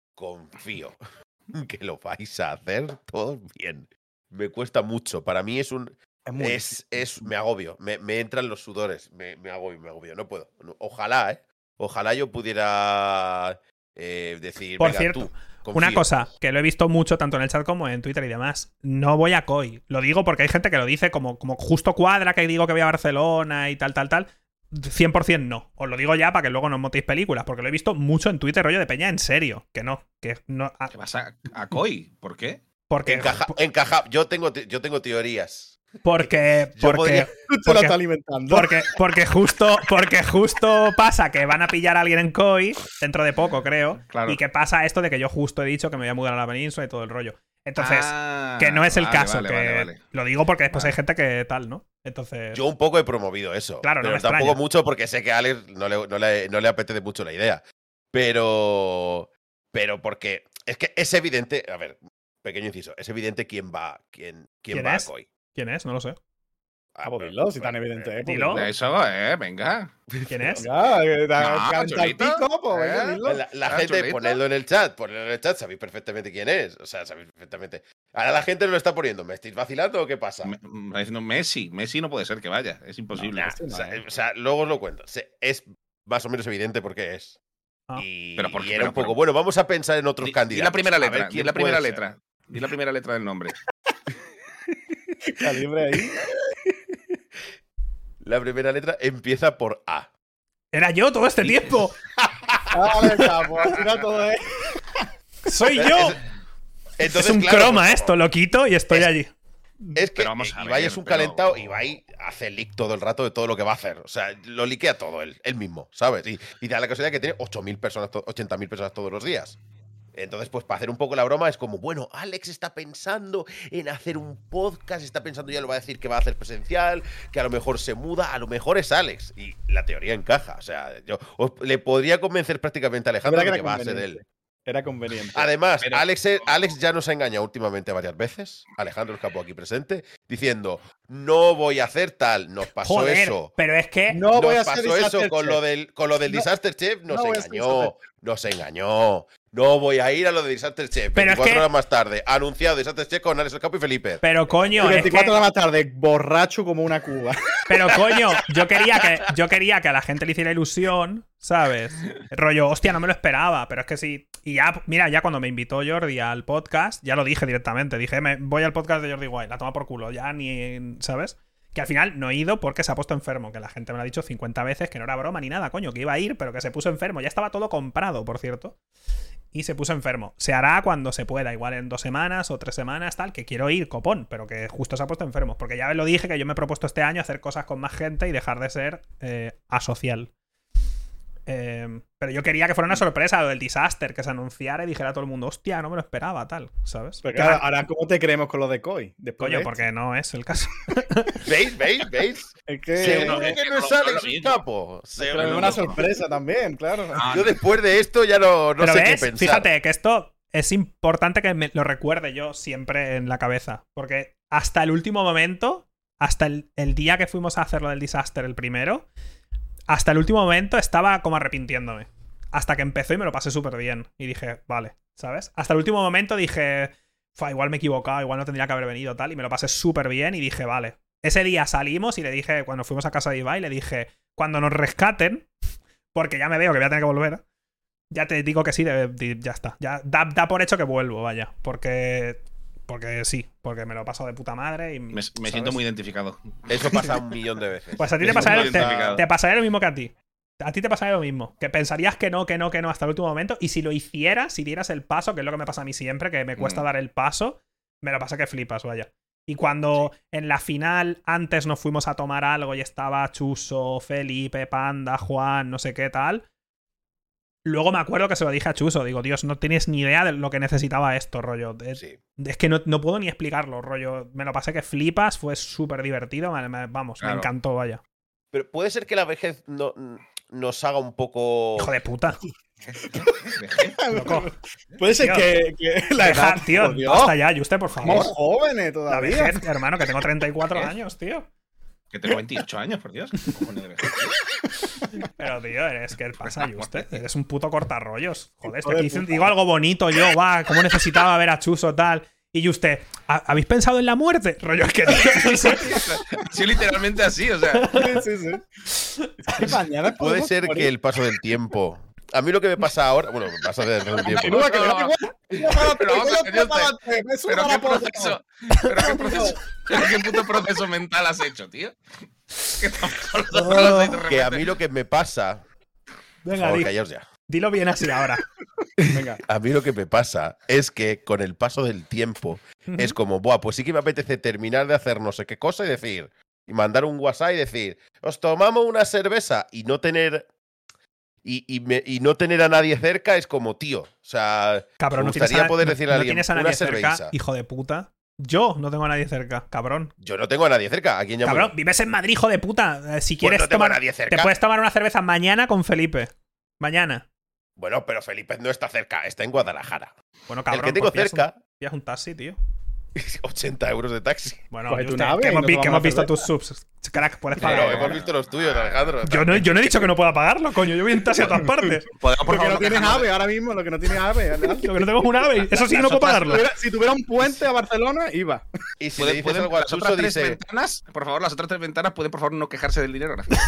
confío que lo vais a hacer todos bien. Me cuesta mucho. Para mí es un. Es muy Es, difícil. es, me agobio, me, me entran los sudores, me, me agobio, me agobio, no puedo. No- Ojalá, ¿eh? Ojalá yo pudiera eh, decir, Por venga, cierto, tú, Una confío. cosa que lo he visto mucho tanto en el chat como en Twitter y demás. No voy a C O I. Lo digo porque hay gente que lo dice como, como justo cuadra que digo que voy a Barcelona y tal, tal, tal. cien por cien no. Os lo digo ya para que luego no montéis películas, porque lo he visto mucho en Twitter, rollo de peña, en serio. Que no. Que no ah, ¿Qué vas a, a C O I? ¿Por qué? porque. Encaja, encaja. Yo tengo, te- yo tengo teorías. Porque. Yo Porque. podría- Tú te lo porque- estás alimentando. Porque, porque, justo, porque justo pasa que van a pillar a alguien en C O I dentro de poco, creo. Claro. Y que pasa esto de que yo justo he dicho que me voy a mudar a la península y todo el rollo. Entonces, Ah, que no es el vale, caso. vale, que vale, vale. Lo digo porque después Vale. hay gente que tal, ¿no? Entonces. Yo un poco he promovido eso. Claro, no pero me tampoco extraña. mucho porque sé que a Alex no le, no le- no le apetece mucho la idea. Pero. Pero porque. Es que es evidente. A ver, pequeño inciso. Es evidente quién va. Quién, quién, ¿Quién va es? a Koi. ¿Quién es? No lo sé. Ah, pues dilo, si tan evidente es. pues Dilo. dilo. Eso, eh, venga. ¿Quién es? Ya, que te No, calienta el chulito, pico, pues venga, ¿eh? dilo. La, la Ah, gente, chulito. ponedlo en el chat, ponedlo en el chat, sabéis perfectamente quién es. O sea, sabéis perfectamente. Ahora la gente no lo está poniendo. ¿Me estáis vacilando o qué pasa? Me- me diciendo Messi. Messi no puede ser que vaya. Es imposible. Nah, Messi o, no sea, es. o sea, luego os lo cuento. Se- Es más o menos evidente por qué es. Ah. Y, Pero por qué, y era pero un poco, por- bueno, vamos a pensar en otros Di, di candidatos. la primera a ver letra. Di quién la primera puede ser. letra. Di la primera letra del nombre. Calibre ahí. La primera letra empieza por A. Era yo todo este tiempo. Vale, capo, al final todo es. Soy yo. Entonces, Es un claro, croma pues, esto, lo quito y estoy Es- allí. Es que Pero vamos a Ibai ver, es un pero- calentado. Ibai hace leak todo el rato de todo lo que va a hacer. O sea, lo liquea todo él, él mismo, ¿sabes? Y, y da la casualidad que tiene ocho mil personas, to- ochenta mil personas todos los días. Entonces, pues para hacer un poco la broma es como, bueno, Alex está pensando en hacer un podcast, está pensando, ya lo va a decir que va a hacer presencial, que a lo mejor se muda, a lo mejor es Alex. Y la teoría encaja. O sea, yo os- le podría convencer prácticamente a Alejandro Verdad de que que era va a ser él. conveniente. Era conveniente. Además, Pero- Alex, es- Alex ya nos ha engañado últimamente varias veces, Alejandro el capo aquí presente, diciendo, no voy a hacer tal, nos pasó Joder, eso. pero es que. No voy a Nos ser pasó eso Disaster con Chef. lo del, con lo del No, Disaster Chef, nos no voy a ser engañó, Disaster nos engañó. No voy a ir a lo de Disaster Chef. Pero es veinticuatro que- horas más tarde, anunciado Disaster Chef con Alex el Capo y Felipe. Pero coño, Y es veinticuatro que- horas más tarde, borracho como una cuba. Pero coño, yo quería que yo quería que a la gente le hiciera ilusión, ¿sabes? Rollo, hostia, no me lo esperaba, pero es que sí. Y ya, mira, ya cuando me invitó Jordi al podcast, ya lo dije directamente. Dije, me voy al podcast de Jordi Wild, la toma por culo, ya ni, ¿sabes? Que al final no he ido porque se ha puesto enfermo, que la gente me lo ha dicho cincuenta veces que no era broma ni nada, coño, que iba a ir, pero que se puso enfermo. Ya estaba todo comprado, por cierto. Y se puso enfermo. Se hará cuando se pueda, igual en dos semanas o tres semanas, tal, que quiero ir, copón, pero que justo se ha puesto enfermo. Porque ya lo dije que yo me he propuesto este año hacer cosas con más gente y dejar de ser eh, asocial. Eh, pero yo quería que fuera una sorpresa lo del Disaster, que se anunciara y dijera a todo el mundo, hostia, no me lo esperaba, tal, ¿sabes? Pero Que claro, va- ahora, ¿cómo te creemos con lo de Koi? Después Coño, de porque no es el caso. ¿Veis? ¿Veis? ¿Veis? Es que Seguro no, es que que no no- es no Alex lo el mismo. Capo. Seguro. pero es una sorpresa también, claro. Ah, Yo después de esto ya no, no Pero sé ves, qué pensar. fíjate que esto es importante que me lo recuerde yo siempre en la cabeza. Porque hasta el último momento, hasta el, el día que fuimos a hacer lo del Disaster, el primero, hasta el último momento estaba como arrepintiéndome. Hasta que empezó y me lo pasé súper bien. Y dije, vale, ¿sabes? Hasta el último momento dije, fue igual me he equivocado, igual no tendría que haber venido tal. Y me lo pasé súper bien y dije, vale. Ese día salimos y le dije, cuando fuimos a casa de Ibai, le dije, cuando nos rescaten, porque ya me veo que voy a tener que volver, ya te digo que sí, de- de- ya está. Ya da, da por hecho que vuelvo, vaya. Porque. Porque sí, porque me lo he pasado de puta madre y. Me, me ¿sabes? siento muy identificado. Eso pasa un millón de veces. Pues a ti me te siento pasará, muy te, identificado. te pasará lo mismo que a ti. A ti te pasaría lo mismo. Que pensarías que no, que no, que no hasta el último momento. Y si lo hicieras, si dieras el paso, que es lo que me pasa a mí siempre, que me cuesta Mm. dar el paso, me lo pasa que flipas, vaya. Y cuando en la final antes nos fuimos a tomar algo y estaba Chuso, Felipe, Panda, Juan, no sé qué tal. Luego me acuerdo que se lo dije a Chuso. Digo, Dios, no tienes ni idea de lo que necesitaba esto, rollo. Es, Sí. es que no, no puedo ni explicarlo, rollo. Me lo pasé que flipas, fue súper divertido. me- me- vamos, Claro. me encantó, vaya. Pero puede ser que la vejez no, nos haga un poco. Hijo de puta. Loco. Puede ser Tío. que, que la Deja, edad, tío, por Dios. basta ya, usted, por favor. Somos jóvenes La todavía. vejez, hermano, que tengo treinta y cuatro ¿Qué? años, tío. Que tengo veintiocho años, por Dios. ¿Qué cojones de vejez? Pero, tío, eres que pasa, y usted. Eres un puto cortarrollos. Joder, es que Hijo de aquí dicen- puta. digo algo bonito yo, va, cómo necesitaba ver a Chuso, tal. Y usted, ¿ha- ¿habéis pensado en la muerte? Rollo, es que, tío, no sé. Sí, literalmente así, o sea. Sí, sí, sí. Es que mañana Puede podemos ser morir. que el paso del tiempo. A mí lo que me pasa ahora. Bueno, me pasa desde hace un tiempo. Continúa, que me da igual. Pero vamos a ver, Yo yo te- me subo Pero a qué la polla. proceso. Pero qué proceso. Pero qué puto proceso mental has hecho, tío. Que tampoco lo has hecho de Que a repente. mí lo que me pasa. Por Venga, favor, di, callaos ya. Dilo bien así ahora. Venga. A mí lo que me pasa es que con el paso del tiempo es como, buah, pues sí que me apetece terminar de hacer no sé qué cosa y decir, y mandar un WhatsApp y decir, os tomamos una cerveza y no tener y, y, me, y no tener a nadie cerca es como, tío, o sea, Cabrón, me no tienes gustaría a, poder no, decirle a no alguien tienes a una nadie cerca, cerveza. hijo de puta. Yo no tengo a nadie cerca, cabrón. Yo no tengo a nadie cerca. ¿A quién llamo? Cabrón, yo? vives en Madrid, hijo de puta. Eh, Si Pues quieres no tengo tomar, a nadie cerca. te puedes tomar una cerveza mañana con Felipe. Mañana. Bueno, pero Felipe no está cerca, está en Guadalajara. Bueno, cabrón, el que tengo pues pillas cerca, un, pillas un taxi, tío. ochenta euros de taxi. Bueno, Coge yo tu usted, nave que y hemos, nos vi- que tomamos hemos visto cerveza. tus subs. Crack, puedes Pero pagar. hemos visto los tuyos, Alejandro. Yo no, yo no he dicho que no pueda pagarlo, coño. Yo voy en taxi a todas partes. Podemos, por Porque favor, no tienes quejarnos de- ave ahora mismo, lo que no tienes ave. Lo que no tengo es un ave. Eso sí que no puedo Si pagarlo. tuviera, si tuviera un puente a Barcelona, iba. Y si ¿Pueden- le dices pueden- algo a las otras Chuso, tres dice... ventanas, por favor, las otras tres ventanas pueden, por favor, no quejarse del dinero. Gracias.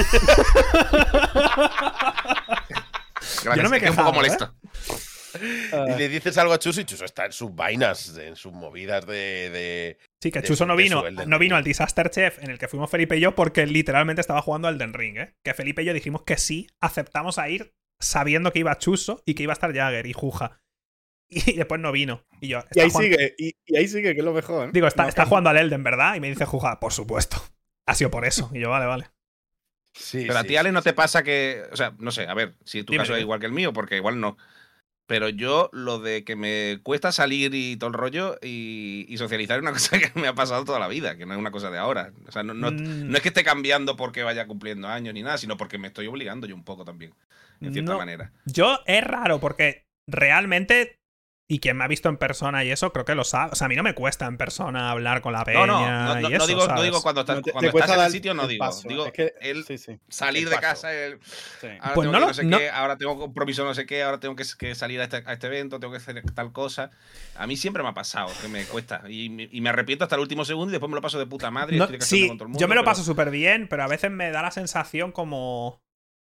Gracias, Yo no me he es que es un poco quejado, molesto. Y le dices algo a Chuso y Chuso está en sus vainas, en sus movidas de... de... Sí, que de- Chuso no de vino, su Elden no vino Ring. al Disaster Chef en el que fuimos Felipe y yo porque literalmente estaba jugando al Elden Ring, ¿eh? Que Felipe y yo dijimos que sí, aceptamos a ir sabiendo que iba Chuso y que iba a estar Jagger y Juja. Y después no vino. Y yo, Y está ahí jugando- sigue, y, y ahí sigue, que es lo mejor. ¿eh? Digo, está, No, está que- jugando al Elden, ¿verdad? Y me dice Juja, por supuesto. Ha sido por eso. Y yo, vale, vale. Sí, Pero a sí, ti, Ale, sí, ¿no sí. te pasa que. O sea, no sé, a ver, si tu Dime, caso es dime. igual que el mío, porque igual no. Pero yo, lo de que me cuesta salir y todo el rollo y, y socializar es una cosa que me ha pasado toda la vida, que no es una cosa de ahora. O sea, no, no, Mm. no es que esté cambiando porque vaya cumpliendo años ni nada, sino porque me estoy obligando yo un poco también, en cierta No. manera. Yo es raro porque realmente, y quien me ha visto en persona y eso, creo que lo sabe. O sea, a mí no me cuesta en persona hablar con la peña No, no, no, no, y no eso, digo, no ¿sabes? digo cuando estás, No, te- cuando te cuesta estás en dar el sitio, no el digo. paso. Digo, Es que- el sí, sí. salir el de paso. casa, el, Sí. ahora Pues tengo no que lo- no sé no- qué, ahora tengo compromiso no sé qué, ahora tengo que, que salir a este, a este evento, tengo que hacer tal cosa. A mí siempre me ha pasado que me cuesta. Y, me- y me arrepiento hasta el último segundo y después me lo paso de puta madre. y No, estoy de cachondeo sí, con todo el mundo, yo me lo pero- paso súper bien, pero a veces me da la sensación como...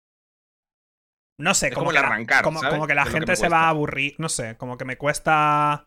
No sé, Es como, como el que la- arrancar, como, ¿sabes? como que la Es lo que gente me se va cuesta. a aburrir. No sé, como que me cuesta...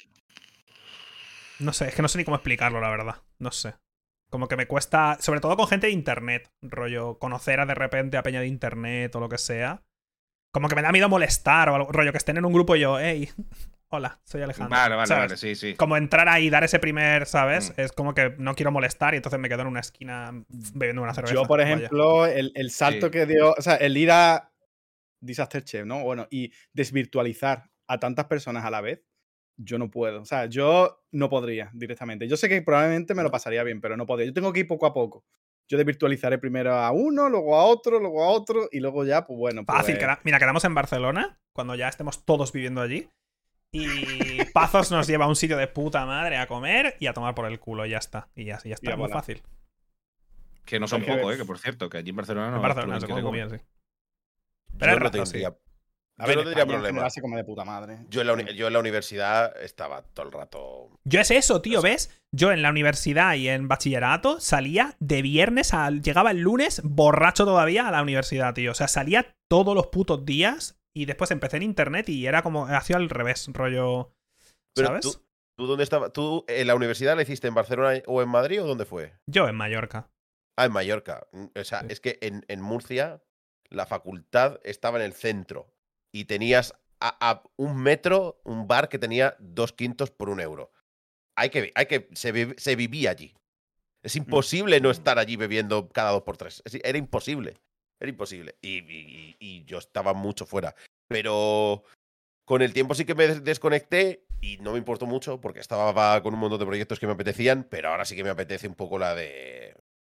No sé, es que no sé ni cómo explicarlo, la verdad. No sé. Como que me cuesta, sobre todo con gente de internet, rollo, conocer a de repente a peña de internet o lo que sea. Como que me da miedo molestar o algo, rollo, que estén en un grupo y yo, hey, hola, soy Alejandro. Vale, vale, ¿sabes? vale, sí, sí. Como entrar ahí y dar ese primer, ¿sabes? Mm. Es como que no quiero molestar y entonces me quedo en una esquina bebiendo una cerveza. Yo, por Vaya. ejemplo, el, el salto Sí. que dio, o sea, el ir a Disaster Chef, ¿no? Bueno, y desvirtualizar a tantas personas a la vez, yo no puedo. O sea, yo no podría directamente. Yo sé que probablemente me lo pasaría bien, pero no podría. Yo tengo que ir poco a poco. Yo desvirtualizaré primero a uno, luego a otro, luego a otro, y luego ya, pues bueno. Pues, Fácil, queda- mira, quedamos en Barcelona, cuando ya estemos todos viviendo allí. Y Pazos nos lleva a un sitio de puta madre a comer y a tomar por el culo, y ya está. Y ya, ya está, Y a muy volar. fácil. Que no son Hay que pocos, ver. eh, que por cierto, que allí en Barcelona no. en Barcelona es se que come te muy comen. bien, sí. Pero Yo es no raro, sí. tendría, A yo ver, no en tendría España en problema. general se come de puta madre. Yo en, la, uni- yo en la universidad estaba todo el rato... Yo es eso, tío, ¿ves? Yo en la universidad y en bachillerato salía de viernes a... Llegaba el lunes borracho todavía a la universidad, tío. O sea, salía todos los putos días y después empecé en internet y era como... Hacía al revés, rollo... Pero ¿Sabes? tú, ¿tú dónde estabas? ¿Tú en la universidad la hiciste en Barcelona o en Madrid o dónde fue? Yo en Mallorca. Ah, en Mallorca. O sea, Sí. es que en, en Murcia la facultad estaba en el centro y tenías a, a un metro un bar que tenía dos quintos por un euro. Hay que, hay que se, vi- se vivía allí. Es imposible no estar allí bebiendo cada dos por tres. Es- Era imposible. Era imposible. Y, y- y yo estaba mucho fuera. Pero con el tiempo sí que me des- desconecté y no me importó mucho porque estaba con un montón de proyectos que me apetecían, pero ahora sí que me apetece un poco la de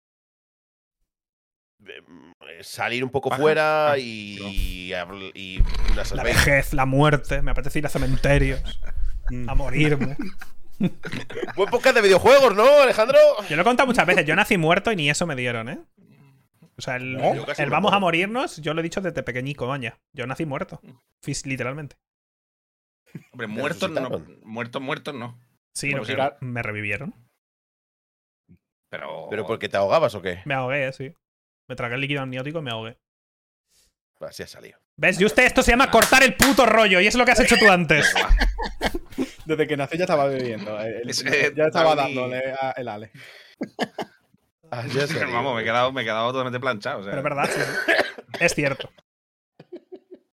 de salir un poco Paja. fuera Ah, y, habl- y unas La cervezas. vejez, la muerte. Me apetece ir a cementerios. A morirme. Buen podcast de videojuegos, ¿no, Alejandro? Yo lo he contado muchas veces. Yo nací muerto y ni eso me dieron, ¿eh? O sea, el, No, yo casi el me vamos muero. a morirnos, yo lo he dicho desde pequeñico, coña. Yo nací muerto. Fis- literalmente. Hombre, ¿Te muertos no. resucitaron? Muertos, muertos no. Sí, Bueno, no, sí. pero me revivieron. Pero. ¿Pero porque te ahogabas o qué? Me ahogué, sí. Me tragué el líquido amniótico y me ahogué. Así ha salido. ¿Ves? Y usted, esto se llama cortar el puto rollo y es lo que has hecho tú antes. Desde que nací ya estaba bebiendo. el- Es, el- eh, ya estaba Dani- dándole a el Ale. Así ha salido. Vamos, me he quedado, me he quedado totalmente planchado. O sea. Pero es verdad, sí, sí. Es cierto.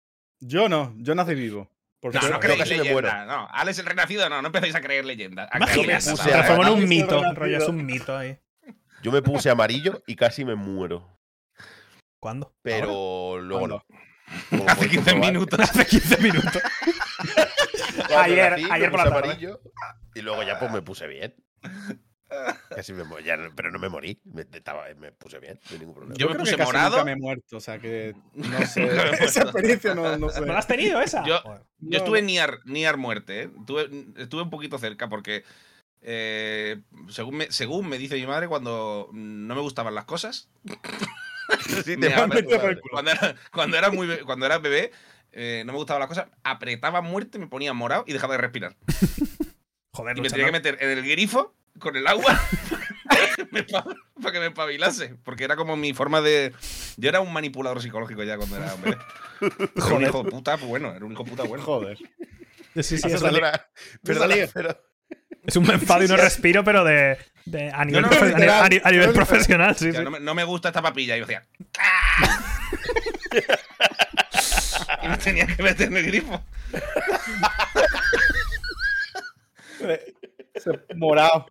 Yo no, yo nací vivo. Porque No, yo- no yo creéis casi me muero. leyenda. No, Alex el Renacido, no, no empecéis a creer leyenda. A Imagina, creer se puse a- transformó en un Alex el mito. Renacido. Rollo, es un mito ahí. Yo me puse amarillo y casi me muero. ¿Cuándo? Pero luego ¿Cuándo? no. Como Hace podéis quince comprobar, minutos. Hace quince minutos. cuando Ayer- nací, me ayer por puse la tarde. amarillo y luego ya pues me puse bien. Casi me mu- ya no- pero no me morí. Me, estaba, me puse bien, no hay ningún problema. Yo me creo puse que casi morado. nunca me he muerto, o sea que no sé. Nunca me he Esa muerto. experiencia no, no sé. ¿No la has tenido esa? Yo- Joder. Yo No, estuve no. niar, niar muerte, ¿eh? Estuve, estuve un poquito cerca porque, eh, según, me, según me dice mi madre, cuando no me gustaban las cosas, Sí, me te mando apre- tu madre. cuando, era, cuando, era muy, be- cuando era bebé, eh, no me gustaban las cosas, apretaba muerte, me ponía morado y dejaba de respirar. Joder, Y me Lucha, tenía ¿no? que meter en el grifo con el agua para que me espabilase. Porque era como mi forma de. Yo era un manipulador psicológico ya cuando era un bebé. Era un hijo de puta, pues bueno, era un hijo de puta bueno. Joder. Sí, sí, Has es, salido- Perdona, perdona, salido. pero es un me enfado y no respiro, pero de, de- a nivel, no, profe- a literal, nivel- a ni- a nivel literal. profesional, sí, O sea, sí. no, me, no me gusta esta papilla. Y yo decía. y me tenía que meter en el grifo. Ese morado.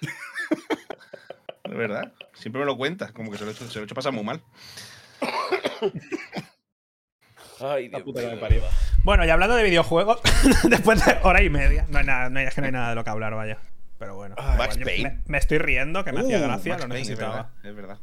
De verdad. Siempre me lo cuentas. Como que se lo he hecho, se lo he hecho pasar muy mal. Ay, La Dios puta que mío, me parió. de verdad. Bueno, y hablando de videojuegos, después de hora y media, no hay nada, no hay, es que no hay nada de lo que hablar, vaya. Pero bueno, Ay, Max igual yo Payne. me, me estoy riendo, que me hacía Uh, gracia, Max lo Payne, es necesitaba. verdad, es verdad.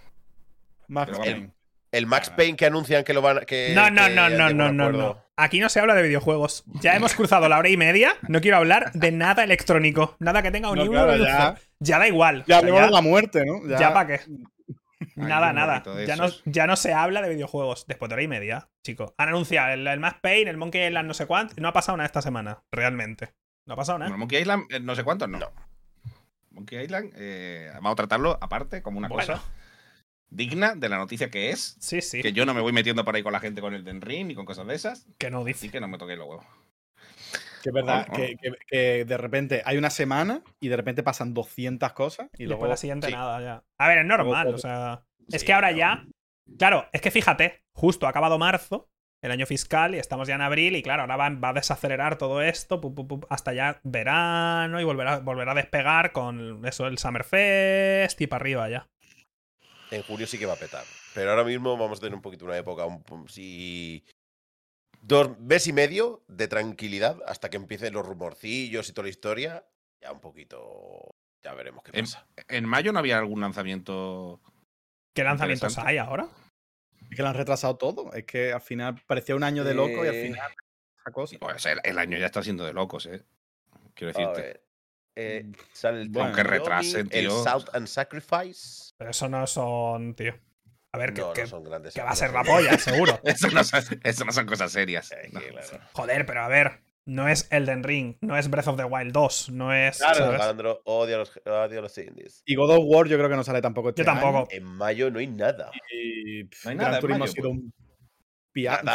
Max Pero Payne. vamos. El Max Payne que anuncian que lo van que No, no, que no, no, llegó a no, un no, acuerdo. no. Aquí no se habla de videojuegos. Ya hemos cruzado la hora y media. No quiero hablar de nada electrónico. Nada que tenga No, ni uno claro, de ya- Ya da igual. Ya O sea, hablemos de la muerte, ¿no? ya para qué. Ay, Nada, un nada. morrito de Ya no, esos. ya no se habla de videojuegos. Después de hora y media, chicos. Han anunciado el, el Max Payne, el Monkey Island, no sé cuánto. No ha pasado nada esta semana, realmente. No ha pasado nada. Bueno, Monkey Island, eh, no sé cuántos, no. No. Monkey Island, eh, vamos a tratarlo aparte, como una Bueno. cosa digna de la noticia que es. Sí, sí. Que yo no me voy metiendo por ahí con la gente con el Den Ring ni con cosas de esas. Que no Así dice. que no me toquéis los huevos. Que es verdad, Oh, oh. que, que- que de repente hay una semana y de repente pasan doscientas cosas y Y luego. después la siguiente sí. nada ya. A ver, es normal, Luego- o sea. Es Sí, que ahora no. ya. Claro, es que fíjate, justo ha acabado marzo, el año fiscal, y estamos ya en abril, y claro, ahora va, va a desacelerar todo esto pu, pu, pu, hasta ya verano y volverá, volverá a despegar con eso, el Summerfest y para arriba ya. En junio sí que va a petar. Pero ahora mismo vamos a tener un poquito una época, un, un- sí, dos mes y medio de tranquilidad hasta que empiecen los rumorcillos y toda la historia. Ya un poquito, ya veremos qué En, pasa. en mayo no había algún lanzamiento. ¿Qué lanzamientos Interesante. hay ahora? Es que lo han retrasado todo. Es que al final parecía un año de loco y al Eh, final. Esa cosa. Pues el, el año ya está siendo de locos, ¿eh? Quiero A decirte. ver, eh, sale el Bueno, aunque Yomi, retrasen, el tío. Salt and Sacrifice. Pero eso no son, tío. A ver, que, No, que- no son grandes. que va a ser la anuncios. polla, seguro. Eso no, son, eso no son cosas serias. Eh, No. que, claro. Joder, pero a ver, no es Elden Ring, no es Breath of the Wild dos, no es. Claro, ¿sabes? Alejandro, odio a los, odio a los indies. Y God of War yo creo que no sale tampoco este Yo tampoco. año. En mayo no hay nada. Y pff, No hay Gran nada en Turismo mayo, ha sido pues. un pia- un fiasco.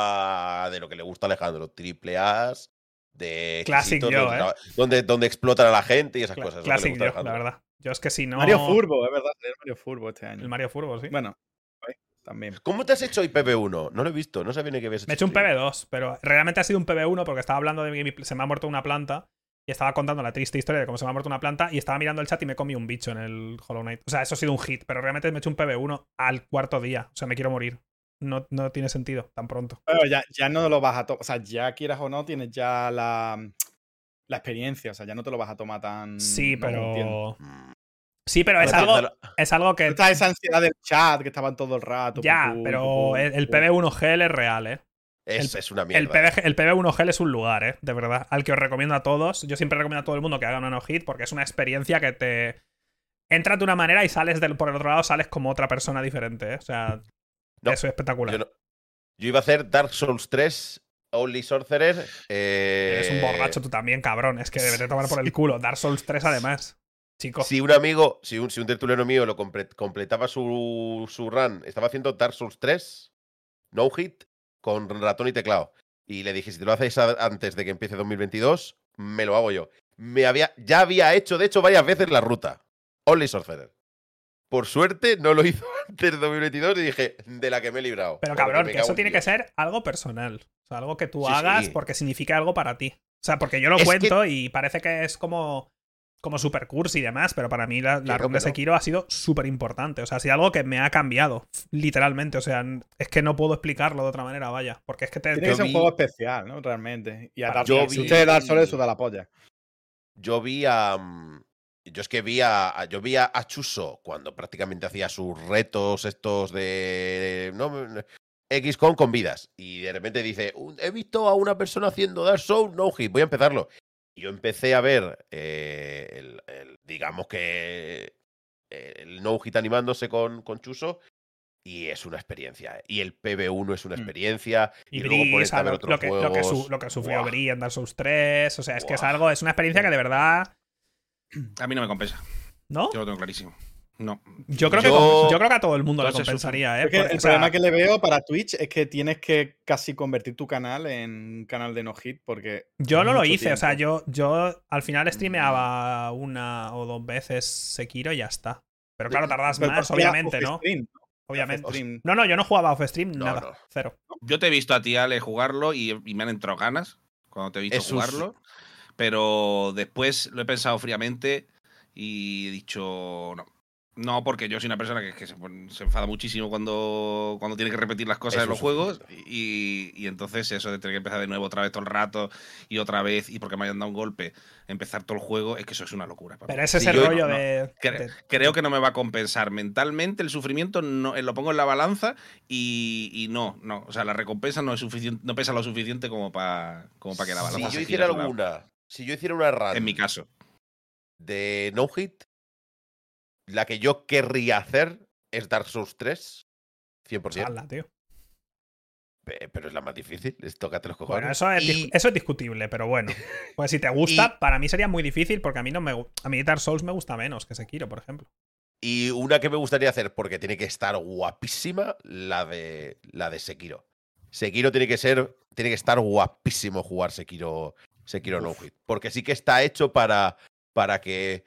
Nada de lo que le gusta a Alejandro. Triple A's, de Classic éxitos, yo, donde, ¿eh? donde, donde explotan a la gente y esas Cla- cosas. es lo que le Classic gusta a yo, la Alejandro. verdad. Yo es que si no. Mario Furbo, es verdad. sale Mario Furbo este año. El Mario Furbo, sí. Bueno, ahí, también. ¿Cómo te has hecho hoy P B uno? No lo he visto, no sabía ni que habías hecho. Me he hecho un stream. P B dos, pero realmente ha sido un P B uno porque estaba hablando de que mi- se me ha muerto una planta y estaba contando la triste historia de cómo se me ha muerto una planta y estaba mirando el chat y me comí un bicho en el Hollow Knight. O sea, eso ha sido un hit, pero realmente me he hecho un P B uno al cuarto día. O sea, me quiero morir. No, no tiene sentido tan pronto. Pero ya, ya no lo vas a tomar. O sea, ya quieras o no, tienes ya la, la experiencia. O sea, ya no te lo vas a tomar tan. Sí, no, entiendo. pero. Mm. Sí, pero es Ahora algo, piénsalo. es algo que. Está esa ansiedad del chat que estaban todo el rato. Ya, pupú, pero pupú, el, el pupú. P B uno G L es real, ¿eh? Es, El- es una mierda. El, P B G el P B uno G L es un lugar, ¿eh? De verdad. Al que os recomiendo a todos. Yo siempre recomiendo a todo el mundo que haga un no-hit porque es una experiencia que te. Entras de una manera y sales del, por el otro lado, sales como otra persona diferente, ¿eh? O sea, No, eso es espectacular. Yo, no- yo iba a hacer Dark Souls tres, Only Sorcerer. Eh, Eres un borracho tú también, cabrón. Es que debes de tomar por el culo. Dark Souls tres, además. Chico. Si un amigo, si un, si un tertuliano mío lo comple- completaba su, su run, estaba haciendo Dark Souls tres, no hit, con ratón y teclado. Y le dije, si te lo haces a- antes de que empiece dos mil veintidós, me lo hago yo. Me había, ya había hecho, de hecho, varias veces la ruta. Only Sorcerer. por suerte, no lo hizo antes de dos mil veintidós y dije, de la que me he librado. Pero porque cabrón, me que cago eso en tiene Dios. que ser algo personal. O sea, algo que tú Sí, hagas sí. porque significa algo para ti. O sea, porque yo lo Es cuento y parece que es como, como super cursi y demás, pero para mí la, la Que no, run que de no. Sekiro ha sido súper importante. O sea, ha sido algo que me ha cambiado, literalmente. O sea, es que no puedo explicarlo de otra manera, vaya. Porque es que te... Tiene Yo que ser vi- un juego especial, ¿no? Realmente. Y a Para Dark yo Souls. Si vi- usted Dark Souls, eso da la polla. Yo vi a. mm, Yo es que vi a. a- Yo vi a, a Chuso cuando prácticamente hacía sus retos estos de. No, X COM con vidas. Y de repente dice: "Un- He visto a una persona haciendo Dark Souls, no hit, voy a empezarlo. Y yo empecé a ver. eh, el, el- digamos que. El no hit animándose con, con Chuso. Y es una experiencia. ¿eh? Y el P B uno es una Mm. experiencia. Y, Y, luego Bri, o ponerte sea, a ver lo, otros lo que, lo, que su- juegos. lo que sufrió ¡Buah! Bri en Dark Souls tres. O sea, es que es Buah. algo, es una experiencia que de verdad. A mí no me compensa. ¿No? Yo lo tengo clarísimo. No. Yo creo, que, Yo- con- yo creo que a todo el mundo le Entonces, compensaría, ¿eh? Es que Porque, el o sea, problema que le veo para Twitch es que tienes que casi convertir tu canal en un canal de no hit porque. yo no lo mucho hice, o sea, tiempo. yo, yo al final streameaba una o dos veces Sekiro y ya está. Pero claro, tardas Pero más, porque era obviamente, ¿no? off-stream, Obviamente. Off-stream. No, no, yo no jugaba off stream, No, nada. no. Cero. Yo te he visto a ti, Ale, jugarlo y, y me han entrado ganas cuando te he visto Eso sí. jugarlo. Pero después lo he pensado fríamente y he dicho no. No, porque yo soy una persona que, que se, pon- se enfada muchísimo cuando, cuando tiene que repetir las cosas Es en los un juegos. sufrimiento. Y, y entonces eso de tener que empezar de nuevo otra vez todo el rato y otra vez y porque me hayan dado un golpe, empezar todo el juego, es que eso es una locura. para Pero mí. ese es Sí, el yo- rollo no, de, Cre- de- Creo que no me va a compensar mentalmente el sufrimiento, no, eh, lo pongo en la balanza y, y no, no, o sea, la recompensa no es suficiente, no pesa lo suficiente como para como para que la balanza Si yo se gire hiciera a su lado. alguna. Si yo hiciera una run En mi caso. de no hit, la que yo querría hacer es Dark Souls tres, cien por ciento. Ala, tío. Pe- Pero es la más difícil, es tócate los cojones. Bueno, eso es, dis- Y- eso es discutible, pero bueno. Pues si te gusta, Y- para mí sería muy difícil porque a mí no me gu- a mí Dark Souls me gusta menos que Sekiro, por ejemplo. Y una que me gustaría hacer, porque tiene que estar guapísima, la de la de Sekiro. Sekiro tiene que ser, tiene que estar guapísimo jugar Sekiro, Sekiro no hit. Porque sí que está hecho para, para que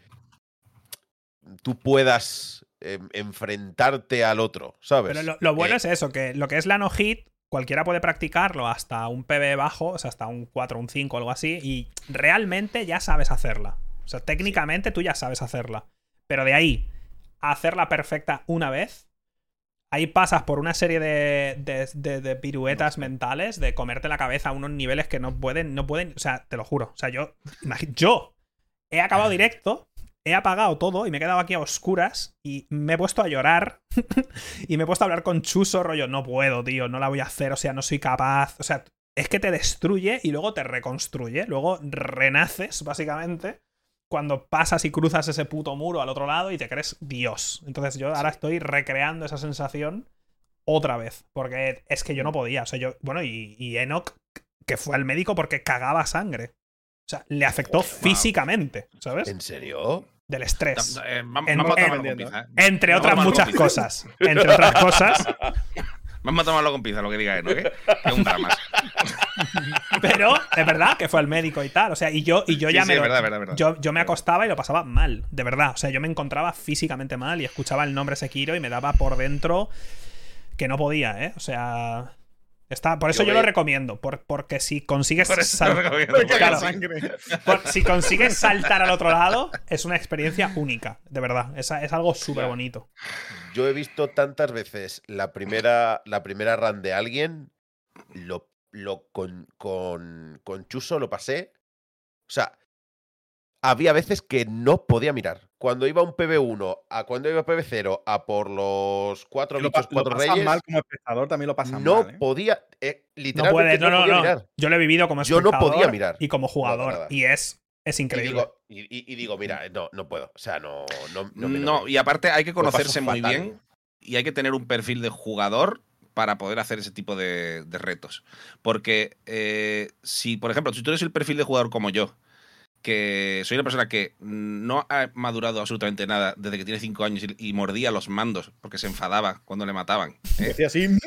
tú puedas em, enfrentarte al otro, ¿sabes? Pero lo, lo bueno Eh, es eso, que lo que es la no hit, cualquiera puede practicarlo hasta un P B bajo, o sea, hasta un cuatro, un cinco, algo así, y realmente ya sabes hacerla. O sea, técnicamente tú ya sabes hacerla. Pero de ahí a hacerla perfecta una vez, ahí pasas por una serie de, de, de- de piruetas mentales, de comerte la cabeza a unos niveles que no pueden, no pueden, o sea, te lo juro. O sea, yo, imagi- yo he acabado directo, he apagado todo y me he quedado aquí a oscuras y me he puesto a llorar y me he puesto a hablar con Chuso, rollo, no puedo, tío, no la voy a hacer, o sea, no soy capaz. O sea, es que te destruye y luego te reconstruye, luego renaces, básicamente, cuando pasas y cruzas ese puto muro al otro lado y te crees Dios. Entonces yo ahora estoy recreando esa sensación otra vez, porque es que yo no podía. O sea, yo, bueno, y, y Enoch, que fue al médico porque cagaba sangre. O sea, le afectó Joder, físicamente, ¿sabes? ¿En serio? Del estrés. Eh, vam- En- vamos a en- tomarlo con pinza, ¿eh? Entre Vamos a otras tomarlo muchas con pinza. cosas. Entre otras cosas. Vamos a tomarlo con pinza, lo que diga, ¿no? Que que es un drama. Pero es verdad que fue al médico y tal. O sea, y yo, y yo Sí, ya sí, me. es lo- verdad, verdad, verdad. Yo, yo me acostaba y lo pasaba mal, de verdad. O sea, yo me encontraba físicamente mal y escuchaba el nombre Sekiro y me daba por dentro que no podía, ¿eh? O sea. Está, por eso Yo yo, lo ve- recomiendo. por- porque si consigues. Por eso sal- lo recomiendo, Me porque caga sí. sangre. por- si consigues saltar al otro lado, es una experiencia única, de verdad. Es, es algo súper bonito. Yo he visto tantas veces la primera, la primera run de alguien, lo, lo con, con, con Chuso lo pasé. O sea, había veces que no podía mirar. Cuando iba un P B uno a cuando iba P B cero a por los cuatro Lo, bichos, pa- lo cuatro pasas reyes, mal como espectador, también lo pasas no mal, ¿eh? podía, eh, No literalmente puedes, no, no, no, podía no. mirar. Yo lo he vivido como Yo no espectador podía mirar. y como No, jugador. nada. Y es, es Y increíble. digo, y, y- y digo, mira, no, no puedo. O sea, no, no, no, me- No, me- y aparte hay que lo paso conocerse muy fatal. bien y hay que tener un perfil de jugador para poder hacer ese tipo de, de retos. Porque eh, si, por ejemplo, si tú eres el perfil de jugador como yo, que soy una persona que no ha madurado absolutamente nada desde que tiene cinco años y, y mordía los mandos porque se enfadaba cuando le mataban. ¿eh? Decía así. "Mm",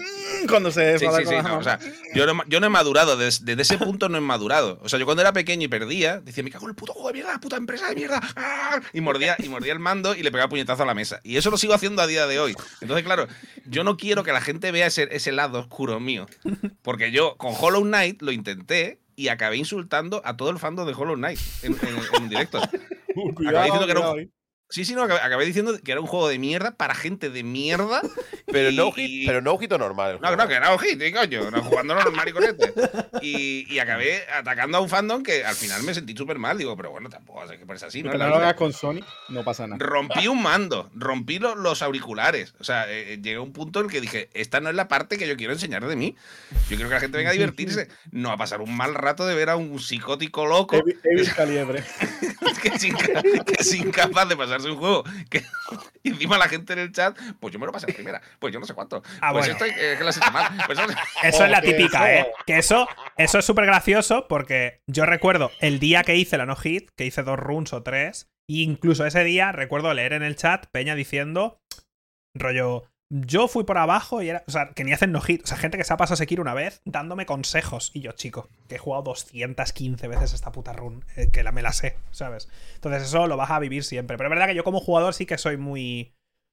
Cuando se Sí, sí, sí, no, o sea, yo no, yo no he madurado, desde, desde ese punto no he madurado. O sea, yo cuando era pequeño y perdía, decía, me cago en el puto juego de mierda, puta empresa de mierda, ¡ah! y mordía, y mordía el mando y le pegaba puñetazo a la mesa. Y eso lo sigo haciendo a día de hoy. Entonces, claro, yo no quiero que la gente vea ese, ese lado oscuro mío. Porque yo con Hollow Knight lo intenté y acabé insultando a todo el fandom de Hollow Knight en, en, en directo. Cuidado, acabé diciendo que era cuidado, un, Sí, sí, no, acabé, acabé diciendo que era un juego de mierda para gente de mierda. Pero y, no hit, y... pero no ojito normal. El no, juego. no, que era ojito, coño, no, jugando los mariconetes. Y, y acabé atacando a un fandom que al final me sentí súper mal. Digo, pero bueno, tampoco hace que parece así, ¿no? Que no lo hagas con Sony, no pasa nada. Rompí un mando, rompí lo, los auriculares. O sea, eh, llegué a un punto en el que dije, esta no es la parte que yo quiero enseñar de mí. Yo quiero que la gente venga a divertirse, no a pasar un mal rato de ver a un psicótico loco. Evil, Evil Caliebre. que, es inca, que es incapaz de pasarse un juego. Que, y encima la gente en el chat, pues yo me lo pasé la primera, pues yo no sé cuánto. Ah, pues bueno. esto eh, que lo has hecho mal. Pues no sé. Eso es la que típica, eso- ¿eh? Que eso, eso es súper gracioso porque yo recuerdo el día que hice la no-hit, que hice dos runs o tres, e incluso ese día recuerdo leer en el chat Peña diciendo, rollo, yo fui por abajo y era, o sea, que ni hacen no-hit, o sea, gente que se ha pasado Sekiro una vez dándome consejos. Y yo, chico, que he jugado doscientas quince veces esta puta run, eh, que la, me la sé, ¿sabes? Entonces eso lo vas a vivir siempre. Pero es verdad que yo como jugador sí que soy muy...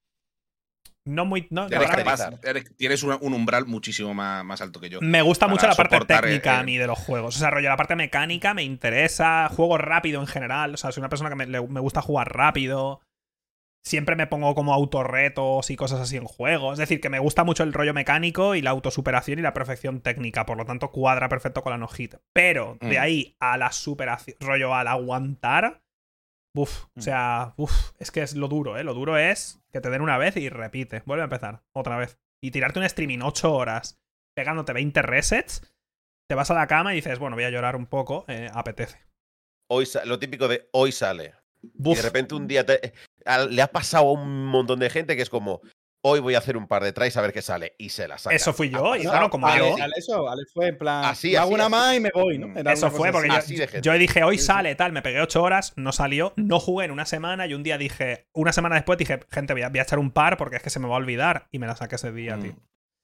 No muy... No, la Eres verdad que- capaz, eres- tienes una- un umbral muchísimo más, más alto que yo. Me gusta para mucho la parte soportar, técnica eh, a mí de los juegos. O sea, rollo, la parte mecánica me interesa. Juego rápido en general. O sea, soy una persona que me, le- me gusta jugar rápido. Siempre me pongo como autorretos y cosas así en juegos. Es decir, que me gusta mucho el rollo mecánico y la autosuperación y la perfección técnica. Por lo tanto, cuadra perfecto con la no-hit. Pero de Mm. ahí a la superación, rollo, al aguantar. Uf, o sea, uf, es que es lo duro, ¿eh? Lo duro es que te den una vez y repite. Vuelve a empezar, otra vez. Y tirarte un streaming ocho horas pegándote veinte resets, te vas a la cama y dices, bueno, voy a llorar un poco, eh, apetece. Hoy sa- lo típico de hoy sale. Y Buf. de repente un día te- a- le ha pasado a un montón de gente que es como, hoy voy a hacer un par de tries a ver qué sale. Y se la saca. Eso fui yo, Ha y pasado. bueno, como Ale, yo. Ale, eso, Ale fue en plan. Así, me hago así, una así. más y me voy, ¿no? Era Eso una fue cosa porque así. yo, Así de gente. yo dije, hoy Sí, sí. sale, tal, me pegué ocho horas, no salió, no jugué en una semana y un día dije, una semana después dije, gente, voy a, voy a echar un par porque es que se me va a olvidar y me la saqué ese día, Mm. tío.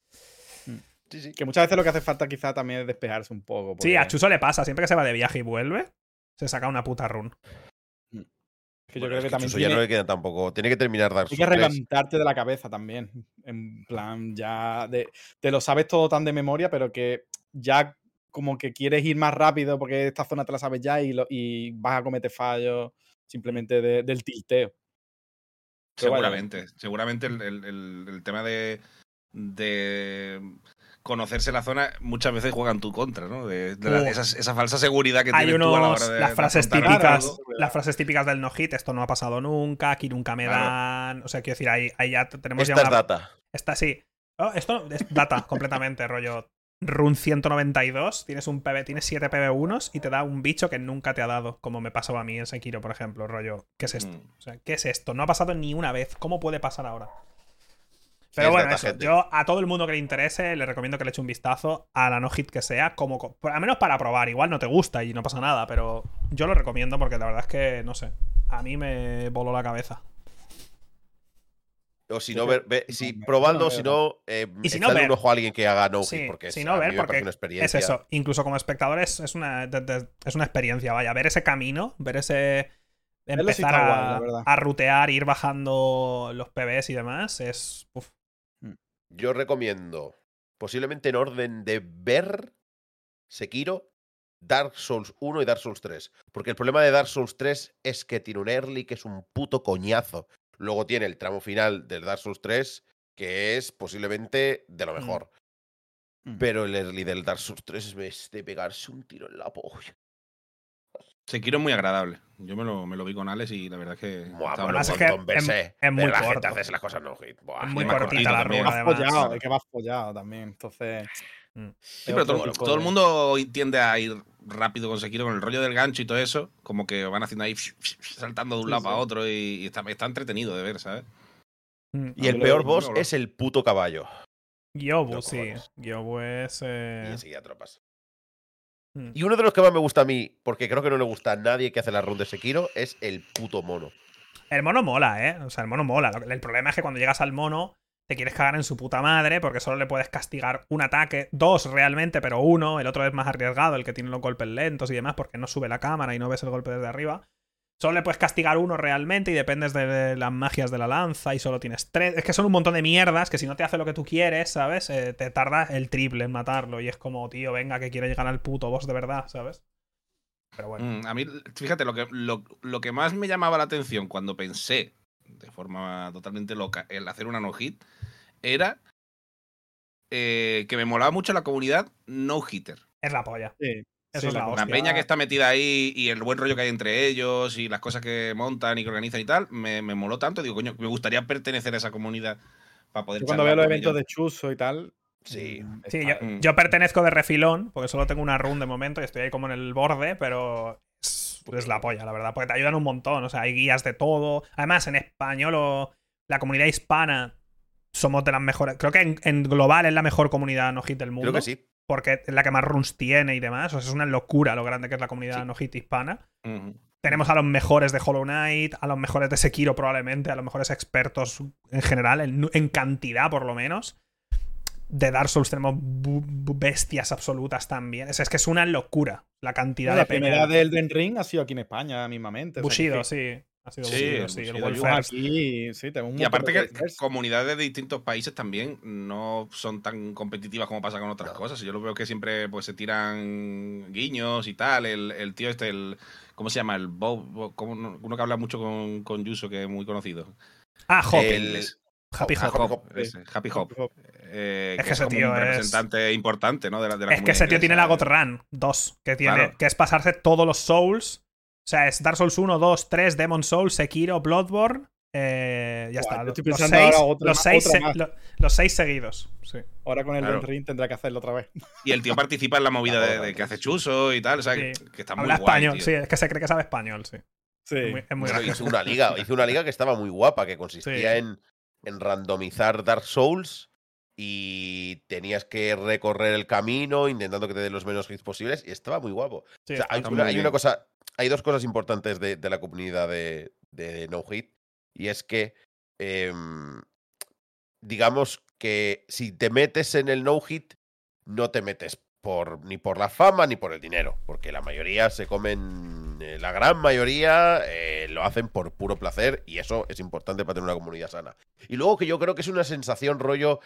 Sí, sí. Que muchas veces lo que hace falta quizá también es despejarse un poco. Sí, porque- a Chuso le pasa, siempre que se va de viaje y vuelve, se saca una puta run. que yo Bueno, creo es que que también Chuso ya tiene, no le queda tampoco. Tiene que terminar Dark hay Souls que tres. levantarte de la cabeza también. En plan, ya de, te lo sabes todo tan de memoria, pero que ya como que quieres ir más rápido porque esta zona te la sabes ya y, lo- y vas a cometer fallos simplemente de- del tilteo. Pero vaya, Seguramente, seguramente el, el- el- el tema de, de conocerse la zona muchas veces juega en tu contra, ¿no? De, de la- Oh. esa, esa falsa seguridad que Hay tienes tú a la unos, hora de las de frases afrontar típicas, algo. las frases típicas del no hit, esto no ha pasado nunca, aquí nunca me Claro. dan, o sea, quiero decir, ahí, ahí ya tenemos Esta ya es una, data. esta sí. Oh, esto es data completamente, rollo. Run ciento noventa y dos, tienes un P B, tienes siete P B unos y te da un bicho que nunca te ha dado, como me pasó a mí en Sekiro, por ejemplo, rollo. ¿Qué es esto? Mm. O sea, ¿qué es esto? No ha pasado ni una vez. ¿Cómo puede pasar ahora? Pero es bueno, data, eso. gente. Yo a todo el mundo que le interese le recomiendo que le eche un vistazo a la no hit que sea, como co- al menos para probar. Igual no te gusta y no pasa nada, pero yo lo recomiendo porque la verdad es que no sé. A mí me voló la cabeza. O si Sí, no, sí. ver, ve- si No, probando, no, si no. no, eh, Y si no, echarle ver. un ojo a alguien que haga no hit, Sí, porque si es- no a mí ver, me porque parece una experiencia. es eso. Incluso como espectador es, es una, de- de- es una experiencia, vaya. Ver ese camino, ver ese... Verlo sí Empezar está a, guay, la verdad. a rutear, ir bajando los P Bs y demás, es... uf. Yo recomiendo, posiblemente en orden de ver Sekiro, Dark Souls uno y Dark Souls tres. Porque el problema de Dark Souls tres es que tiene un early que es un puto coñazo. Luego tiene el tramo final del Dark Souls tres, que es posiblemente de lo Mm. mejor. Mm. Pero el early del Dark Souls tres es de pegarse un tiro en la polla. Sekiro es muy agradable. Yo me lo, me lo vi con Alex y la verdad es que. Buah, estaba bueno, Además muy es cuando que en verse, es- es muy ver la gente corto. hacerse las cosas no hit. Buah, Es muy y más cortita cortito la también. runa, Vas además. follado, es que vas follado también. Entonces. Mm. Sí, pero todo, otro todo el tipo mundo tiende a ir rápido con Sekiro, con el rollo del gancho y todo eso. Como que van haciendo ahí, saltando de un Sí, lado sí. para otro y, y está, está entretenido de ver, ¿sabes? Mm. Y el Yo peor lo- boss yo lo- es el puto caballo. Gyobu, Los sí. cojones. Gyobu es... Y eh, enseguida tropas. mm. Y uno de los que más me gusta a mí, porque creo que no le gusta a nadie que hace la run de Sekiro, es el puto mono. El mono mola, ¿eh? O sea, el mono mola. Lo que- El problema es que cuando llegas al mono, te quieres cagar en su puta madre porque solo le puedes castigar un ataque, dos realmente, pero uno, el otro es más arriesgado, el que tiene los golpes lentos y demás, porque no sube la cámara y no ves el golpe desde arriba. Solo le puedes castigar uno realmente y dependes de las magias de la lanza y solo tienes tres. Es que son un montón de mierdas que si no te hace lo que tú quieres, ¿sabes? Eh, te tarda el triple en matarlo y es como, tío, venga, que quiero llegar al puto boss de verdad, ¿sabes? Pero bueno. Mm, a mí, fíjate, lo que, lo, lo que más me llamaba la atención cuando pensé, de forma totalmente loca, el hacer una no-hit, era eh, que me molaba mucho la comunidad no-hitter. Es la polla. Sí. Eso Sí, es la la hostia. La peña que está metida ahí y el buen rollo que hay entre ellos y las cosas que montan y que organizan y tal, me, me moló tanto. Digo, coño, me gustaría pertenecer a esa comunidad para poder Yo cuando veo charlar los con eventos ellos. de Chuso y tal. Sí. mm, Sí, está- yo, Mm. yo pertenezco de refilón, porque solo tengo una run de momento y estoy ahí como en el borde, pero es, es la polla, la verdad, porque te ayudan un montón. O sea, hay guías de todo. Además, en español o la comunidad hispana somos de las mejores. Creo que en, en global es la mejor comunidad no hit del mundo. Creo que sí. Porque es la que más runs tiene y demás. O sea, es una locura lo grande que es la comunidad Sí. no hit hispana. Ujú. Tenemos a los mejores de Hollow Knight, a los mejores de Sekiro probablemente, a los mejores expertos en general, en, en cantidad por lo menos. De Dark Souls tenemos bu- bu- bestias absolutas también. Es, es que es una locura la cantidad la de peña. primera de Elden Ring ha sido aquí en España mismamente. o sea, que Bushido, sí, sí. Ha sido Sí, Bushido, el sí. El Bushido World ayuda. First. aquí, sí, tenemos un Y montón aparte de que players. comunidades de distintos países también no son tan competitivas como pasa con otras No. cosas. Yo lo veo que siempre pues se tiran guiños y tal. El, el tío este, el ¿cómo se llama? El Bob, Bob- ¿cómo no? Uno que habla mucho con, con Yuso, que es muy conocido. Ah, Hop. El- Happy Ah, Hop. Hop, sí. ese, Happy Hop. Happy Hop. Eh, Es que que es ese como tío un es- representante importante, ¿no? De la, de la Es que ese tío comunidad tiene la inglesa. God Run dos, que, tiene, Claro. que es pasarse todos los Souls. O sea, es Dark Souls uno, dos, tres, Demon Souls, Sekiro, Bloodborne. Eh, ya Buah, está. yo Los, estoy los pensando seis, ahora otra los, ma- seis otra se- más. lo- los seis seguidos. Sí. Ahora con el Claro. Elden Ring tendrá que hacerlo otra vez. Y el tío participa en la movida de, de que hace Chuso y tal. O sea, Sí. que, que está muy Habla guay, español, tío. sí, es que se cree que sabe español, sí. Sí. Es muy, es muy Bueno, gracioso. hizo una liga, hizo una liga que estaba muy guapa, que consistía Sí. en, en randomizar Dark Souls y tenías que recorrer el camino intentando que te den los menos hits posibles y estaba muy guapo. Sí, O sea, está- hay, está una, muy hay bien. una cosa, hay dos cosas importantes de, de la comunidad de, de No Hit y es que em, digamos que si te metes en el No Hit no te metes por, ni por la fama ni por el dinero, porque la mayoría se comen, eh, la gran mayoría eh, lo hacen por puro placer y eso es importante para tener una comunidad sana. Y luego que yo creo que es una sensación rollo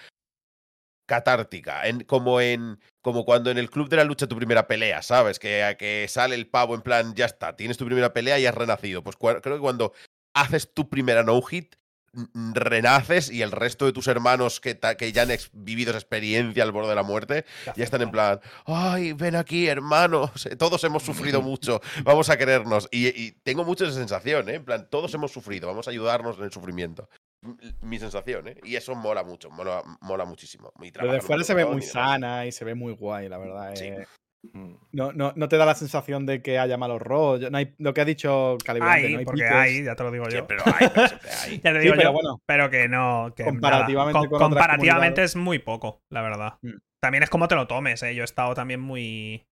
catártica, en, como en como cuando en el club de la lucha tu primera pelea, ¿sabes? Que, que sale el pavo en plan, ya está, tienes tu primera pelea y has renacido. Pues cua- creo que cuando haces tu primera no-hit, n- renaces y el resto de tus hermanos que, ta- que ya han ex- vivido esa experiencia al borde de la muerte, ya están en plan, ay, ven aquí, hermanos, todos hemos sufrido mucho, vamos a querernos. Y, y tengo mucho esa sensación, ¿eh? En plan, todos hemos sufrido, vamos a ayudarnos en el sufrimiento. M- Mi sensación, ¿eh? Y eso mola mucho, mola, mola muchísimo. Y Desde trabajan fuera un se ve montón muy y demás. sana y se ve muy guay, la verdad. Sí. eh. Mm. No, no, no te da la sensación de que haya malos rollos. No hay, lo que ha dicho Calibrante, Hay, no hay porque piques. hay, ya te lo digo yo. Siempre lo hay, pero siempre hay. Ya te Sí, digo pero yo, bueno, pero que no. Que comparativamente nada. Co- con otras comparativamente comunidades. es muy poco, la verdad. Mm. También es como te lo tomes, ¿eh? Yo he estado también muy.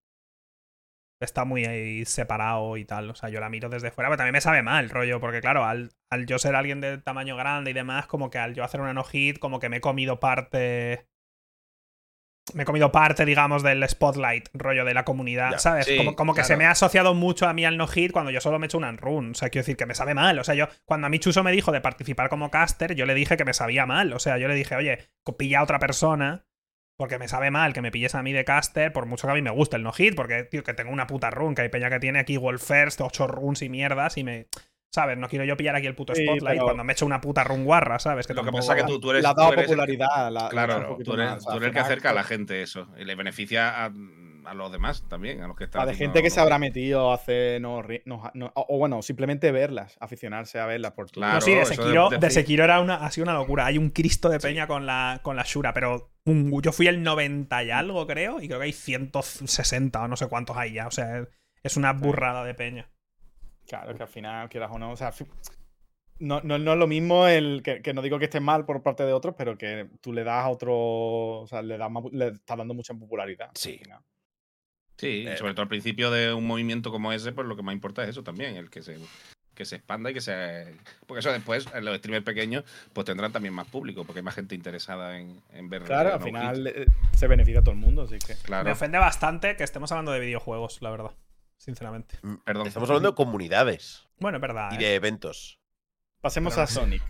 He estado muy ahí separado y tal. O sea, yo la miro desde fuera, pero también me sabe mal, rollo, porque claro, al, al yo ser alguien de tamaño grande y demás, como que al yo hacer una no-hit, como que me he comido parte. Me he comido parte, digamos, del spotlight, rollo de la comunidad, Ya, ¿sabes? sí, como como que claro. se me ha asociado mucho a mí al no-hit cuando yo solo me he hecho una run. O sea, quiero decir que me sabe mal. O sea, yo, cuando a mí Chuso me dijo de participar como caster, yo le dije que me sabía mal. O sea, yo le dije, oye, pilla a otra persona, porque me sabe mal que me pilles a mí de caster, por mucho que a mí me guste el no-hit, porque, tío, que tengo una puta run, que hay peña que tiene aquí World First, ocho runs y mierdas, y me. ¿Sabes? No quiero yo pillar aquí el puto Sí, spotlight pero- cuando me he hecho una puta run guarra, ¿sabes? Que Lo que tampoco- pasa es que tú, tú eres. Le ha tú dado eres el que- popularidad. la- la ha hecho un Claro, poquito tú eres, más. O sea, tú al eres el que final, acerca a la pues, gente eso. Y le beneficia a, a los demás también, a los que están. a de haciendo gente que se no- habrá metido a hacer. No, ri- no, no- o o bueno, simplemente verlas, aficionarse a verlas por tu- Claro. No, sí, de eso de- Sekiro, de- de Sekiro era una, ha sido una locura. Hay un Cristo de peña Sí. con, la, con la Shura, pero un- yo fui el noventa y algo, creo, y creo que hay ciento sesenta o no sé cuántos hay ya. O sea, es una burrada de peña. Claro, que al final, quieras o no. O sea, fi- no, no, no es lo mismo el que, que no digo que esté mal por parte de otros, pero que tú le das a otro. O sea, le, das más- le estás dando mucha popularidad. Sí. al final. Sí, y Eh, sobre todo al principio de un movimiento como ese, pues lo que más importa es eso también, el que se, que que se expanda y que se... Porque eso después, en los streamers pequeños, pues tendrán también más público, porque hay más gente interesada en, en ver... Claro, eh, al no final hits. eh, se beneficia a todo el mundo, así que. Claro. Me ofende bastante que estemos hablando de videojuegos, la verdad. Sinceramente. Mm, Perdón. Estamos hablando de comunidades Bueno, es verdad. y ¿eh? de eventos. Pasemos Pero a no sé. Sonic.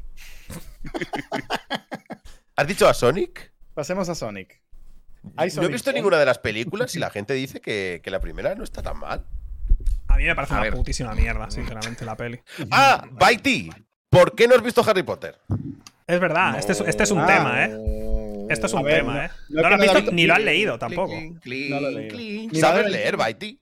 ¿Has dicho a Sonic? Pasemos a Sonic. Hay No he Sonic visto Boom. ninguna de las películas y la gente dice que, que la primera no está tan mal. A mí me parece A una ver. putísima mierda, sinceramente, la peli. ¡Ah! Baiti, ¿por qué no has visto Harry Potter? Es verdad, este es, este es un Ah. tema, ¿eh? Esto es un A ver, tema, no- ¿eh? no No, es lo has que no la visto vi- ni lo has leído tampoco. No lo he leído. Mi ¿Sabes madre- leer, Baiti?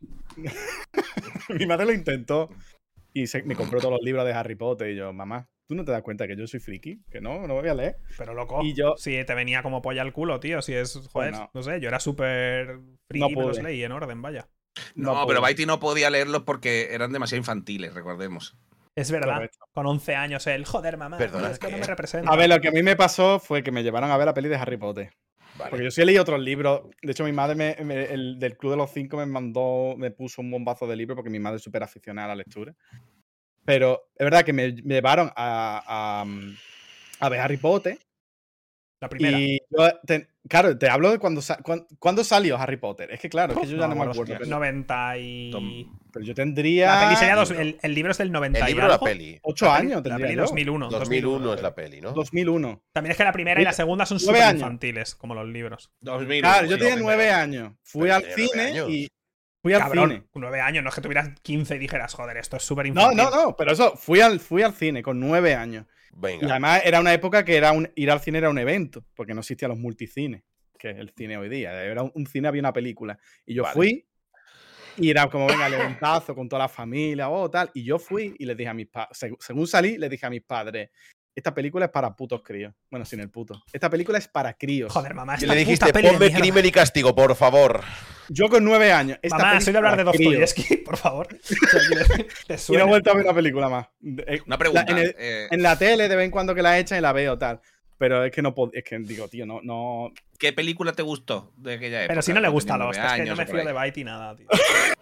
Mi madre lo intentó y se, me compró todos los libros de Harry Potter y yo, mamá, ¿tú no te das cuenta que yo soy friki? Que no, no voy a leer. Pero loco, Y yo- si te venía como polla al culo, tío. Si es, joder, no. no. sé, yo era súper friki y me los pude. leí en orden, vaya. No, puedo. pero Baiti no podía leerlos porque eran demasiado infantiles, recordemos. Es verdad, Correcto. con once años él, joder, mamá, Perdona, es que no ¿qué? me representa. A ver, lo que a mí me pasó fue que me llevaron a ver la peli de Harry Potter. Vale. Porque yo sí leí otros libros. De hecho, mi madre me- me- el del Club de los Cinco me mandó, me puso un bombazo de libros porque mi madre es súper aficionada a la lectura. Pero es verdad que me llevaron a, a, a ver Harry Potter. La primera. Y yo, te- claro, te hablo de cuando, sa- cuan- cuándo salió Harry Potter. Es que claro, es que yo ya no me acuerdo. Pero, noventa y... Tom- pero yo tendría La peli sería dos, libro. el, el libro es del noventa El y libro o la algo. peli. ocho La peli- años La tendría peli yo. dos mil uno. dos mil uno es la peli, ¿no? dos mil uno. También es que la primera y la segunda son Nueve súper años. infantiles, como los libros. dos mil. Claro, yo sí, tenía no, nueve años. Fui Pero al tenía nueve cine años. y. Fui al Cabrón, cine. nueve años, no es que tuvieras quince y dijeras, joder, esto es súper No, infantil. no, no, pero eso, fui al, fui al cine con nueve años. Y Venga. además era una época que era un, ir al cine era un evento, porque no existían los multicines, que es el cine hoy día. Era un, un cine, había una película. Y yo Vale. fui y era como, venga, el eventazo con toda la familia, oh, tal. Y yo fui y les dije a mis padres, según salí, les dije a mis padres, esta película es para putos críos. Bueno, sin el puto. Esta película es para críos. Joder, mamá, Y esta le puta dijiste, peli de ponme mierda. crimen y castigo, por favor. Yo con nueve años. Esta Mamá, peli soy es de hablar de para críos. Dostoyevsky, por favor. O sea, quiero decir, ¿te Y no he suena? vuelto a ver una película más. Eh, Una pregunta. la- en, el- eh, en la tele, de vez en cuando que la echan y la veo, tal. Pero es que no puedo. Es que digo, tío, no. no... ¿Qué película te gustó de aquella época? Pero si no le Cuando gusta tenías los, nueve es que no años me o por fío ahí? de Baiti nada, tío.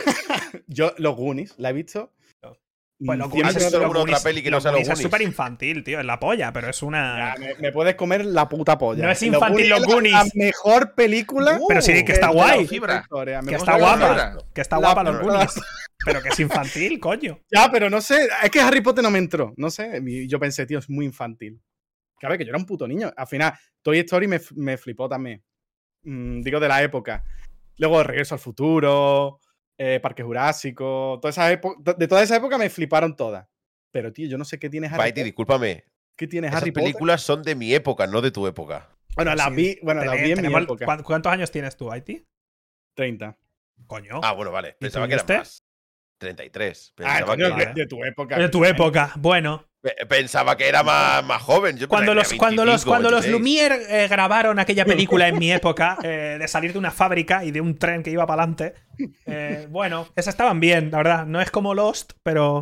Yo, Los Goonies, la he visto. Pues los cien Goonies ¿Has es, visto millones de alguna los otra Goonies- peli que no los sea los Goonies es Goonies? súper infantil, tío, es la polla, pero es una... Ya, me, me puedes comer la puta polla. No es infantil Los es la- Goonies. La mejor película. Pero sí, que de- está de guay. la Fibra. historia. Me Que gusta está la guapa, fibra. que está La guapa los película. Goonies. Pero que es infantil, coño. Ya, pero no sé. Es que Harry Potter no me entró. No sé. y Yo pensé, tío, es muy infantil. Que a ver, que yo era un puto niño. Al final, Toy Story me, me flipó también. Mm, digo, de la época. Luego, Regreso al Futuro, eh, Parque Jurásico. Toda esa época, de toda esa época me fliparon todas. Pero, tío, yo no sé qué tiene Harry Baiti, Potter. discúlpame. ¿Qué tiene Esas Harry Potter? películas son de mi época, no de tu época. Bueno, las Sí, vi, bueno, las Tene- vi en mi tenemos- época. ¿cuán- ¿Cuántos años tienes tú, Baiti? treinta. Coño. Ah, bueno, vale. ¿Y Pensaba tú que eran viste? más. treinta y tres. Ah, Pensaba, coño, que, de, de tu época. De tu época. Bueno, pe- pensaba que era más, más joven. Yo cuando pensaba los, que cuando los, veinticinco, cuando los veintiséis. Lumière eh, grabaron aquella película en mi época, eh, de salir de una fábrica y de un tren que iba para adelante, eh, bueno, esas estaban bien, la verdad. No es como Lost, pero...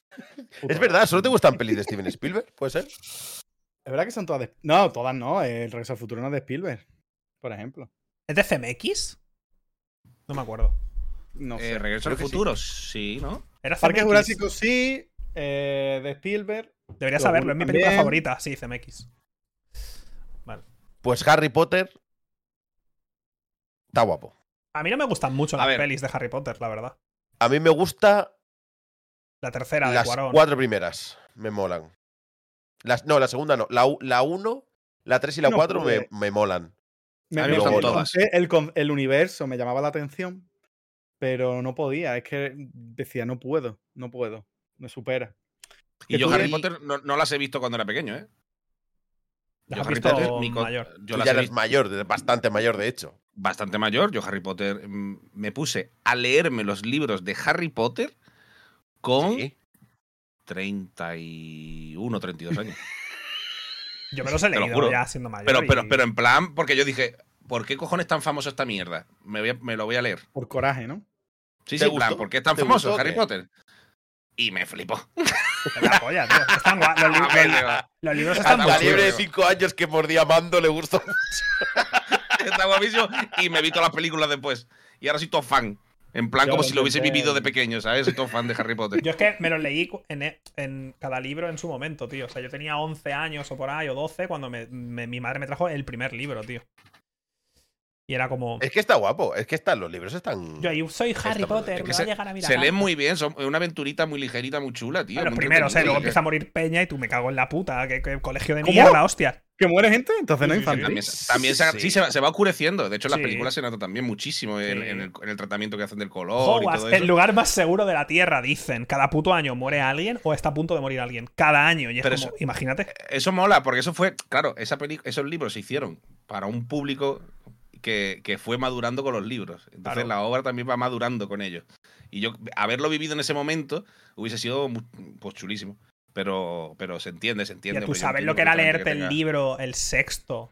Es verdad, ¿solo te gustan pelis de Steven Spielberg? ¿Puede ser? Es verdad que son todas de... No, todas no. El Regreso al Futuro no es de Spielberg, por ejemplo. ¿Es de C M X? No me acuerdo. No sé. Eh, Regreso Creo al que sí. futuro, sí, ¿no? ¿Era Parque C M X? Jurásico sí. eh, de Spielberg. Debería Los saberlo, es mi película también. favorita. Sí, C M X. Vale. Pues Harry Potter está guapo. A mí no me gustan mucho A las ver. pelis de Harry Potter, la verdad. A mí me gusta La tercera de las Cuarón. cuatro primeras. Me molan. Las, no, la segunda no. La, u- la uno, la tres y la No cuatro pude. me, me molan. Me, A mí me me gustan gustó todas. El, con- el universo me llamaba la atención, pero no podía. Es que decía, no puedo, no puedo. Me supera. Y Que yo tú Harry vi- Potter no, no las he visto cuando era pequeño, ¿eh? Las Yo has Harry visto Potter, mi co- mayor. yo Tú las ya he eres visto mayor, de- bastante mayor de hecho. bastante mayor. Yo Harry Potter mm, me puse a leerme los libros de Harry Potter con Sí. treinta y uno, treinta y dos años. Yo me los he Te lo leído juro. ya siendo mayor. Pero, pero, y- pero en plan, porque yo dije, ¿por qué cojones es tan famoso esta mierda? Me, voy a- me lo voy a leer. Por coraje, ¿no? Sí, ¿Te sí, en plan, gustó? ¿por qué es tan ¿Te famoso gustó o Harry qué? Potter? Y me flipó. Es la polla, tío. Están guay. Los, li- A ver, los- digo, los libros A están Está muy la chulo, liebre de digo. cinco años que mordía Mando le gustó. Está guapísimo. Y me vi todas las películas después. Y ahora soy todo fan. En plan, Yo como lo si lo hubiese intenté. vivido de pequeño, ¿sabes? Soy todo fan de Harry Potter. Yo es que me los leí cu- en, e- en cada libro en su momento, tío. O sea, yo tenía once años o por ahí, o doce, cuando me- me- mi madre me trajo el primer libro, tío. Y era como. Es que está guapo, es que están, los libros están. Yo ahí soy Harry Está Potter, Es me que va se, a llegar a mirar. se leen muy bien, son una aventurita muy ligerita, muy chula, tío. Los muy primeros, ¿eh? Luego entretenida. empieza a morir peña y tú me cago en la puta. Que, que colegio de ¿Cómo? mierda, hostia. ¿Que muere gente? Entonces no es Sí, sí, sí. infantil. También, también se, Sí. sí, se, va, se va oscureciendo. De hecho, en las Sí. películas se nota también muchísimo en, Sí. en el, en el tratamiento que hacen del color y Hogwarts, todo eso. el lugar más seguro de la Tierra, dicen. Cada puto año muere alguien o está a punto de morir alguien. Cada año. Y es Pero como, eso- imagínate. Eso mola, porque eso fue, claro, esa peli- esos libros se hicieron para un público que, que fue madurando con los libros. Entonces Claro. la obra también va madurando con ellos. Y yo, haberlo vivido en ese momento, hubiese sido mu- pues chulísimo. Pero, pero se entiende, se entiende. Tío, tú pues yo sabes entiendo lo que era perfectamente leerte que el tenga- libro, el sexto.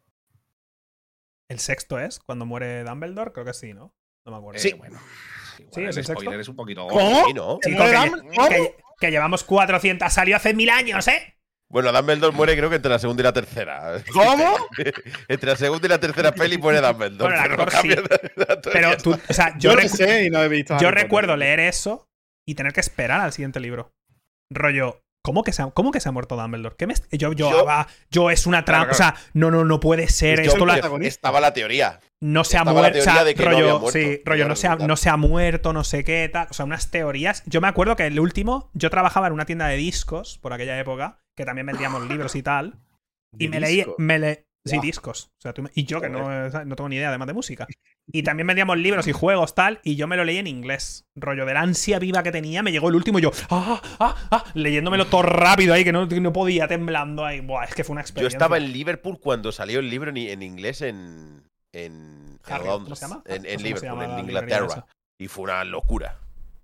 ¿El sexto es? Cuando muere Dumbledore, creo que sí, ¿no? No me acuerdo. Eh, Sí. bueno. igual Sí, es el el sexto. spoiler es un poquito ¿Cómo? gordo. Sí, ¿no? Chico, muere que, Dumbledore? lle- que, que llevamos cuatrocientos. Salió hace mil años, ¿eh? Bueno, Dumbledore muere creo que entre la segunda y la tercera. ¿Cómo? Entre la segunda y la tercera peli muere Dumbledore. Bueno, el pero no actor cambia sí. de- de actor, Pero ya tú, está. o sea, yo, Yo lo recu- sé y no he visto. yo Harry recuerdo Potter. leer eso y tener que esperar al siguiente libro. Rollo, ¿cómo que se ha, cómo que se ha muerto Dumbledore? ¿Qué me est- yo, yo, Yo- ah, yo es una trampa. Claro, O sea, no, no, no puede ser. Yo- Esto la- protagonista. Estaba la teoría. no se ha estaba la muerto. O sea, teoría de que no rollo, había muerto, sí, que rollo, iba no a se, ha, resultar. no se ha muerto, no sé qué, tal. O sea, unas teorías. Yo me acuerdo que el último, yo trabajaba en una tienda de discos por aquella época, que también vendíamos libros y tal. Y ¿De me leí. disco? Me le, sí, Guau. discos. O sea, tú me- y yo, que no, no tengo ni idea además de música. Y también vendíamos libros y juegos, tal. Y yo me lo leí en inglés. Rollo de la ansia viva que tenía. Me llegó el último y yo. ¡Ah! ¡Ah! ¡Ah! Leyéndomelo todo rápido ahí, que no, que no podía, temblando ahí. Buah, es que fue una Yo experiencia. estaba en Liverpool cuando salió el libro en, en inglés en, en, en Harry, Londres, ¿cómo se llama? en, No sé en cómo se Liverpool, llama en la librería Inglaterra. esa. Y fue una locura.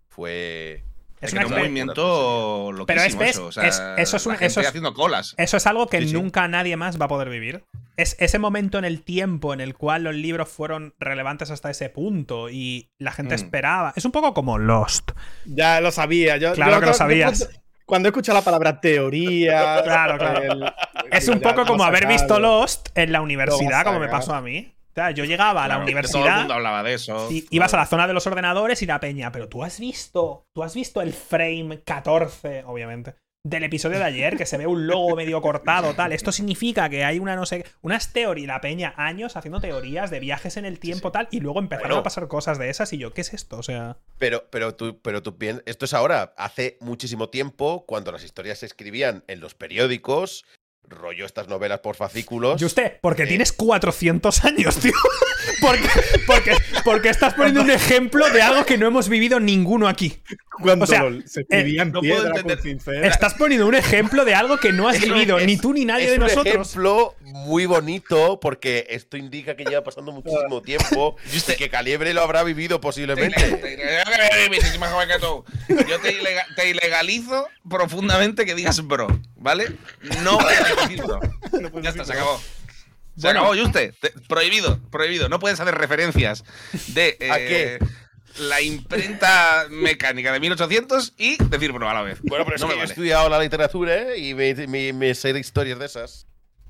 Fue. Es Es una que era un experiencia. movimiento Pero es- loquísimo ves, eso. O sea, es- eso es un- la gente eso es- haciendo colas. Eso es algo que Sí, sí. nunca nadie más va a poder vivir. Es ese momento en el tiempo en el cual los libros fueron relevantes hasta ese punto y la gente Mm. esperaba. Es un poco como Lost. Ya lo sabía. Yo, Claro yo que lo cuando- sabías. Cuando, cuando he escuchado la palabra teoría. Claro, claro. el- Es digo, un ya, poco como lo haber sacaron. visto Lost en la universidad, a como me sacar. pasó a mí. O sea, yo llegaba a la Claro, que Todo el universidad mundo hablaba de eso. y ibas a la zona de los ordenadores y la peña. Pero tú has visto, tú has visto el frame catorce, obviamente, del episodio de ayer, que se ve un logo medio cortado, tal. Esto significa que hay una no sé, unas teorías, la peña, años haciendo teorías de viajes en el tiempo, tal, y luego empezaron Bueno. a pasar cosas de esas y yo, ¿qué es esto? O sea, Pero, pero tú, pero tú piensas, esto es ahora, hace muchísimo tiempo, cuando las historias se escribían en los periódicos, rollo estas novelas por fascículos. ¿y usted? Porque Eh. tienes cuatrocientos años, tío. porque, porque, porque estás poniendo un ejemplo de algo que no hemos vivido ninguno aquí. Cuando O sea, se escribía en no puedo piedra entender- con cincel. Estás poniendo un ejemplo de algo que no has Es un- vivido, es- ni tú ni nadie es de un nosotros. ejemplo muy bonito porque esto indica que lleva pasando muchísimo tiempo y que Caliebre lo habrá vivido Te posiblemente. ilega- te ilega- soy más joven que tú. Yo te, ilega- te ilegalizo profundamente que digas bro, ¿vale? No puedes decir bro. Ya está, se acabó. Se Bueno. acabó, Juste. Te- Prohibido, prohibido. No puedes hacer referencias de ¿A eh, qué? la imprenta mecánica de mil ochocientos y decir bro a la vez. Bueno, pero es no que me yo he vale. estudiado la literatura ¿eh? y me, me, me sé de historias de esas.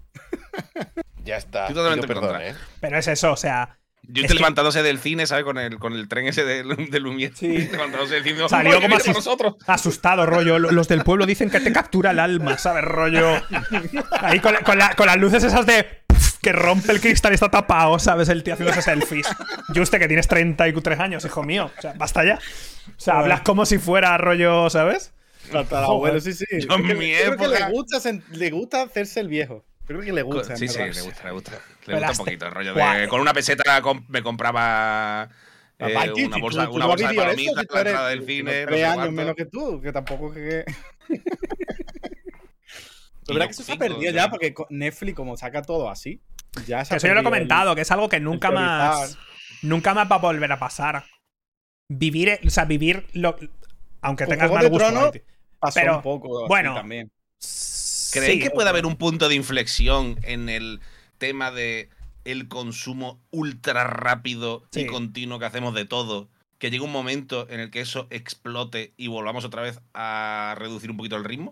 Ya está. Estoy totalmente Pido en perdón, contra. ¿eh? Pero es eso, o sea. Yo Es estoy que- levantándose del cine, ¿sabes? Con el, con el tren ese de, de Lumière. Sí. Levantándose del cine. diciendo, Salió "Oye, como viene con así- nosotros. Asustado, rollo. Lo- Los del pueblo dicen que te captura el alma, ¿sabes? Rollo. Ahí con, la- con la- con las luces esas de. pf, que rompe el cristal y está tapado, ¿sabes? El tío haciéndose selfies. Juste, que tienes treinta y tres años, hijo mío. O sea, basta ya. O sea, hablas como si fuera rollo, ¿sabes? Tatarabuelo, sí, sí. Yo en Creo que- mi creo que época- le gusta, sen- le gusta hacerse el viejo. Creo que le gusta. Sí, en sí, verdad. le gusta, le gusta. Le Pero gusta las un te- poquito el rollo Guau. de. Con una peseta com- me compraba eh, Papá, tío, una si bolsa, tú- tú una no has bolsa de vivido eso, palomitas, si tú la eres- entrada del tú cine. tienes no tres sé años cuánto. menos que tú, que tampoco es que. Y La verdad yo que eso se ha cinco, perdido yo- ya porque co- Netflix, como saca todo así, ya se Que ha eso yo lo he perdido el- comentado, que es algo que nunca más. priorizar. Nunca más va a volver a pasar. Vivir, o sea, vivir lo. Aunque Con tengas Juego más de gusto. Tronos, ahí, tío. Pasó Pero, un poco así bueno, también. ¿Creéis Sí. que puede haber un punto de inflexión en el tema de el consumo ultra rápido Sí. y continuo que hacemos de todo? Que llegue un momento en el que eso explote y volvamos otra vez a reducir un poquito el ritmo.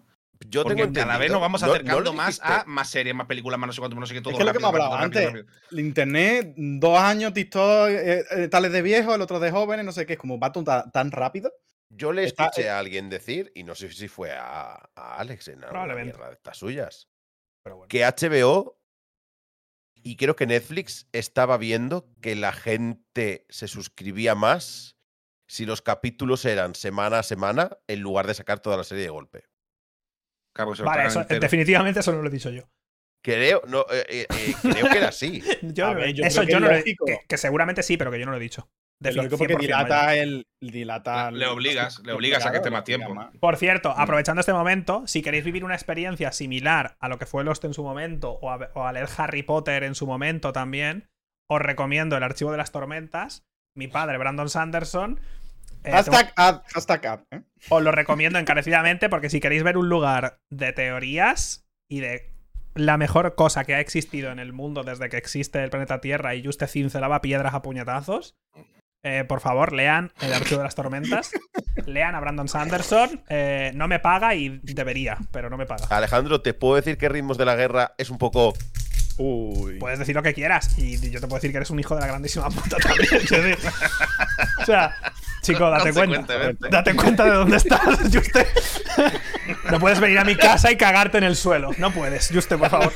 yo Porque tengo entendido. cada vez nos vamos ¿No- no acercando lo más dijiste? a más series, más películas, más no sé cuánto, no sé qué, todo Es que es lo que rápido, hemos hablado rápido, rápido, antes. rápido. El internet, dos años, TikTok, eh, eh, tales de viejos, el otro de jóvenes, no sé qué, es como va tan, tan rápido. Yo le Está- escuché a alguien decir, y no sé si fue a, a Alex en alguna Probablemente. mierda de estas suyas, Pero bueno. que H B O y creo que Netflix estaba viendo que la gente se suscribía más si los capítulos eran semana a semana en lugar de sacar toda la serie de golpe. Claro, porque se lo Vale, tragan eso, entero. definitivamente eso no lo he dicho yo. Creo, no, eh, eh, eh, creo que era así. Yo A no- ver, yo eso creo que yo es no lo he lógico. que, que seguramente sí, pero que yo no lo he dicho. Es Defi- lógico porque cien por cien, vaya. dilata el. Dilata Le el- obligas, le los obligas a que esté creadores, más le obliga tiempo. más. Por cierto, Mm. aprovechando este momento, si queréis vivir una experiencia similar a lo que fue Lost en su momento o a, o a leer Harry Potter en su momento también, os recomiendo El Archivo de las Tormentas. Mi padre, Brandon Sanderson. eh, Hashtag ad, hashtag ad. ¿eh? Os lo recomiendo encarecidamente porque si queréis ver un lugar de teorías y de la mejor cosa que ha existido en el mundo desde que existe el planeta Tierra y Juste cincelaba piedras a puñetazos, eh, por favor, lean El Archivo de las Tormentas. Lean a Brandon Sanderson. Eh, no me paga y debería, pero no me paga. Alejandro, ¿te puedo decir que Ritmos de la Guerra es un poco... Uy. Puedes decir lo que quieras y yo te puedo decir que eres un hijo de la grandísima puta también. Es decir, o sea, chico, date cuenta. Consecuentemente. Date cuenta de dónde estás, Juste. No puedes venir a mi casa y cagarte en el suelo. No puedes, Juste, por favor.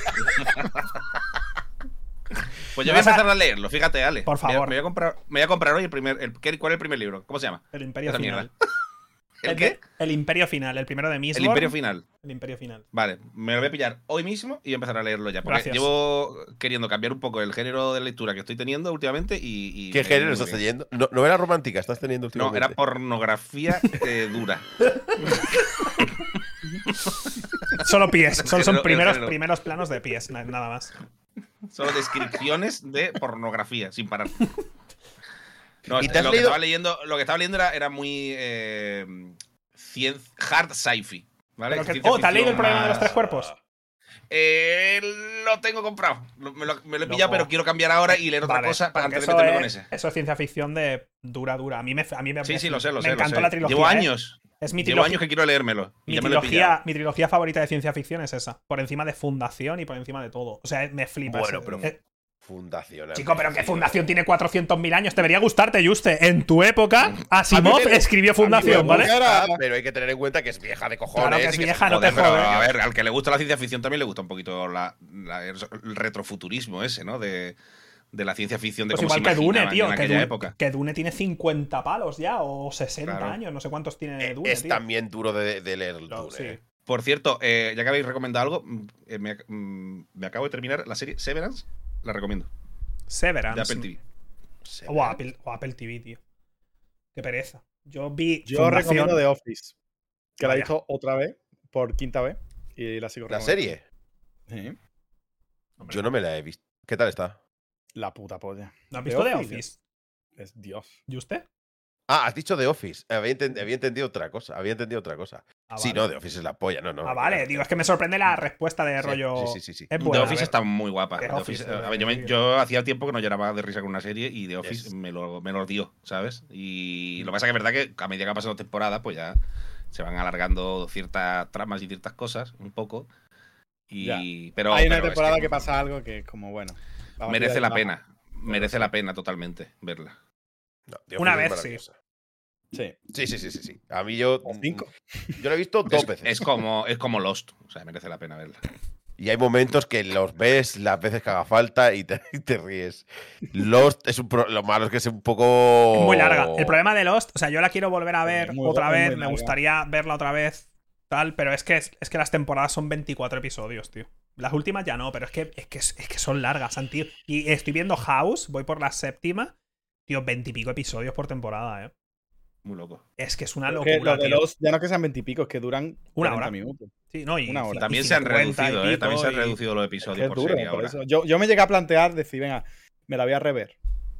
Pues yo Me voy a vas a- empezar a leerlo, fíjate, Ale. Por Me voy a- favor. Me voy a comprar, me voy a comprar hoy el primer. El, ¿qué- ¿Cuál es el primer libro? ¿Cómo se llama? El Imperio Esa Final. mierda. ¿El qué? El Imperio Final, el primero de Mistborn. El Imperio Final. El Imperio Final. Vale, me lo voy a pillar hoy mismo y voy a empezar a leerlo ya. Porque Gracias. llevo queriendo cambiar un poco el género de lectura que estoy teniendo últimamente y. y ¿Qué me género viene estás muy bien. teniendo? No, no era romántica, estás teniendo No, últimamente. era pornografía eh, dura. Solo pies. Solo son género- el primeros, género. primeros planos de pies, na- nada más. Solo descripciones de pornografía, sin parar. No, ¿Y este- te has lo, que leído- estaba leyendo, lo que estaba leyendo era, era muy eh, cien- hard sci-fi. ¿Vale? Pero que- Ciencia oh, ¿te has leído el ficción problema de los más- tres cuerpos? Eh, lo tengo comprado. Lo- Me lo, me lo he pillado, Loco. pero quiero cambiar ahora y leer otra Vale, cosa porque antes de eso meterme es, con ese. Eso es ciencia ficción de dura, dura. A mí me, a mí me, Sí, sí, lo sé, lo me sé. lo encantó sé. la trilogía. Llevo ¿eh? años. Es mi Llevo trilogía, años que quiero leérmelo. Y mi, ya me lo he trilogía, pillado. mi trilogía favorita de ciencia ficción es esa. Por encima de Fundación y por encima de todo. O sea, me flipa. Bueno, ese- pero- eh, Fundación. chico, pero que Fundación. Fundación tiene cuatrocientos mil años. Debería gustarte, Juste. En tu época, Asimov A mí me- escribió a mí me Fundación, ¿vale? gusta- Ah, pero hay que tener en cuenta que es vieja de cojones. Claro que es y se vieja, no te Joder, pero, jodes. a ver, al que le gusta la ciencia ficción también le gusta un poquito la, la- el retrofuturismo ese, ¿no? De, de la ciencia ficción de Pues cómo se igual que Dune, imaginaban tío. en Que aquella Dune, época. que Dune tiene cincuenta palos ya, o sesenta Claro. años. No sé cuántos tiene Eh, Dune, es tío. también duro de, de leer el No, Dune, sí. eh. Por cierto, eh, ya que habéis recomendado algo, mm, eh, me, mm, me acabo de terminar la serie Severance. La recomiendo. Severance. De Apple T V. Se O ve. Apple, o Apple T V, tío. Qué pereza. Yo vi. Yo Fundación- recomiendo The Office. Que la he Vaya. visto otra vez, por quinta vez. Y la sigo ¿La recomendando. serie? Sí. Hombre, Yo no me la he visto. ¿Qué tal está? La puta polla. ¿No has The visto The Office. Office? Es Dios. ¿Y usted? Ah, has dicho The Office. Había, enten- había entendido otra cosa. Había entendido otra cosa. Ah, Sí, vale. no, The Office es la polla. No, no. Ah, vale. Digo, es que me sorprende la respuesta de Sí, rollo. sí, sí, sí, sí. Es The buena, a Office ver. está muy guapa. The The Office, Office, eh, a ver, yo, me- sí. yo hacía tiempo que no lloraba de risa con una serie y The Office Es- me, lo, me lo dio, ¿sabes? Y lo que pasa es que es verdad que a medida que va pasando temporada, pues ya se van alargando ciertas tramas y ciertas cosas, un poco. Y, pero, Hay una pero es temporada que, pasa algo que es como, bueno. la merece batida la de pena. Merece la pena totalmente verla. No, The Una Office es vez, sí. maravillosa. Sí. Sí, sí, sí, sí, sí. A mí yo. O cinco. Yo la he visto dos Es, veces. es como, es como Lost. O sea, merece la pena verla. Y hay momentos que los ves las veces que haga falta y te, y te ríes. Lost es un pro- lo malo es que es un poco. Es muy larga. El problema de Lost, o sea, yo la quiero volver a ver Muy- otra es muy vez. Me larga. gustaría verla otra vez. Tal, pero es que, es que las temporadas son veinticuatro episodios, tío. Las últimas ya no, pero es que, es que, es que son largas, son, tío. Y estoy viendo House, voy por la séptima. Tío, veintipico episodios por temporada, eh. Muy loco. Es que es una Es que locura, los de tío. los ya no es que sean veintipico, es que duran Una cuarenta hora. minutos. Sí, no, y, una hora. y También se han cincuenta y reducido, ¿eh? También se han pico, y- reducido los Es que episodios es por duro, serie por ahora. eso. Yo, yo me llegué a plantear, decir, venga, me la voy a rever.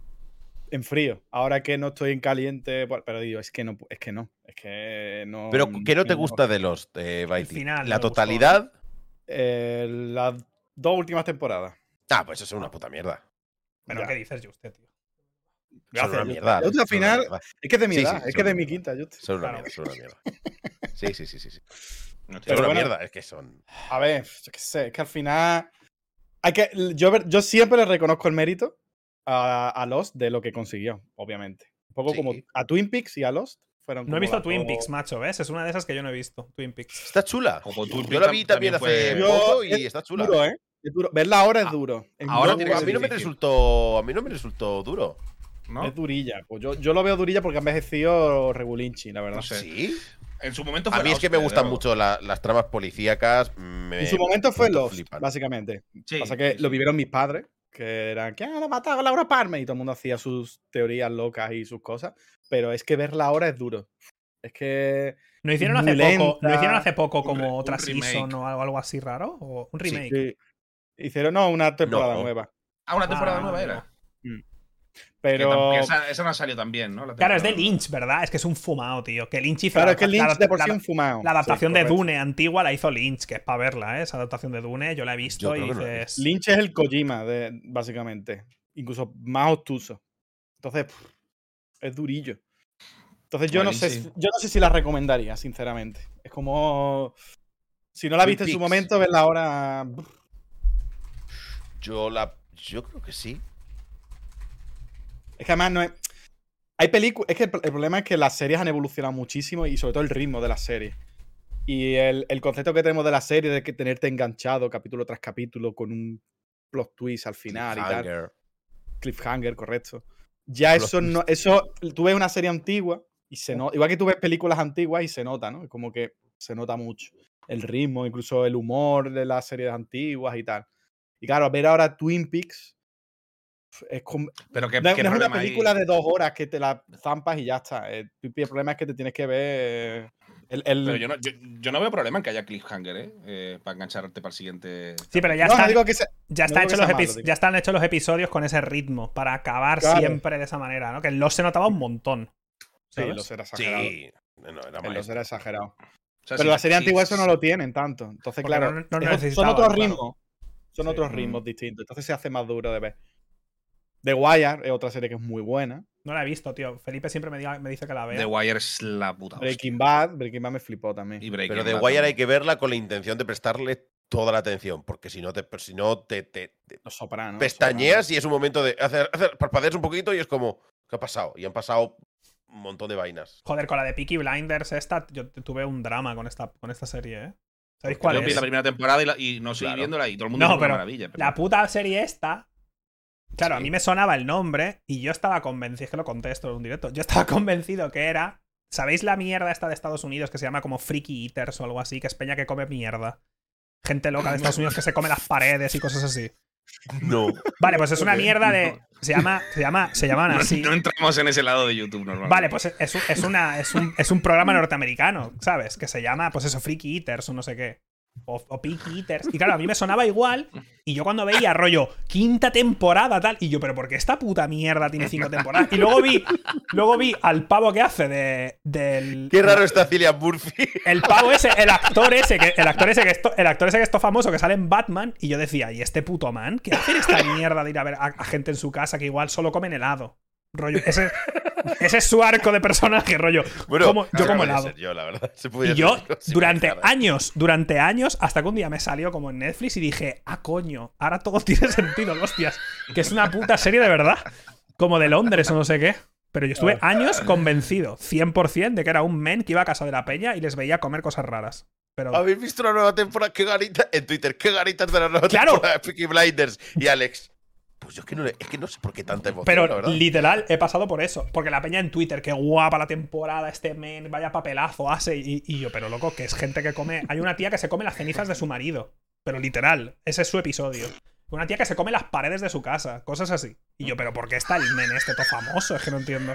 En frío. Ahora que no estoy en caliente. pues- Pero digo, es que no, es que no. Es que no. Pero, ¿qué no te no- gusta de Lost, eh, Baiti? final no ¿La me gustó. totalidad? Eh, las dos últimas temporadas. Ah, pues eso es una puta mierda. Pero Ya. ¿qué dices, usted, tío? Son Gracias, una Justo. mierda. La otra son una final- mierda. Es que es de mi Sí, edad, sí, es son que es de una mi mierda. quinta. Justo. Son una Claro. mierda, son una mierda. Sí, sí, sí, sí, sí. No, tío, Es Pero una bueno, mierda, es que son. A ver, yo qué sé, es que al final. Hay que, yo, yo siempre le reconozco el mérito a, a Lost de lo que consiguió, obviamente. Un poco Sí. como a Twin Peaks y a Lost fueron No como he visto las Twin dos- Peaks, macho, ¿ves? Es una de esas que yo no he visto. Twin Peaks. Está chula. Como Twin Yo la Peaks vi también hace fue- Yo- poco y es está chula. duro, ¿eh? Es duro. Verla ahora es Ah, duro. Es ahora muy tiene que a ser mí no me difícil. resultó. A mí no me resultó duro. ¿no? Es durilla. Pues yo, yo lo veo durilla porque ha envejecido regulinchi, la verdad. No sé. ¿Sí? En su momento fue A mí la es que me hostia, gustan ¿no? mucho la- las tramas policíacas. Me, En su momento fue me Lost, flipan. básicamente. Sí, Pasa que sí, lo sí. vivieron mis padres, que eran, ¿quién ha matado a Laura Palmer? Y todo el mundo hacía sus teorías locas y sus cosas. Pero es que verla ahora es duro. Es que. ¿No hicieron Muy hace poco, lenta. ¿no hicieron hace poco Un re- como un otra remake. season o algo, algo así raro? ¿O un Sí. remake? Sí. Hicieron, no, una temporada No. nueva. Ah, una temporada Ah, nueva amigo. era. Mm. Que Pero. tam- que esa, esa no ha salido tan bien, ¿no? La Claro, es de temporada nueva. Lynch, ¿verdad? Es que es un fumado, tío. Que Lynch hizo Claro, la, es que la- Lynch de por sí la- un fumado. la adaptación Sí, de correcto. Dune antigua la hizo Lynch, que es para verla, ¿eh? Esa adaptación de Dune, yo la he visto Yo y creo que no la he dices. Lynch es el Kojima, de, básicamente. Incluso más obtuso. Entonces, pff, es durillo. Entonces, yo Bueno, no sé, sí. si- yo no sé si la recomendaría, sinceramente. Es como. Si no la Twin viste en su Peaks. momento, verla ahora. pff, Yo la. Yo creo que sí. Es que además no es. Hay películas. Es que el, el problema es que las series han evolucionado muchísimo y sobre todo el ritmo de las series. Y el, el concepto que tenemos de la serie de que tenerte enganchado capítulo tras capítulo con un plot twist al final y tal. Cliffhanger. Cliffhanger, correcto. Ya Plot eso no. Eso. Tú ves una serie antigua y se nota. Igual que tú ves películas antiguas y se nota, ¿no? Es como que se nota mucho. El ritmo, incluso el humor de las series antiguas y tal. Y claro, ver ahora Twin Peaks. Es como, Pero qué, no, qué no es una problema hay- película de dos horas que te la zampas y ya está. El, el problema es que te tienes que ver. El, el- Pero yo no, yo, yo no veo problema en que haya cliffhanger, ¿eh? Eh, para engancharte para el siguiente. Sí, pero ya no, no están, digo que se- ya, no están digo que hechos los sea malo, epi- digo. ya están hechos los episodios con ese ritmo, para acabar Claro. siempre de esa manera, ¿no? Que en Lost se notaba un montón. Sí, ¿sabes? los era exagerado. Sí. No, era En los maestro. era exagerado. O sea, Pero sí, la serie sí, antigua sí, eso no lo tienen tanto. Entonces, Porque claro, no- no es- son necesitaban, otros claro. ritmos. Son Sí. otros Mm. ritmos distintos. Entonces se hace más duro de ver. The Wire es otra serie que es muy buena. No la he visto, tío. Felipe siempre me, diga- me dice que la vea. The Wire es la puta hostia. Breaking Bad. Breaking Bad me flipó también. Y Breaking Pero de Bad Wire hay también. que verla con la intención de prestarle toda la atención. Porque si no te, si no te, te- te Los Sopranos. pestañeas y es un momento de hacer, hacer parpadeas un poquito y es como, ¿qué ha pasado? Y han pasado un montón de vainas. Joder, con la de Peaky Blinders esta, yo t- tuve un drama con esta, con esta serie, ¿eh? ¿Sabéis Porque cuál Yo vi es? la primera temporada y, la- y no seguí Claro. viéndola y todo el mundo No, dice que es pero una maravilla. pero- La puta serie esta. Claro, a Sí. mí me sonaba el nombre y yo estaba convencido, es que lo conté esto en un directo, yo estaba convencido que era, ¿sabéis la mierda esta de Estados Unidos que se llama como Freaky Eaters o algo así? Que es peña que come mierda. Gente loca de Estados Unidos que se come las paredes y cosas así. No. Vale, pues es una Ok. mierda de... Se llama, se llama, se llaman No, así. no entramos en ese lado de YouTube normalmente. Vale, pues es, un- es, una, es, un, es un programa norteamericano, ¿sabes? Que se llama, pues eso, Freaky Eaters o no sé qué. O, o Peaky Eaters. Y claro, a mí me sonaba igual. Y yo cuando veía rollo, quinta temporada, tal. Y yo, pero ¿por qué esta puta mierda tiene cinco temporadas? Y luego vi, luego vi al pavo que hace de, del. Qué raro está Cillian Murphy. El pavo ese, el actor ese, que, el actor ese que esto, el actor ese que esto famoso que sale en Batman. Y yo decía, ¿y este puto man? ¿Qué hace esta mierda de ir a ver a, a gente en su casa que igual solo comen helado? Rollo, ese, ese es su arco de personaje, rollo. Bueno, como, yo eso como podría helado. ser yo, la verdad. Se podría Y yo, ser yo, si me durante dejara. años, durante años, hasta que un día me salió como en Netflix y dije, ah, coño, ahora todo tiene sentido, hostias. Que es una puta serie de verdad. Como de Londres o no sé qué. Pero yo estuve años convencido, cien por cien, de que era un men que iba a casa de la peña y les veía comer cosas raras. Pero ¿Habéis visto la nueva temporada? ¿Qué ganitas? En Twitter, ¿qué ganitas de la nueva Claro. temporada de Peaky Blinders? Y Alex. Pues yo es que no, le- es que no sé por qué tanta emoción, la Pero verdad. literal, he pasado por eso. Porque la peña en Twitter, qué guapa la temporada, este men, vaya papelazo hace. Y, y yo, pero loco, que es gente que come. Hay una tía que se come las cenizas de su marido. Pero literal, ese es su episodio. Una tía que se come las paredes de su casa, cosas así. Y yo, pero ¿por qué está el men este todo famoso? Es que no entiendo.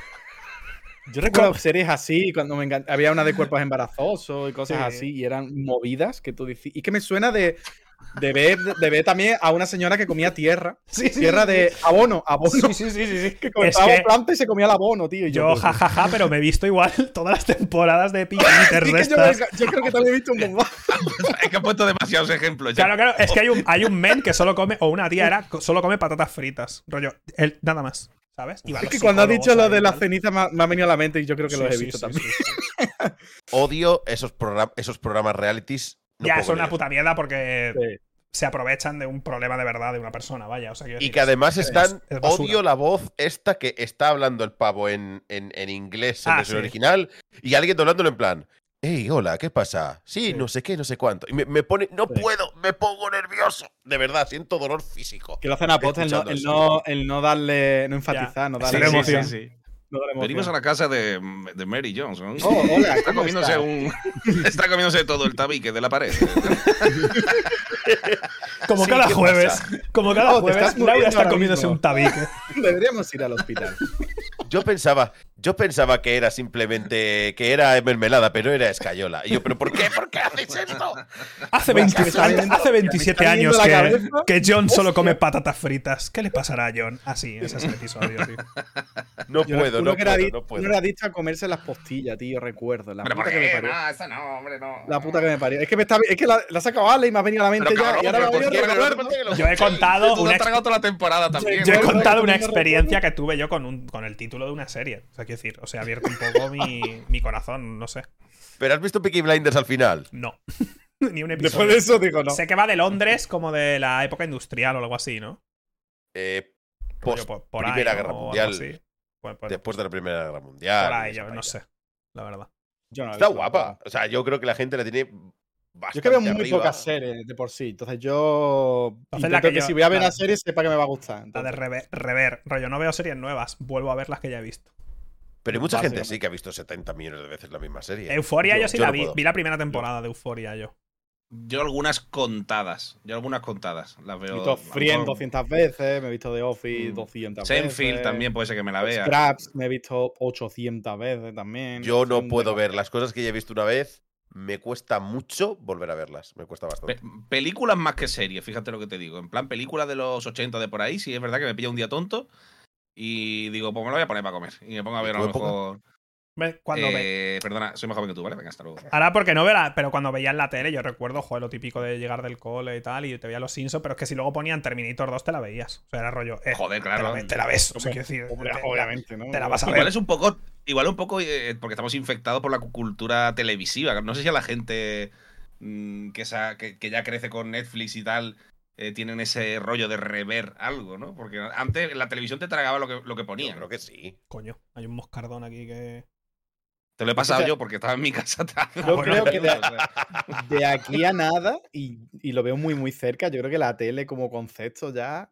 Yo recuerdo series así, cuando me engan- había una de cuerpos embarazosos y cosas Sí. así, y eran movidas que tú decís. Y que me suena de, de, ver, de ver también a una señora que comía tierra. Sí, sí, Tierra sí, de abono, abono. Sí, sí, sí, sí, sí. Que Es cortaba que planta y se comía el abono, tío. Y yo, pues, jajaja, pero me he visto igual todas las temporadas de Peaky Blinders sí de que yo, estas. me- yo creo que también he visto un bombón. Es que he puesto demasiados ejemplos. ya. Claro, claro, es que hay un, hay un men que solo come, o una tía era, co- solo come patatas fritas. Rollo, él, nada más, ¿sabes? Y va a Es los que cuando has psicólogos dicho lo ahí de y las tal. cenizas me, ha- me ha venido a la mente y yo creo que Sí, los he sí, visto sí, también. sí, sí. Odio esos, program- esos programas realities. No ya, puedo son una con ellos. puta mierda porque Sí. se aprovechan de un problema de verdad de una persona, vaya. O sea, quiero Y decir, que además es- están. es basura. Odio la voz esta que está hablando el pavo en, en, en inglés, en Ah, versión sí. original, y alguien doblándolo en plan. Hey, hola, ¿qué pasa? Sí, Sí. no sé qué, no sé cuánto. Y me, me pone. No Sí. puedo, me pongo nervioso. De verdad, siento dolor físico. Que lo hacen a posta, el no, Escuchando el, eso. no, el no darle, no enfatizar, no Sí, darle sí, sí, emoción. sí. No darle Venimos a emoción. la casa de, de Mary Johnson. Oh, hola, está ¿cómo comiéndose estás? un. Está comiéndose todo el tabique de la pared. Como Sí, cada ¿qué jueves. pasa? Como cada Oh, te jueves, estás Laura muriendo está ahora comiéndose mismo. un tabique. Deberíamos ir al hospital. Yo pensaba, yo pensaba que era simplemente que era mermelada, pero era escayola. Y yo, ¿pero por qué? ¿Por qué hacéis esto? Hace, Bueno, veinte me está viendo- hace me veintisiete está años viendo la que, cabeza. que John solo Hostia. come patatas fritas. ¿Qué le pasará a John? Así, ese es el episodio, tío. No Yo puedo, uno no que era puedo, adicto- no uno puedo. era adicto a comerse las postillas, tío, recuerdo. La Pero puta ¿por que me qué? parió. No, esa no, hombre, no. La puta que me parió. Es que me está, es que la, la ha sacado Ale y me ha venido a la mente Pero ya. cabrón, y ahora pero me ¿por voy a qué? Pero no te recordar. parece que lo Yo he escuchéis. contado Tú te una has ex- tragado toda la temporada también. Yo he Bueno, contado no una recuerdo. experiencia que tuve yo con, un, con el título de una serie. O sea, quiero decir, o sea, ha abierto un poco mi, mi corazón, no sé. ¿Pero has visto Peaky Blinders al final? No. Ni un episodio. Después de eso digo, no. Sé que va de Londres como de la época industrial o algo así, ¿no? Eh, Rollo post por, por ahí, Primera ¿no? Guerra O algo Mundial. así. Pues, pues, Después de la Primera Guerra Mundial. por y ahí, esa yo no vaina. sé. La verdad. Yo no la he Está visto guapa. tampoco. O sea, yo creo que la gente la tiene bastante Yo es que veo muy arriba. pocas series de por sí. Entonces yo. Entonces la intento que que, yo- si voy a ver la- la serie, sepa que me va a gustar. La de Entonces, rever, rever. Rollo, no veo series nuevas. Vuelvo a ver las que ya he visto. Pero hay mucha gente Básicamente. sí que ha visto setenta millones de veces la misma serie. Euforia yo, Yo- sí yo la no vi. puedo. Vi la primera temporada de Euforia yo. Yo algunas contadas. Yo algunas contadas. Las me he veo. visto a lo Friends mejor- doscientas veces, me he visto The Office Mm. doscientas Seinfeld veces. también puede ser que me la vea. Scraps me he visto ochocientas veces también. Yo no Soy un puedo desgraciado. ver las cosas que ya he visto una vez. Me cuesta mucho volver a verlas. Me cuesta bastante. Pe- películas más que series, fíjate lo que te digo. En plan, películas de los ochenta de por ahí, sí es verdad que me pilla un día tonto. Y digo, pues me lo voy a poner para comer. Y me pongo a ¿De ver a tu lo época? mejor. ¿Ves? Cuando ve- eh, Perdona, soy más joven que tú, ¿vale? Venga, hasta luego. Ahora porque no veo la... Pero cuando veía en la tele, yo recuerdo, joder, lo típico de llegar del cole y tal, y te veía los Simpsons, pero es que si luego ponían Terminator dos te la veías. O sea, era rollo, eh, Joder, te la, claro. ve- te la ves. O sea, Hombre, quiero decir, hombre, te, obviamente, ¿no? te la vas a Igual ver. es un poco. Igual un poco eh, porque estamos infectados por la cu- cultura televisiva. No sé si a la gente mm, que, esa- que, que ya crece con Netflix y tal. eh, tienen ese rollo de rever algo, ¿no? Porque antes en la televisión te tragaba lo que, lo que Yo ponían. creo que sí. Coño, hay un moscardón aquí que... Te lo he pasado sea, yo porque estaba en mi casa. Yo bueno, creo que de, o sea, de aquí a nada, y, y lo veo muy, muy cerca, yo creo que la tele como concepto ya.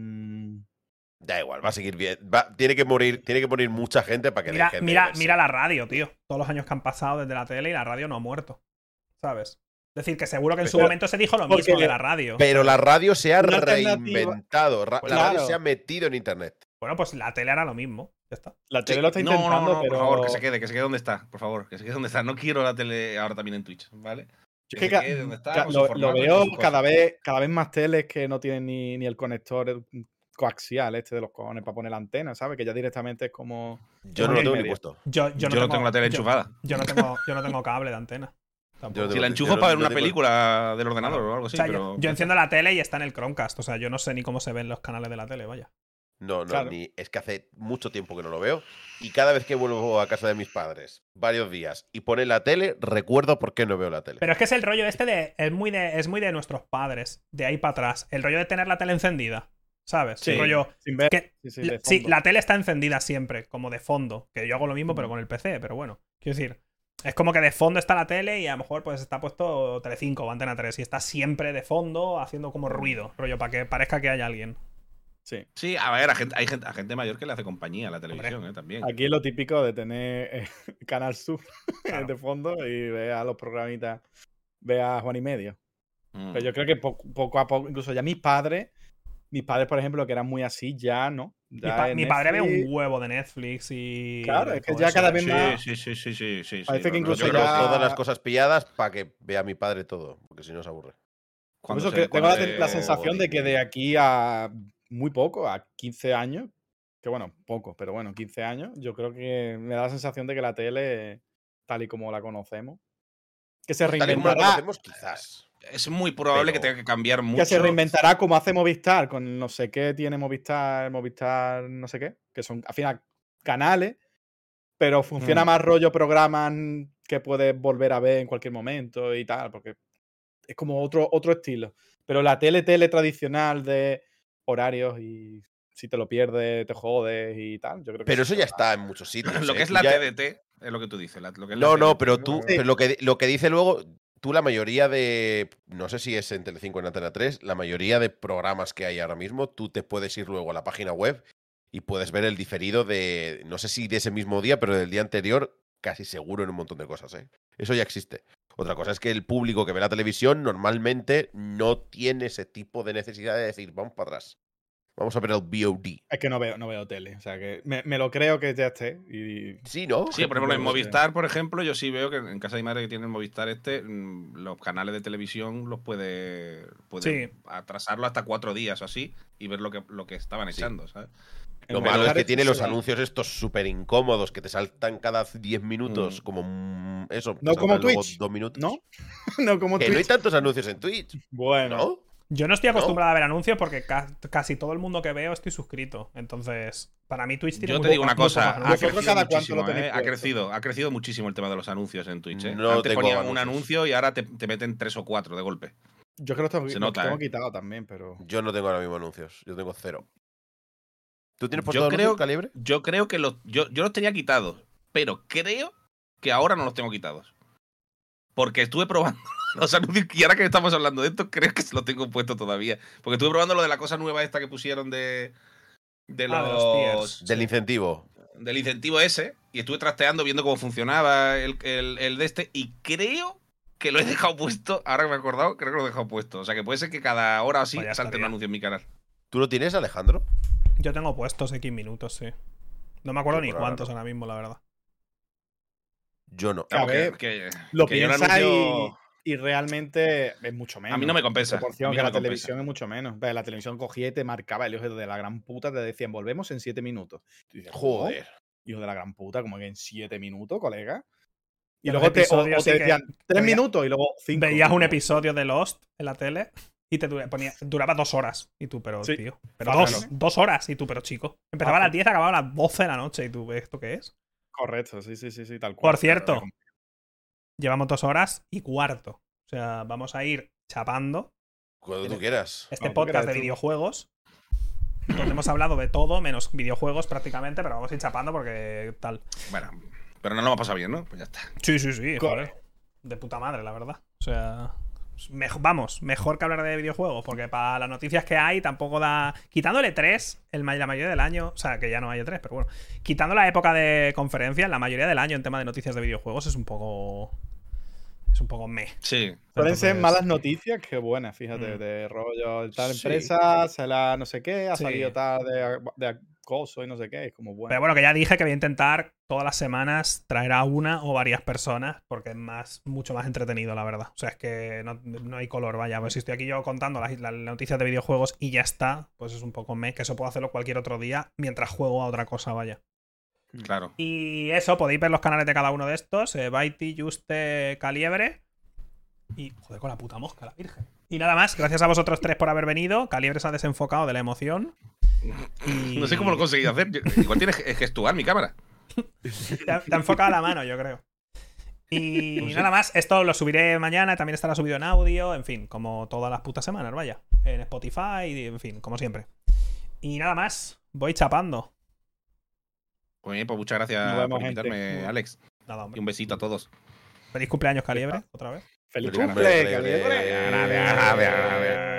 mm, Da igual, va a seguir bien. Va- tiene que morir, tiene que morir mucha gente para que Mira, deje de mira, verse. mira la radio, tío. Todos los años que han pasado desde la tele y la radio no ha muerto. ¿Sabes? Es decir, que seguro que en su Pero- momento se dijo lo porque mismo de le- la radio. Pero la radio se ha Una alternativa- reinventado. Ra- Pues la radio claro. se ha metido en internet. Bueno, pues la tele hará lo mismo. Ya está. La tele sí, lo está no, intentando, no, no, pero. por favor, que se quede, que se quede donde está, por favor, que se quede donde está. No quiero la tele ahora también en Twitch, ¿vale? Yo Que es se que quede ca- donde está, ca- con su lo, formato lo y veo con sus cada cosas. vez, cada vez más teles que no tienen ni, ni el conector coaxial este de los cojones para poner la antena, ¿sabes? Que ya directamente es como. Yo Una no lo y tengo ni media. puesto. Yo, yo Yo no, no tengo, tengo la tele yo- enchufada. Yo no tengo, yo no tengo cable de antena. Tampoco. Yo Si la no- enchufo yo no- para ver no una tengo- película del ordenador o algo O así, sea, yo- pero. yo, enciendo la tele y está en el Chromecast. O sea, yo no sé ni cómo se ven los canales de la tele, vaya. No, no, Claro. ni, es que hace mucho tiempo que no lo veo. Y cada vez que vuelvo a casa de mis padres, varios días, y pone la tele, recuerdo por qué no veo la tele. Pero es que es el rollo este de. Es muy de, es muy de nuestros padres, de ahí para atrás. El rollo de tener la tele encendida. ¿Sabes? Sí, El rollo. sin ver. Que, Sí, sí, la- de sí, fondo. la tele está encendida siempre, como de fondo. Que yo hago lo mismo, pero Mm. con el P C, pero bueno. Quiero decir, es como que de fondo está la tele y a lo mejor pues está puesto Telecinco o Antena tres y está siempre de fondo haciendo como ruido, rollo, para que parezca que hay alguien. Sí. Sí, a ver, a gente, hay gente, a gente mayor que le hace compañía a la televisión, ¿eh? También. Aquí es lo típico de tener eh, Canal Sur Claro. de fondo y ver a los programitas, ver a Juan y Medio. Mm. Pero yo creo que poco, poco a poco, incluso ya mis padres, mis padres, por ejemplo, que eran muy así, ya no. Mi, Ya pa- en mi padre ve Netflix- un huevo de Netflix y. Claro, es que todo ya eso. cada vez Sí, más- sí, sí, sí, sí, sí. Parece sí, que no, incluso yo Yo creo creo ya- todas las cosas pilladas para que vea mi padre todo, porque si no se aburre. Por cuando eso se- que tengo la, cuando- la sensación de que de aquí a muy poco, a quince años, que bueno, poco, pero bueno, quince años, yo creo que me da la sensación de que la tele, tal y como la conocemos, que se Tal y como lo reinventará. conocemos, quizás. Es muy probable Pero- que tenga que cambiar mucho. Que se reinventará como hace Movistar, con no sé qué tiene Movistar, Movistar no sé qué, que son al final canales pero funciona Mm. más rollo programas que puedes volver a ver en cualquier momento y tal, porque es como otro, otro estilo. Pero la tele, tele tradicional de horarios y si te lo pierdes, te jodes y tal, yo creo que Pero sí eso se ya va. está en muchos sitios. Lo ¿eh? que es Tú la ya- T D T es lo que tú dices. la- lo que es la No, no, T D T, pero tú, Sí. pero lo que, lo que dice luego, tú la mayoría de, no sé si es en Telecinco o en Antena tres, la mayoría de programas que hay ahora mismo, tú te puedes ir luego a la página web y puedes ver el diferido de, no sé si de ese mismo día, pero del día anterior, casi seguro en un montón de cosas, ¿eh? Eso ya existe. Otra cosa es que el público que ve la televisión normalmente no tiene ese tipo de necesidad de decir, vamos para atrás. Vamos a ver el V O D. Es que no veo, no veo tele. O sea que me, me lo creo que ya esté. Y Sí, ¿no? Sí, por ejemplo, en No lo sé. Movistar, por ejemplo, yo sí veo que en casa de mi madre que tiene el Movistar este, mm, los canales de televisión los puede, puede Sí. atrasarlo hasta cuatro días o así y ver lo que, lo que estaban Sí. echando, ¿sabes? Lo en malo es Movistar que eso tiene se los va. anuncios estos súper incómodos que te saltan cada diez minutos, Mm. como mm, eso. te No como saltan luego Twitch, dos minutos. ¿no? No como Que no hay Twitch. tantos anuncios en Twitch. Bueno. ¿No? Yo no estoy ¿No? acostumbrado a ver anuncios porque ca- casi todo el mundo que veo estoy suscrito. Entonces, para mí Twitch tiene Yo muy te digo poca- una muy cosa, pocos ha anuncios. Vosotros crecido cada cuánto muchísimo, lo tenéis ¿eh? ha puesto. crecido, ha crecido muchísimo el tema de los anuncios en Twitch, ¿eh? No Antes tengo ponían un anuncios. anuncio y ahora te, te meten tres o cuatro de golpe. Yo creo que los tengo, Se los nota, tengo ¿eh? quitado también, pero. Yo no tengo ahora mismo anuncios. Yo tengo cero. ¿Tú tienes puesto Yo anuncios, creo, Calibre? yo creo que los, yo, yo los tenía quitados, pero creo que ahora no los tengo quitados. Porque estuve probando los anuncios y ahora que estamos hablando de esto, creo que se los tengo puesto todavía. Porque estuve probando lo de la cosa nueva esta que pusieron de, de Ah, de los los, tiers. Del Sí. incentivo. del incentivo ese y estuve trasteando viendo cómo funcionaba el, el, el de este y creo que lo he dejado puesto, ahora que me he acordado, creo que lo he dejado puesto. O sea que puede ser que cada hora o así Pues ya salte un estaría. anuncio en mi canal. ¿Tú lo tienes, Alejandro? Yo tengo puestos X minutos, sí. No me acuerdo Yo ni por ahora cuántos no. ahora mismo, la verdad. Yo no. A Vamos, ver, que, que, Lo que yo el piensas anuncio... y, y realmente es mucho menos. A mí no me compensa. En proporción A mí que no la me compensa. televisión es mucho menos. Ve, la televisión cogía y te marcaba el hijo de la gran puta, te decían, volvemos en siete minutos. Tú dices, ¿cómo? Joder. Hijo de la gran puta, como que en siete minutos, colega. Y De luego los te, o, episodios o te sí que decían tres veía- minutos y luego cinco. Veías un Como, episodio de Lost en la tele y te dura- ponía, duraba dos horas. Y tú, pero Sí. tío. Pero Fácil, dos, ¿no? dos horas. Y tú, pero chico. Empezaba a las Fácil. diez, acababa a las doce de la noche. Y tú, ¿esto qué es? Correcto, sí, sí, sí, sí, tal cual. Por cierto, Pero- llevamos dos horas y cuarto. O sea, vamos a ir chapando Cuando tú quieras. este No, tú podcast crees de tú. videojuegos. Donde hemos hablado de todo, menos videojuegos prácticamente, pero vamos a ir chapando porque tal. Bueno, pero no lo hemos pasado bien, ¿no? Pues ya está. Sí, sí, sí, Corre. joder. De puta madre, la verdad. O sea, mej- vamos, mejor que hablar de videojuegos, porque para las noticias que hay tampoco da... Quitándole tres, el, ma- la mayoría del año, o sea, que ya no hay tres, pero bueno, quitando la época de conferencias, la mayoría del año en tema de noticias de videojuegos es un poco... Es un poco meh. Sí. Suelen ser Entonces, malas noticias que buenas, fíjate, Mm. de rollo, tal Sí. empresa, se la no sé qué, ha Sí. salido tal de, de acoso y no sé qué, es como bueno. Pero bueno, que ya dije que voy a intentar todas las semanas traer a una o varias personas, porque es más, mucho más entretenido, la verdad. O sea, es que no, no hay color, vaya. Pues si estoy aquí yo contando las, las noticias de videojuegos y ya está, pues es un poco meh, que eso puedo hacerlo cualquier otro día mientras juego a otra cosa, vaya. Claro. Y eso, podéis ver los canales de cada uno de estos, eh, Baiti, Juste, Caliebre. Y, joder, con la puta mosca, la virgen. Y nada más, gracias a vosotros tres por haber venido. Caliebre se ha desenfocado de la emoción. Y... No sé cómo lo he conseguido hacer. Yo- igual tiene que gestuar mi cámara. Te ha, te ha enfocado la mano, yo creo. Y Pues sí. nada más, esto lo subiré mañana, también estará subido en audio, en fin, como todas las putas semanas, vaya. En Spotify, y, en fin, como siempre. Y nada más, voy chapando. Pues bien, pues muchas gracias Nos vemos, por invitarme, gente. Alex. Nada, Y hombre. un besito a todos. Feliz cumpleaños, Caliebre, otra vez. ¡Feliz Feliz cumple, cumple, Caliebre! Gracias, gracias, gracias.